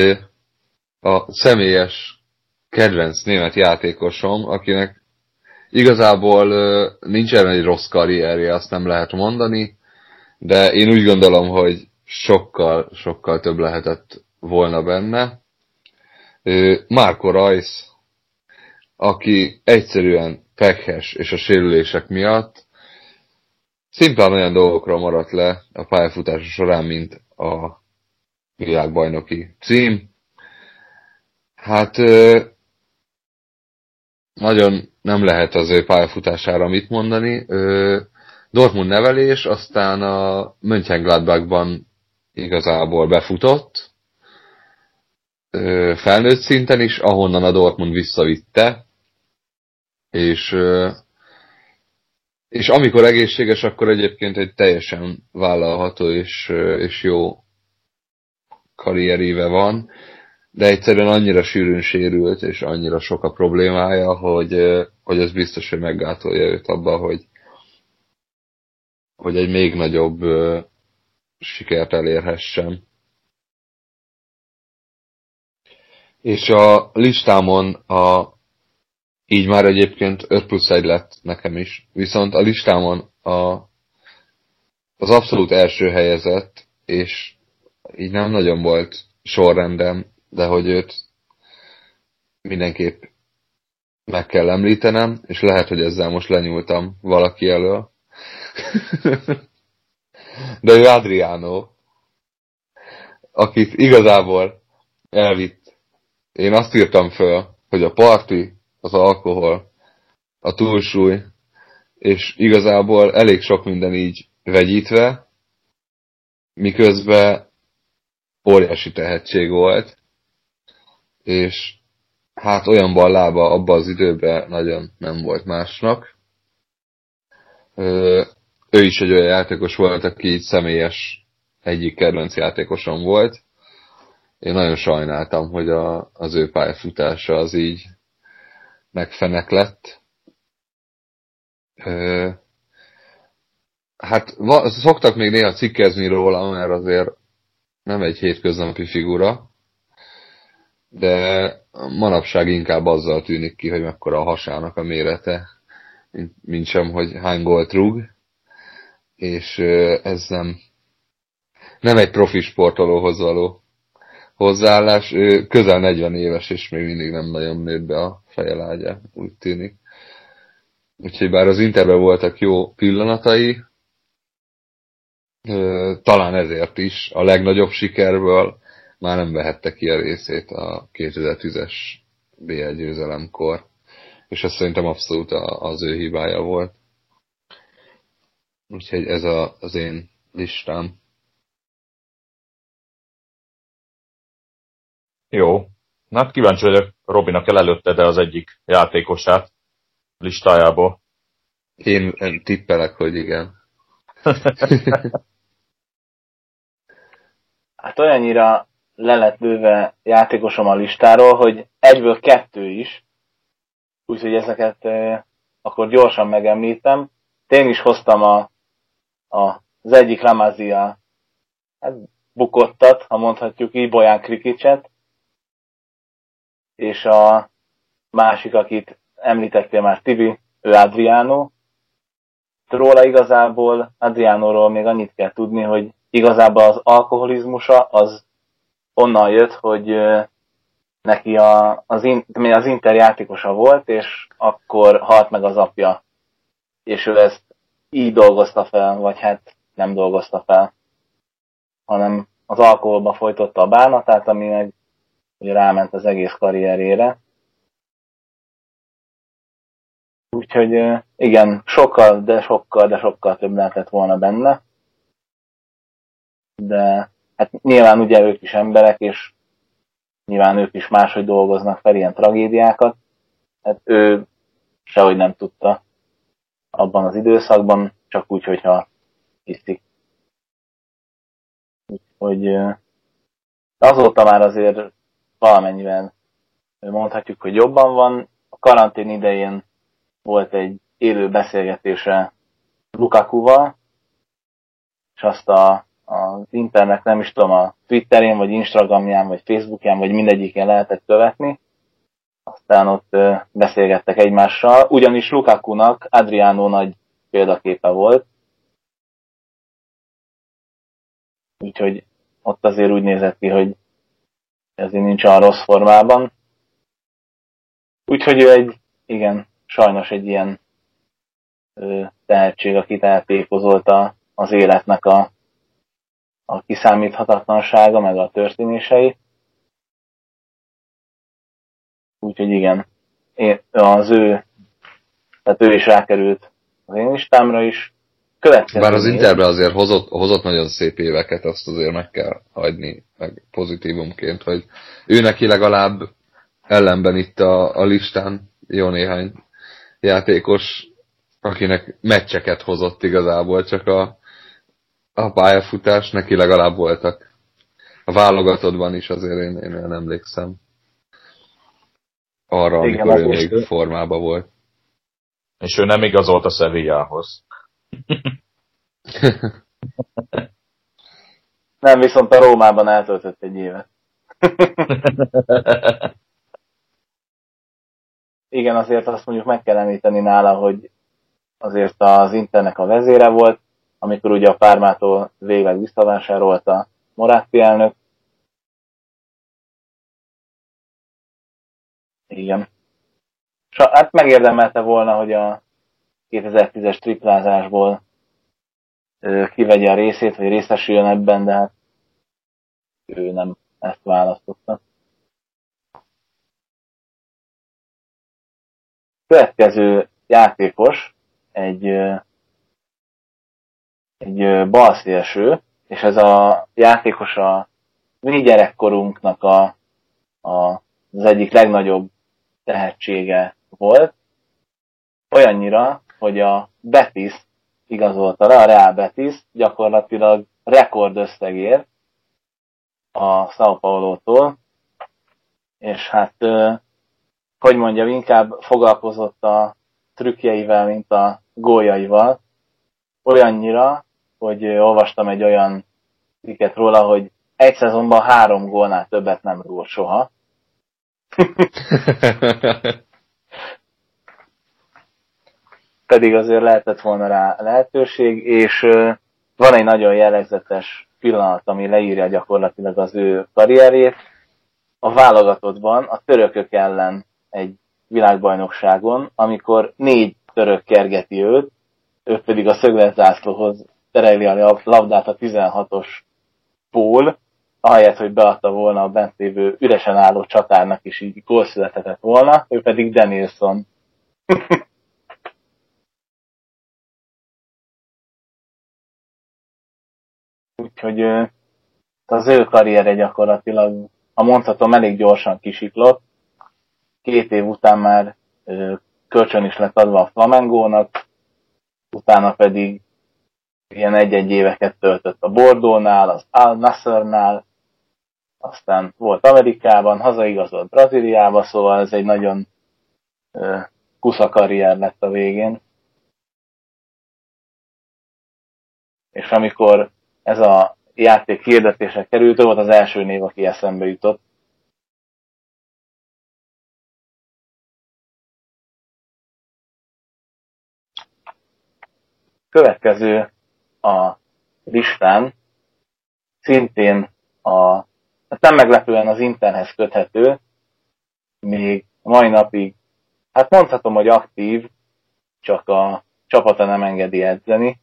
a személyes kedvenc német játékosom, akinek Igazából nincsen egy rossz karrierje, azt nem lehet mondani, de én úgy gondolom, hogy sokkal, sokkal több lehetett volna benne. Marco Reus, aki egyszerűen pekhes és a sérülések miatt szimplán olyan dolgokra maradt le a pályafutása során, mint a világbajnoki cím. Hát nagyon nem lehet az ő pályafutására mit mondani. Dortmund nevelés, aztán a Mönchengladbachban igazából befutott, felnőtt szinten is, ahonnan a Dortmund visszavitte, és, és amikor egészséges, akkor egyébként egy teljesen vállalható és, és jó karrieréve van, de egyszerűen annyira sűrűn sérült, és annyira sok a problémája, hogy, hogy ez biztos, hogy meggátolja őt abban, hogy, hogy egy még nagyobb sikert elérhessen. És a listámon a, így már egyébként öt plusz egy lett nekem is, viszont a listámon a, az abszolút első helyezett, és így nem nagyon volt sorrendem, de hogy őt mindenképp meg kell említenem, és lehet, hogy ezzel most lenyúltam valaki elől. De ő Adriano, akit igazából elvitt. Én azt írtam föl, hogy a parti, az alkohol, a túlsúly, és igazából elég sok minden így vegyítve, miközben óriási tehetség volt, és hát olyan bal lába abban az időben nagyon nem volt másnak. Ő is egy olyan játékos volt, aki így személyes egyik kedvenc játékosom volt. Én nagyon sajnáltam, hogy a, az ő pályafutása az így megfenek lett. Hát va, szoktak még néha cikkezni róla, mert azért nem egy hétköznapi figura, de manapság inkább azzal tűnik ki, hogy mekkora a hasának a mérete, mint, mint sem, hogy hány gólt rúg, és ez nem, nem egy profi sportolóhoz való hozzáállás. Ő közel negyven éves, és még mindig nem nagyon nőtt be a fejelágya, úgy tűnik. Úgyhogy bár az Interben voltak jó pillanatai, talán ezért is a legnagyobb sikerből már nem vehette ki a részét a kétezer-tízes bé el győzelemkor. És ez szerintem abszolút az ő hibája volt. Úgyhogy ez a, az én listám. Jó. Na hát kíváncsi vagyok, Robinak előtte, de az egyik játékosát listájából. Én tippelek, hogy igen. Hát olyannyira le lett bőve játékosom a listáról, hogy egyből kettő is, úgyhogy ezeket eh, akkor gyorsan megemlítem. Én is hoztam a, a, az egyik Lamazia hát bukottat, ha mondhatjuk így, Bojan Krikicet, és a másik, akit említettél már, Tibi, ő Adriano. Róla igazából, Adrianóról még annyit kell tudni, hogy igazából az alkoholizmusa az onnan jött, hogy neki a, az, in, az Inter játékosa volt, és akkor halt meg az apja. És ő ezt így dolgozta fel, vagy hát nem dolgozta fel, hanem az alkoholba folytotta a bánatát, ami meg ugye ráment az egész karrierére. Úgyhogy igen, sokkal, de sokkal, de sokkal több lehetett volna benne. De hát nyilván ugye ők is emberek, és nyilván ők is máshogy dolgoznak fel ilyen tragédiákat. Hát ő sehogy nem tudta abban az időszakban, csak úgy, hogyha hiszik. Úgyhogy azóta már azért valamennyivel mondhatjuk, hogy jobban van. A karantén idején volt egy élő beszélgetése Lukakuval, és azt a, az Internek nem is tudom, a Twitterén, vagy Instagramján, vagy Facebookján, vagy mindegyiken lehetett követni. aztán ott beszélgettek egymással, ugyanis Lukakunak Adriano nagy példaképe volt, úgyhogy ott azért úgy nézett ki, hogy ezért nincs olyan rossz formában. Úgyhogy ő egy, igen, sajnos egy ilyen ö, tehetség, akit eltékozolta az életnek a, a kiszámíthatatlansága, meg a történései. Úgyhogy igen, én, az ő, tehát ő is rákerült az én listámra is. Következő Bár az név, Interbe azért hozott, hozott nagyon szép éveket, azt azért meg kell hagyni, meg pozitívumként, hogy ő neki legalább ellenben itt a, a listán jó néhány játékos, akinek meccseket hozott igazából, csak a, a pályafutás neki legalább voltak. A válogatottban is azért én, én nem emlékszem arra, igen, amikor ő az még formában volt. És ő nem igazolt a Sevillához. nem, viszont a Rómában eltöltött egy évet. Igen, azért azt mondjuk meg kell említeni nála, hogy azért az Internek a vezére volt, amikor ugye a Parmától végleg visszavásárolta Moratti elnök. Igen. És hát megérdemelte volna, hogy a kétezer-tízes triplázásból kivegye a részét, vagy részesüljön ebben, de hát ő nem ezt választotta. Következő játékos egy, egy balszélső, és ez a játékos a mi gyerekkorunknak a, a, az egyik legnagyobb tehetsége volt. Olyannyira, hogy a Betis igazolta le, a Real Betis gyakorlatilag rekordösszegért a São Paulo-tól, és hát, hogy mondjam, inkább foglalkozott a trükkjeivel, mint a góljaival. Olyannyira, hogy olvastam egy olyan cikket róla, hogy egy szezonban három gólnál többet nem rúgott soha. Pedig azért lehetett volna rá lehetőség, és van egy nagyon jellegzetes pillanat, ami leírja gyakorlatilag az ő karrierjét. A válogatottban a törökök ellen egy világbajnokságon, amikor négy török kergeti őt, ő pedig a szögletzászlóhoz tereli a labdát a tizenhatos pól, ahelyett, hogy beadta volna a bent lévő üresen álló csatárnak is így gól születhetett volna, ő pedig Denilson. Úgyhogy az ő karrierje gyakorlatilag, ha mondhatom, elég gyorsan kisiklott. Két év után már kölcsön is lett adva a Flamengónak, utána pedig ilyen egy-egy éveket töltött a Bordeaux-nál, az Al Nassr-nál, aztán volt Amerikában, hazaigazolt Brazíliába, szóval ez egy nagyon kusza karrier lett a végén. És amikor ez a játék hirdetésre került, ő volt az első név, aki eszembe jutott. Következő a listán szintén a, hát nem meglepően az Interhez köthető, még mai napig, hát mondhatom, hogy aktív, csak a csapata nem engedi edzeni.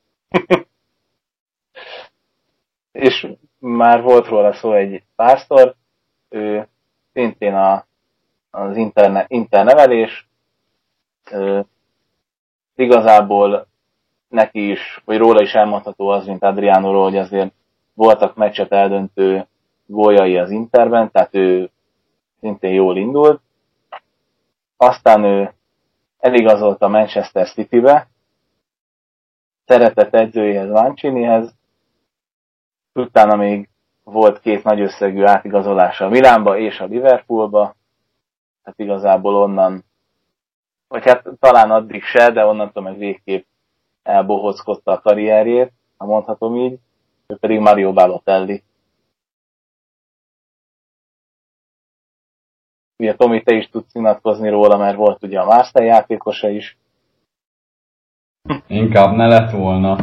És már volt róla szó egy párszor, ő szintén a, az interne, internevelés, ő, igazából neki is, vagy róla is elmondható az, mint Adriánóról, hogy azért voltak meccset eldöntő góljai az Interben, tehát ő szintén jól indult. Aztán ő eligazolta a Manchester Citybe, szeretett edzőjéhez, Mancinihez, utána még volt két nagy összegű átigazolása a Milánba és a Liverpoolba, hát igazából onnan, vagy hát talán addig se, de onnantól meg végképp elbohockodta a karrierjét, ha mondhatom így, ő pedig Mario Balotelli. ugye Tomi, te is tudsz nyilatkozni róla, mert volt ugye a Master játékosa is. Inkább ne lett volna.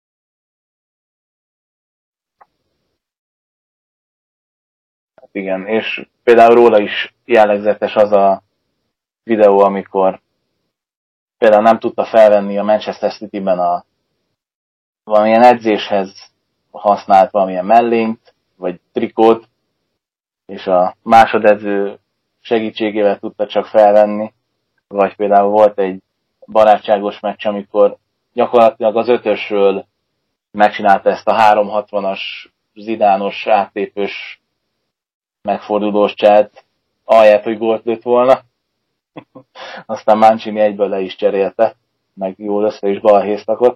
Hát igen, és például róla is jellegzetes az a videó, amikor például nem tudta felvenni a Manchester City-ben a valamilyen edzéshez használt valamilyen mellényt, vagy trikót, és a másodedző segítségével tudta csak felvenni, vagy például volt egy barátságos meccs, amikor gyakorlatilag az ötösről megcsinálta ezt a háromszázhatvanas zidános áttépős megfordulós csát, ahelyett, hogy gólt lőtt volna. Aztán Mancini egyből le is cserélte, meg jól össze is balhéztakott.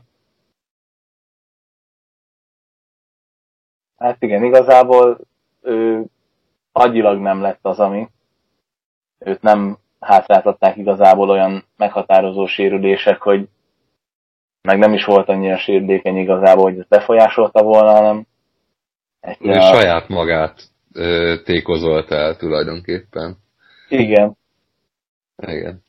Hát igen, igazából ő agyilag nem lett az, ami őt nem hátráltatták igazából olyan meghatározó sérülések, hogy meg nem is volt annyira sérülékeny igazából, hogy ez befolyásolta volna, hanem ő a... saját magát ö, tékozolt el tulajdonképpen. Igen. Igen.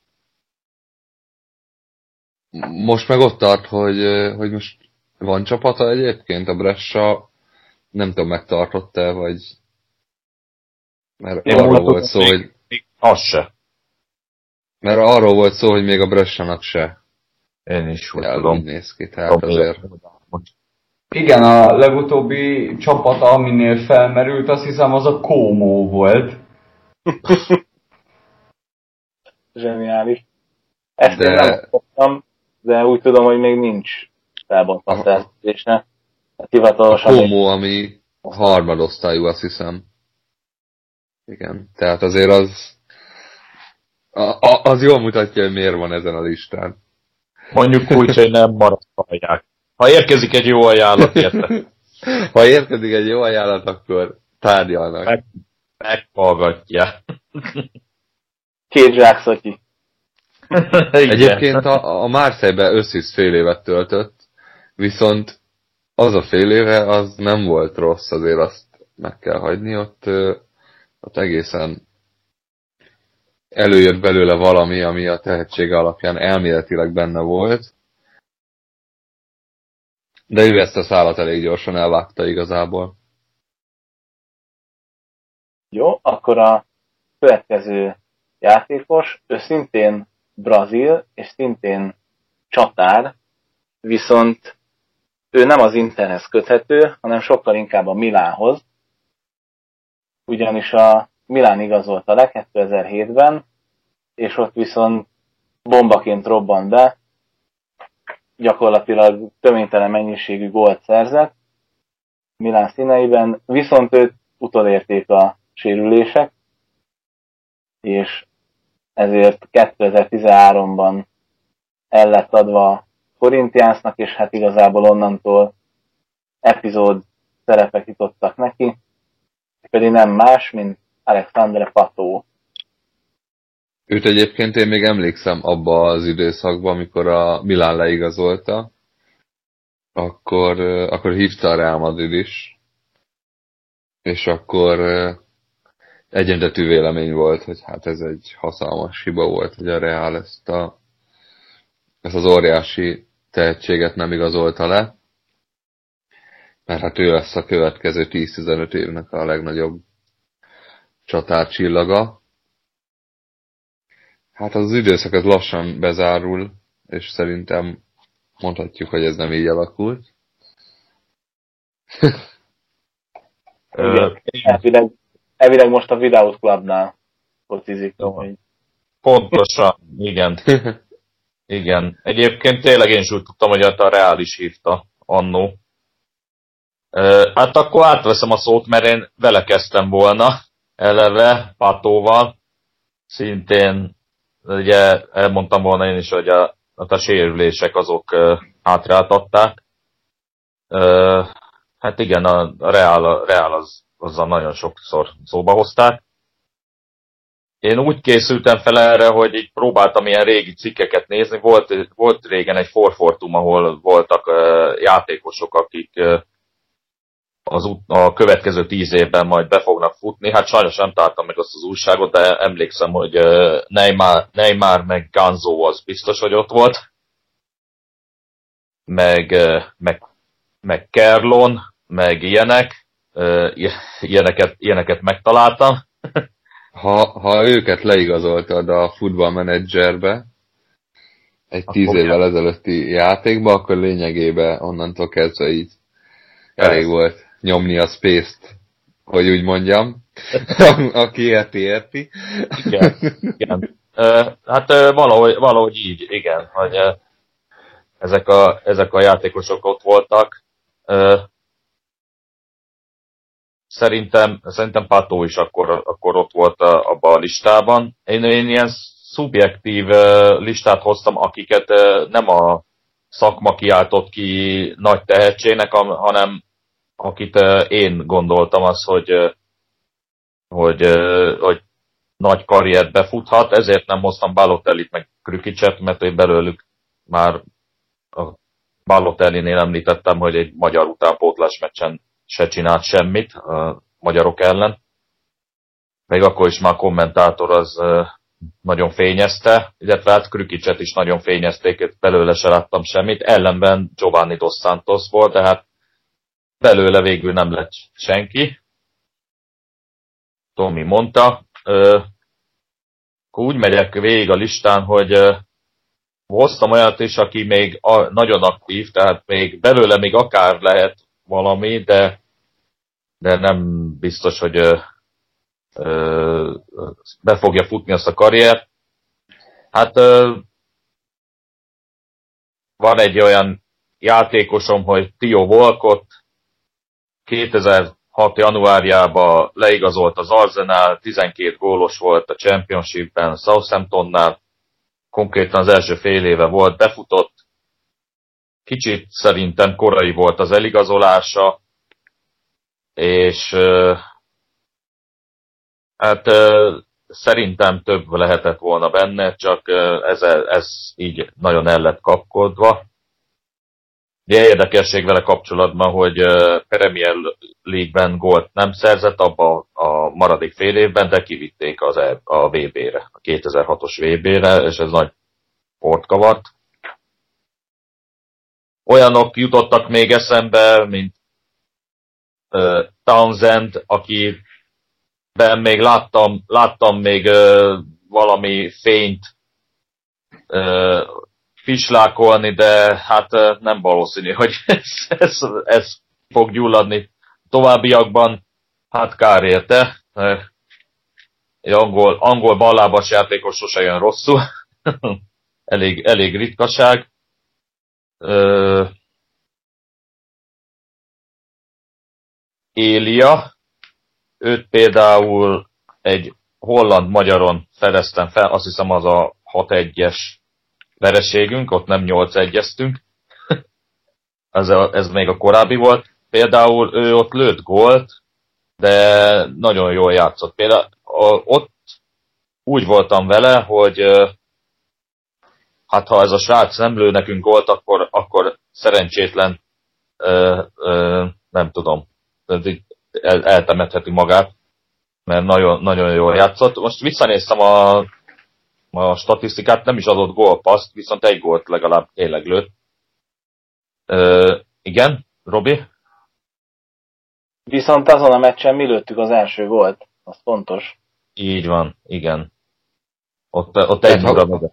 Most meg ott tart, hogy, hogy most van csapata egyébként, a Brescia, nem tudom, megtartott-e, vagy... Mert Én arról volt szó, még, hogy... Még az se. Mert arról volt szó, hogy még a Brescia-nak se. Én is úgy tudom. Néz ki, tehát azért... Igen, a legutóbbi csapata, aminél felmerült, azt hiszem az a Como volt. Zseniális. Ezt de... én nem mondtam, de úgy tudom, hogy még nincs felbontva szerződésre. A Como, ami harmadosztályú, azt hiszem. Igen, tehát azért az... A, a, az jól mutatja, hogy miért van ezen a listán. Mondjuk úgy, hogy nem maradhatják. Ha érkezik egy jó ajánlat, érte. Ha érkezik egy jó ajánlat, akkor tárgyalnak. Meg, meghallgatja. Két zsákszatyi. Egyébként a, a Marseille-ben Összis fél évet töltött, viszont az a fél éve, az nem volt rossz, azért azt meg kell hagyni, ott, ott egészen előjött belőle valami, ami a tehetsége alapján elméletileg benne volt. De ő ezt a szálat elég gyorsan elvágta igazából. Jó, akkor a következő játékos, ő szintén brazil, és szintén csatár, viszont ő nem az Interhez köthető, hanem sokkal inkább a Milánhoz. Ugyanis a Milán igazolta le kétezer-hétben, és ott viszont bombaként robbant be, gyakorlatilag töménytelen mennyiségű gólt szerzett Milán színeiben, viszont őt utolérték a sérülések, és ezért kétezer-tizenháromban el lett adva Corinthiansnak, és hát igazából onnantól epizód szerepek jutottak neki, pedig nem más, mint Alexandre Pato. Őt egyébként én még emlékszem abba az időszakban, amikor a Milán leigazolta, akkor, akkor hívta a Real Madrid is, és akkor egyenletű vélemény volt, hogy hát ez egy hatalmas hiba volt, hogy a Real ezt, a, ezt az óriási tehetséget nem igazolta le, mert hát ő lesz a következő tíz-tizenöt évnek a legnagyobb csatárcsillaga. Hát az időszak az lassan bezárul, és szerintem mondhatjuk, hogy ez nem így alakult. Ugye, elvileg, elvileg most a Without Clubnál focizik. Pontosan, igen. Igen. Egyébként tényleg én is úgy tudtam, hogy a Real is hívta annó. Hát akkor átveszem a szót, mert én vele kezdtem volna eleve, Patóval. Szintén, ugye elmondtam volna én is, hogy a, a sérülések azok hátráltatták. Hát igen, a Real, a Real az, azzal nagyon sokszor szóba hozták. Én úgy készültem fel erre, hogy így próbáltam ilyen régi cikkeket nézni. Volt, volt régen egy Forfortum, ahol voltak uh, játékosok, akik uh, az út, a következő tíz évben majd be fognak futni. Hát sajnos nem találtam meg azt az újságot, de emlékszem, hogy Neymar, Neymar meg Gonzo az biztos, hogy ott volt. Meg, meg, meg Kerlon, meg ilyenek. Ilyeneket, ilyeneket megtaláltam. Ha, ha őket leigazoltad a futballmenedzserbe, egy tíz akkor évvel ezelőtti játékba, akkor lényegében onnantól kezdve így elég volt nyomni a space-t, hogy úgy mondjam. Aki érti, érti. Igen, igen. Uh, hát uh, valahogy, valahogy így, igen, hogy uh, ezek, a, ezek a játékosok ott voltak. Uh, szerintem, szerintem Pato is akkor, akkor ott volt a, abban a listában. Én, én ilyen szubjektív uh, listát hoztam, akiket uh, nem a szakma kiáltott ki nagy tehetségnek, hanem akit uh, én gondoltam az, hogy, uh, hogy, uh, hogy nagy karriert befuthat, ezért nem hoztam Balotellit meg Krükicset, mert én belőlük már a Balotellinél említettem, hogy egy magyar utánpótlás meccsen se csinált semmit a magyarok ellen. Még akkor is már a kommentátor az uh, nagyon fényezte, illetve hát Krükicset is nagyon fényezték, belőle se láttam semmit. Ellenben Giovanni Dos Santos volt, de hát belőle végül nem lett senki. Tomi mondta. Uh, akkor úgy megyek végig a listán, hogy uh, hoztam olyat is, aki még a, nagyon aktív, tehát még belőle még akár lehet valami, de, de nem biztos, hogy uh, uh, be fogja futni azt a karriert. Hát uh, van egy olyan játékosom, hogy Theo Walcott, kétezer-hat januárjában leigazolt az Arsenal, tizenkét gólos volt a Championshipben, Southamptonnál, konkrétan az első fél éve volt, befutott, kicsit szerintem korai volt az eligazolása, és uh, hát uh, szerintem több lehetett volna benne, csak uh, ez, ez így nagyon el lett kapkodva. De érdekesség vele kapcsolatban, hogy uh, Premier League-ben gólt nem szerzett abban a maradék fél évben, de kivitték az e- a vé bé-re, a kétezer-hatos vé bé-re, és ez nagy port kavart. Olyanok jutottak még eszembe, mint uh, Townsend, akiben még láttam, láttam még uh, valami fényt uh, pislákolni, de hát uh, nem valószínű, hogy ez, ez, ez fog gyulladni továbbiakban. Hát kár érte. Uh, egy angol, angol ballábas játékos sose jön rosszul. elég, elég ritkaság. Uh, Élia, őt például egy holland-magyaron fedeztem fel, azt hiszem az a hat egyes vereségünk, ott nem nyolc egyeztünk. ez, a, ez még a korábbi volt. Például ő ott lőtt gólt, de nagyon jól játszott. Például ott úgy voltam vele, hogy hát ha ez a srác nem lő nekünk gólt, akkor, akkor szerencsétlen, ö, ö, nem tudom, el, eltemetheti magát, mert nagyon, nagyon jól játszott. Most visszanéztem a, a statisztikát, nem is adott gólpaszt, viszont egy gólt legalább tényleg lőtt. Ö, igen, Robi? Viszont azon a meccsen mi lőttük az első gólt, az fontos. Így van, igen. Ott, ott egy óra meg.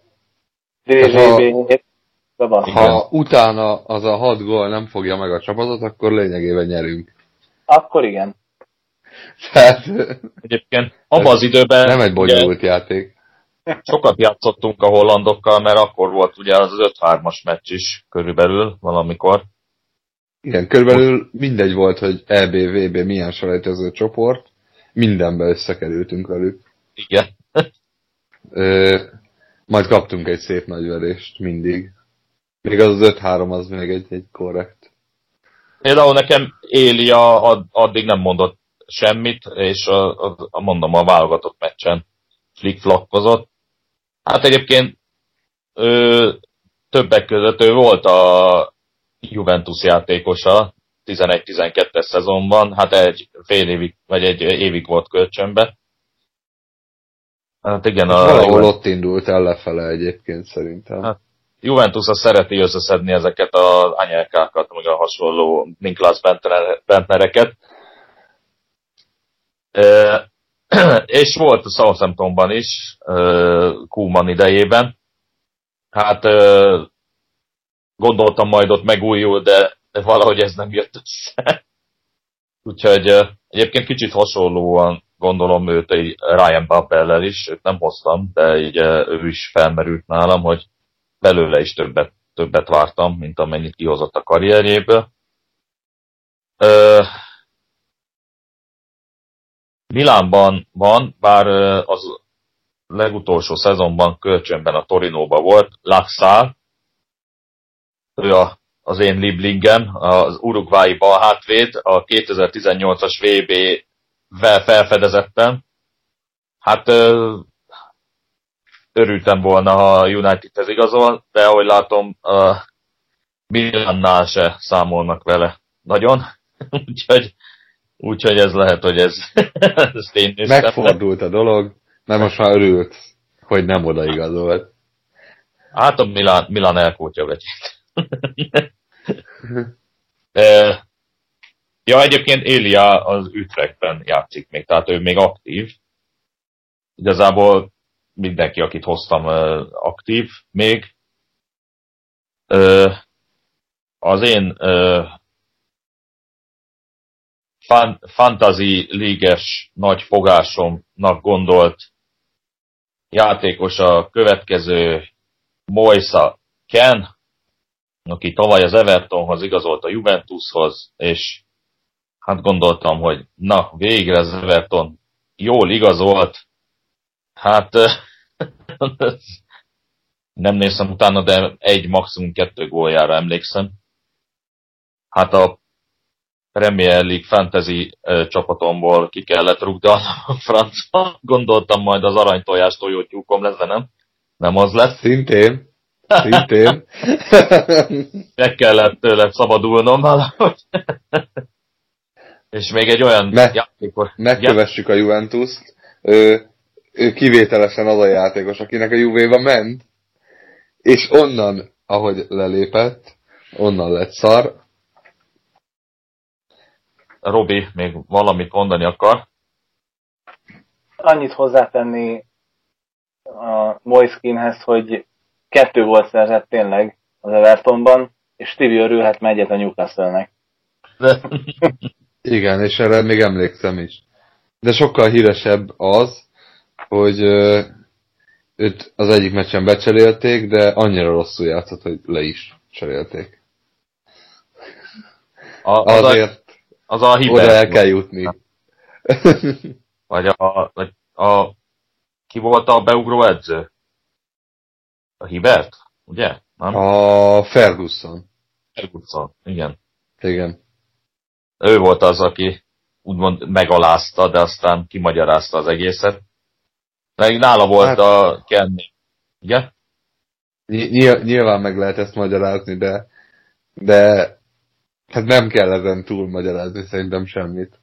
Ha, ha utána az a hat gól nem fogja meg a csapatot, akkor lényegében nyerünk. Akkor igen. Tehát, egyébként abban az időben... Nem egy bonyolult ugye, játék. Sokat játszottunk a hollandokkal, mert akkor volt ugye az öt-hármas meccs is körülbelül valamikor. Igen, körülbelül mindegy volt, hogy é bé vé bé milyen selejtező csoport, mindenben összekerültünk velük. Igen. Ö, majd kaptunk egy szép nagy verést mindig. Még az az öt-három az még egy, egy korrekt. Például nekem Élia ad, addig nem mondott semmit, és a, a, a mondom a válogatott meccsen flick-flakkozott. Hát egyébként ő, többek között ő volt a Juventus játékosa, tizenegy-tizenkettes szezonban, hát egy fél évig, vagy egy évig volt kölcsönbe. Hát igen, hát a valahol Juventus, ott indult el lefele egyébként szerintem. Hát, Juventus az szereti összeszedni ezeket az anyelkákat, meg a hasonló Niklas Bentnereket. E, és volt a Southamptonban is, e, Koeman idejében. Hát e, gondoltam majd ott megújul, de, de valahogy ez nem jött össze. Úgyhogy e, egyébként kicsit hasonlóan gondolom őt egy Ryan Babellel is, őt nem hoztam, de így e, ő is felmerült nálam, hogy belőle is többet, többet vártam, mint amennyit kihozott a karrierjéből. E, Milánban van, bár az legutolsó szezonban kölcsönben a Torinóban volt, Laxál, ő a, az én Lieblingem, az uruguayi balhátvéd, a kétezer-tizennyolcas vé bé-vel felfedezetten. Hát örültem volna, ha a Unitedhez igazol, de ahogy látom, a Milannál se számolnak vele nagyon, úgyhogy Úgyhogy ez lehet, hogy ez, ez én néztem. Megfordult a dolog, mert most már örült, hogy nem odaigazolt. Hát a Milan, Milan elkótja vetyét. Ja, egyébként Elia az Utrechtben játszik még, tehát ő még aktív. Igazából mindenki, akit hoztam, aktív még. Az én fantasy líges nagy fogásomnak gondolt játékos a következő Moisa Ken, aki tavaly az Evertonhoz igazolt a Juventushoz, és hát gondoltam, hogy na, végre az Everton jól igazolt. Hát nem néztem utána, de egy, maximum kettő góljára emlékszem. Hát a Premier League Fantasy uh, csapatomból ki kellett rúgdalnom a francba. Gondoltam, majd az aranytojás tojótyúkom lesz, de nem. Nem az lett. Szintén. Szintén. Meg kellett tőle szabadulnom valahogy. És még egy olyan Me- játékos. Megkövessük a Juventust. Ő, ő kivételesen az a játékos, akinek a Juvéba ment, és onnan, ahogy lelépett, onnan lett szar. Robi még valamit mondani akar? Annyit hozzátenni a Moiskinhez, hogy kettő volt szerzett tényleg az Evertonban, és Stevie örülhet, mert egyet a Newcastle-nek. De... Igen, és erre még emlékszem is. De sokkal híresebb az, hogy őt az egyik meccsen becserélték, de annyira rosszul játszott, hogy le is cserélték. A, az Azért a, az a oda el kell jutni. Vagy a, vagy a... Ki volt a beugró edző? A Hibert? Ugye? Nem? A Ferguson. Ferguson, igen. Igen. Ő volt az, aki úgymond megalázta, de aztán kimagyarázta az egészet. Meg nála volt hát, a Kenny. Igen? Ny- nyilván meg lehet ezt magyarázni, de, de hát nem kell ezen túl magyarázni szerintem semmit.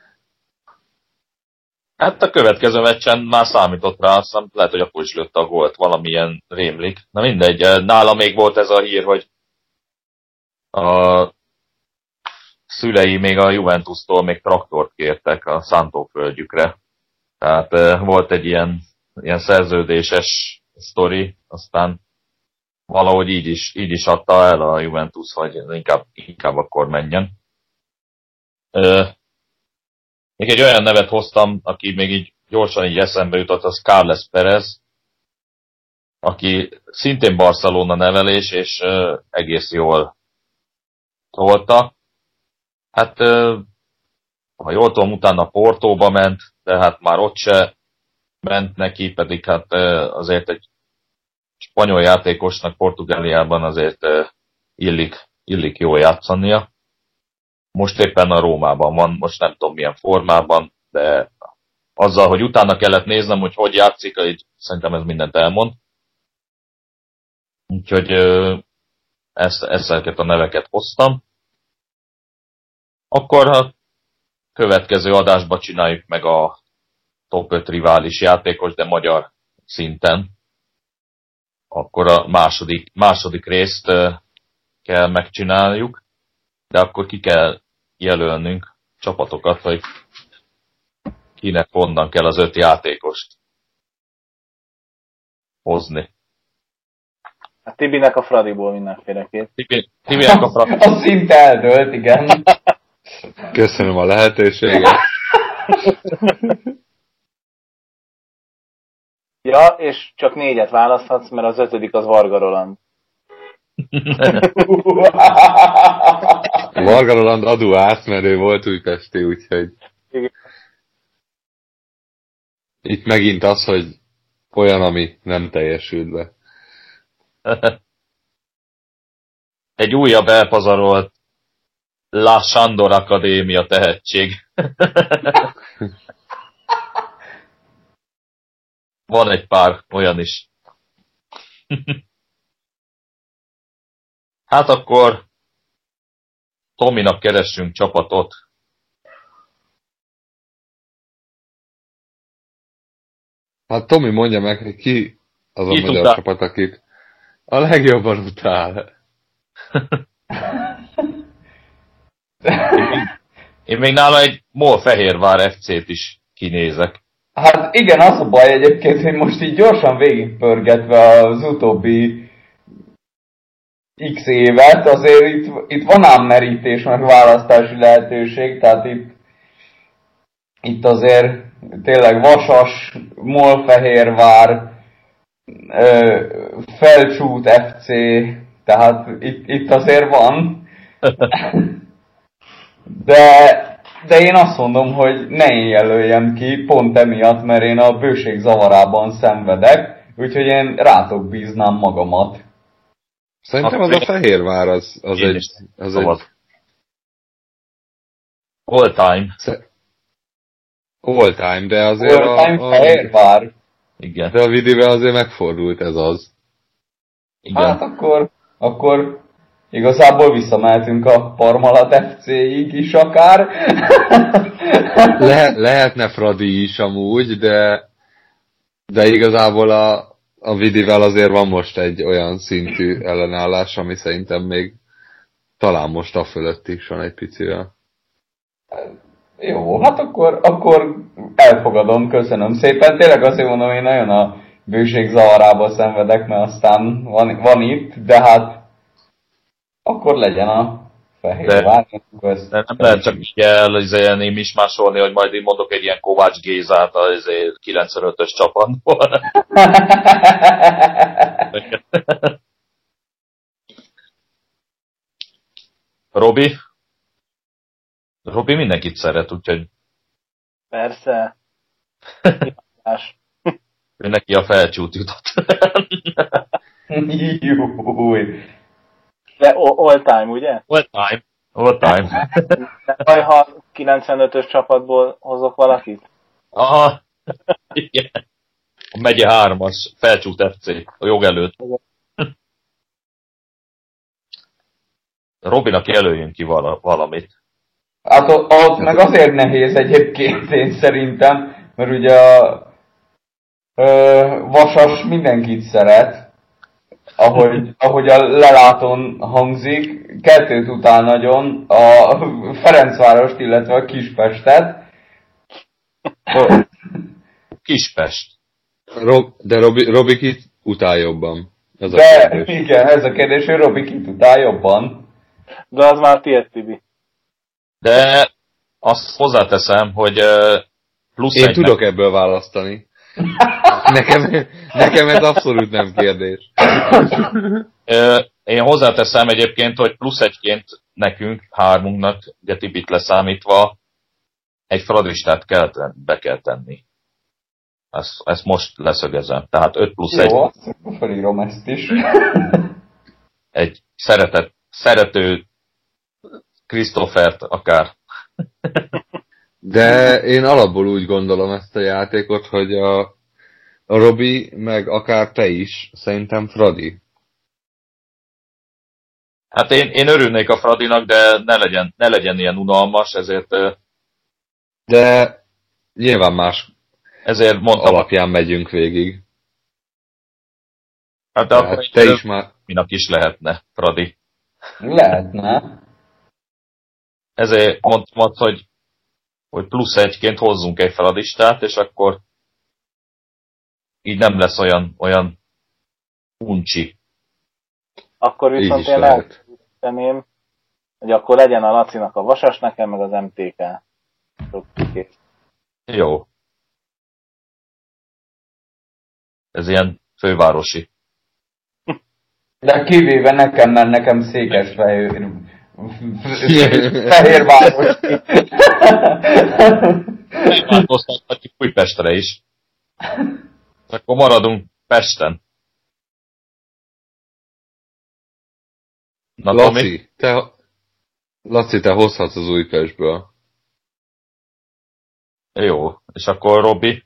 Hát a következő meccsen már számított rá, aztán lehet, hogy akkor is lőtte a gólt, valamilyen rémlik. Na mindegy, nála még volt ez a hír, hogy a szülei még a Juventustól még traktort kértek a szántóföldjükre. Tehát volt egy ilyen, ilyen szerződéses sztori, aztán valahogy így is, így is adta el a Juventus, hogy inkább, inkább akkor menjen. Még egy olyan nevet hoztam, aki még így gyorsan így eszembe jutott, az Carles Perez, aki szintén Barcelona nevelés, és egész jól tolta. Hát, ha jól tudom, utána Portóba ment, de hát már ott se ment neki, pedig hát azért egy spanyol játékosnak Portugáliában azért illik, illik jól játszania. Most éppen a Rómában van, most nem tudom milyen formában, de azzal, hogy utána kellett néznem, hogy hogy játszik, így szerintem ez mindent elmond. Úgyhogy ezt, ezeket a neveket hoztam. Akkor a következő adásban csináljuk meg a top öt rivális játékos, de magyar szinten. Akkor a második, második részt kell megcsináljuk, de akkor ki kell jelölnünk csapatokat, hogy kinek honnan kell az öt játékost hozni. A Tibinek a Fradiból mindenféleképp. Tibi, Tibinek a Fradiból. A szinte eldőlt, igen. Köszönöm a lehetőséget. Ja, és csak négyet választhatsz, mert az ötödik az Varga Roland. Varga Roland adó átmerő volt újpesti, úgyhogy Igen. itt megint az, hogy olyan, ami nem teljesült be. Egy újabb elpazarolt La Sándor Akadémia tehetség. Van egy pár olyan is. Hát akkor Tominak keressünk csapatot. Hát Tomi mondja meg, hogy ki az a Ki magyar utál? csapat, akit a legjobban utál. Én még, én még nála egy Molfehérvár ef cét is kinézek. Hát igen, az a baj egyébként, hogy most így gyorsan végigpörgetve az utóbbi x évet, azért itt, itt van ám merítés, meg választási lehetőség, tehát itt, itt azért tényleg Vasas, Molfehérvár, Felcsút ef cé, tehát itt, itt azért van. De, de én azt mondom, hogy ne én jelöljem ki, pont emiatt, mert én a bőség zavarában szenvedek, úgyhogy én rátok bíznám magamat. Szerintem az a Fehérvár az, az Én egy... is Az szavaz. egy All time. sze- all time, de azért All time a, a, Fehérvár. Igen. de a videóban azért megfordult ez az. Igen. Hát akkor, akkor igazából visszamehetünk a Parmalat ef céig is akár. Le, lehetne Fradi is amúgy, de de igazából a, a Vidivel azért van most egy olyan szintű ellenállás, ami szerintem még talán most a fölött is van egy picivel. Jó, hát akkor, akkor elfogadom, köszönöm szépen. Tényleg azért mondom, hogy nagyon a bőség zavarába szenvedek, mert aztán van, van itt, de hát akkor legyen a Fehérvár. De nem lehet csak így elizélni, mismásolni, hogy majd én mondok egy ilyen Kovács Gézát az kilencvenötös csapatból. Robi? Robi mindenkit szeret, úgyhogy Persze. ő neki a Felcsút jutott. Júj. De all time, ugye? All time. All time. De baj, ha kilencvenötös csapatból hozok valakit? Aha. Igen. A megye hármas, Felcsút ef cé, a jog előtt. Robinak jelöljünk ki vala, valamit. Hát ott, ott meg azért nehéz egyébként én szerintem, mert ugye a ö, Vasas mindenkit szeret, ahogy, ahogy a lelátón hangzik, kettőt utál nagyon, a Ferencvárost, illetve a Kispestet. Oh. Kispest. Rob, de Robi, Robi kit utál jobban? Ez a De kérdés. igen, ez a kérdés, hogy Robi kit utál jobban. De az már tiéd, Tibi. De azt hozzáteszem, hogy plusz Én egy tudok ebből választani. Nekem, nekem ez abszolút nem kérdés. Én hozzáteszem egyébként, hogy plusz egyként nekünk, hármunknak, ugye Tibit leszámítva, egy fradistát kell ten, be kell tenni. Ezt, ezt most leszögezem. Tehát öt plusz egy. Jó, akkor felírom ezt is. Egy szeretet, szerető Christophert akár. De én alapból úgy gondolom ezt a játékot, hogy a, a Robi, meg akár te is, szerintem Fradi. Hát én, én örülnék a Fradinak, de ne legyen, ne legyen ilyen unalmas, ezért... De nyilván más ezért mondtam, alapján megyünk végig. Hát de akkor te is már... minak is lehetne, Fradi. Lehetne. Ezért mondtam azt, hogy, hogy plusz egyként hozzunk egy fradistát, és akkor így nem lesz olyan, olyan uncsi. Akkor viszont én elkezdeném, hogy akkor legyen a Lacinak a Vasas, nekem meg az em té ká. Jó. Ez ilyen fővárosi. De kivéve nekem, mert nekem Székesfehér... Fehérváros. Változtathatjuk Újpestre is. Akkor maradunk Pesten. Na, Laci, te, Laci, te hozhatsz az Újpestből. Jó, és akkor Robi?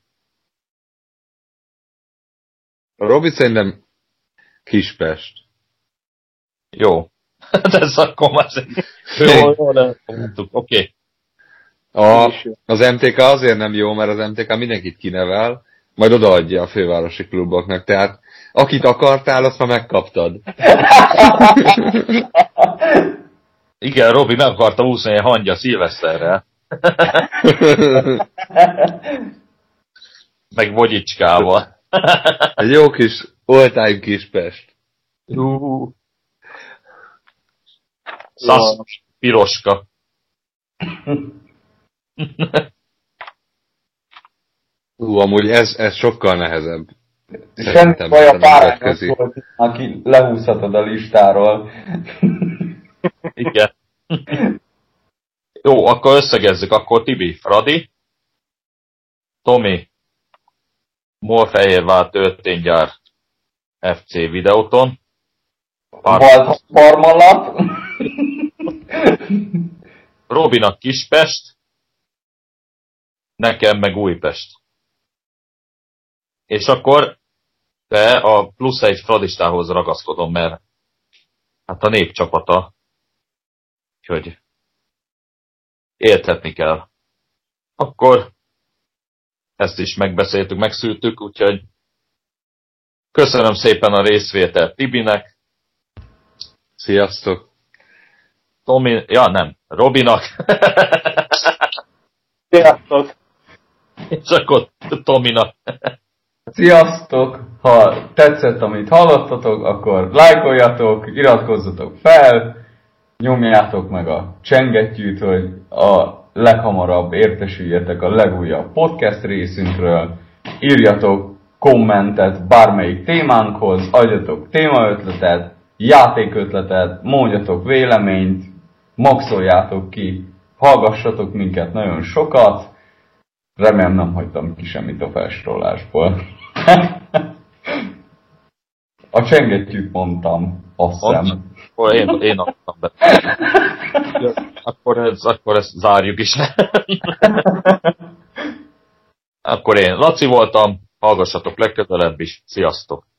Robi szerintem Kispest. Jó. De ez akkor már jó, jó, nem mondtuk, oké. Okay. Az em té ká azért nem jó, mert az em té ká mindenkit kinevel, majd odaadja a fővárosi kluboknak, tehát akit akartál, azt már megkaptad. Igen, Robi meg akarta úszni egy hangya szilveszterrel. Meg Vogyicskával. Egy jó kis all-time Kispest. Uh. Szaszos, piroska. Ú, amúgy ez, ez sokkal nehezebb. Semmi baj, a Párányos volt, aki lehúzhatod a listáról. Igen. Jó, akkor összegezzük. Akkor Tibi, Fradi, Tomi, Molfehérvár Történgyár ef cé Videóton, Balt Parmalap, Robinak Kispest, nekem meg Újpest. És akkor te a plusz egy fradistához ragaszkodom, mert hát a nép csapata, úgyhogy érthetni kell. Akkor ezt is megbeszéltük, megszültük, úgyhogy köszönöm szépen a részvételt Tibinek. Sziasztok! Tomi, ja nem, Robinak. Sziasztok! És akkor Tominak. Sziasztok! Ha tetszett, amit hallottatok, akkor lájkoljatok, iratkozzatok fel, nyomjátok meg a csengettyűt, hogy a leghamarabb értesüljetek a legújabb podcast részünkről, írjatok kommentet bármelyik témánkhoz, adjatok témaötletet, játékötletet, mondjatok véleményt, maxoljátok ki, hallgassatok minket nagyon sokat. Remélem nem hagytam ki semmit a felsorolásból. A csengettyűt mondtam, azt hiszem. Akkor én, én adtam be. Akkor, ez, akkor ezt zárjuk is. Akkor én Laci voltam, hallgassatok legközelebb is. Sziasztok!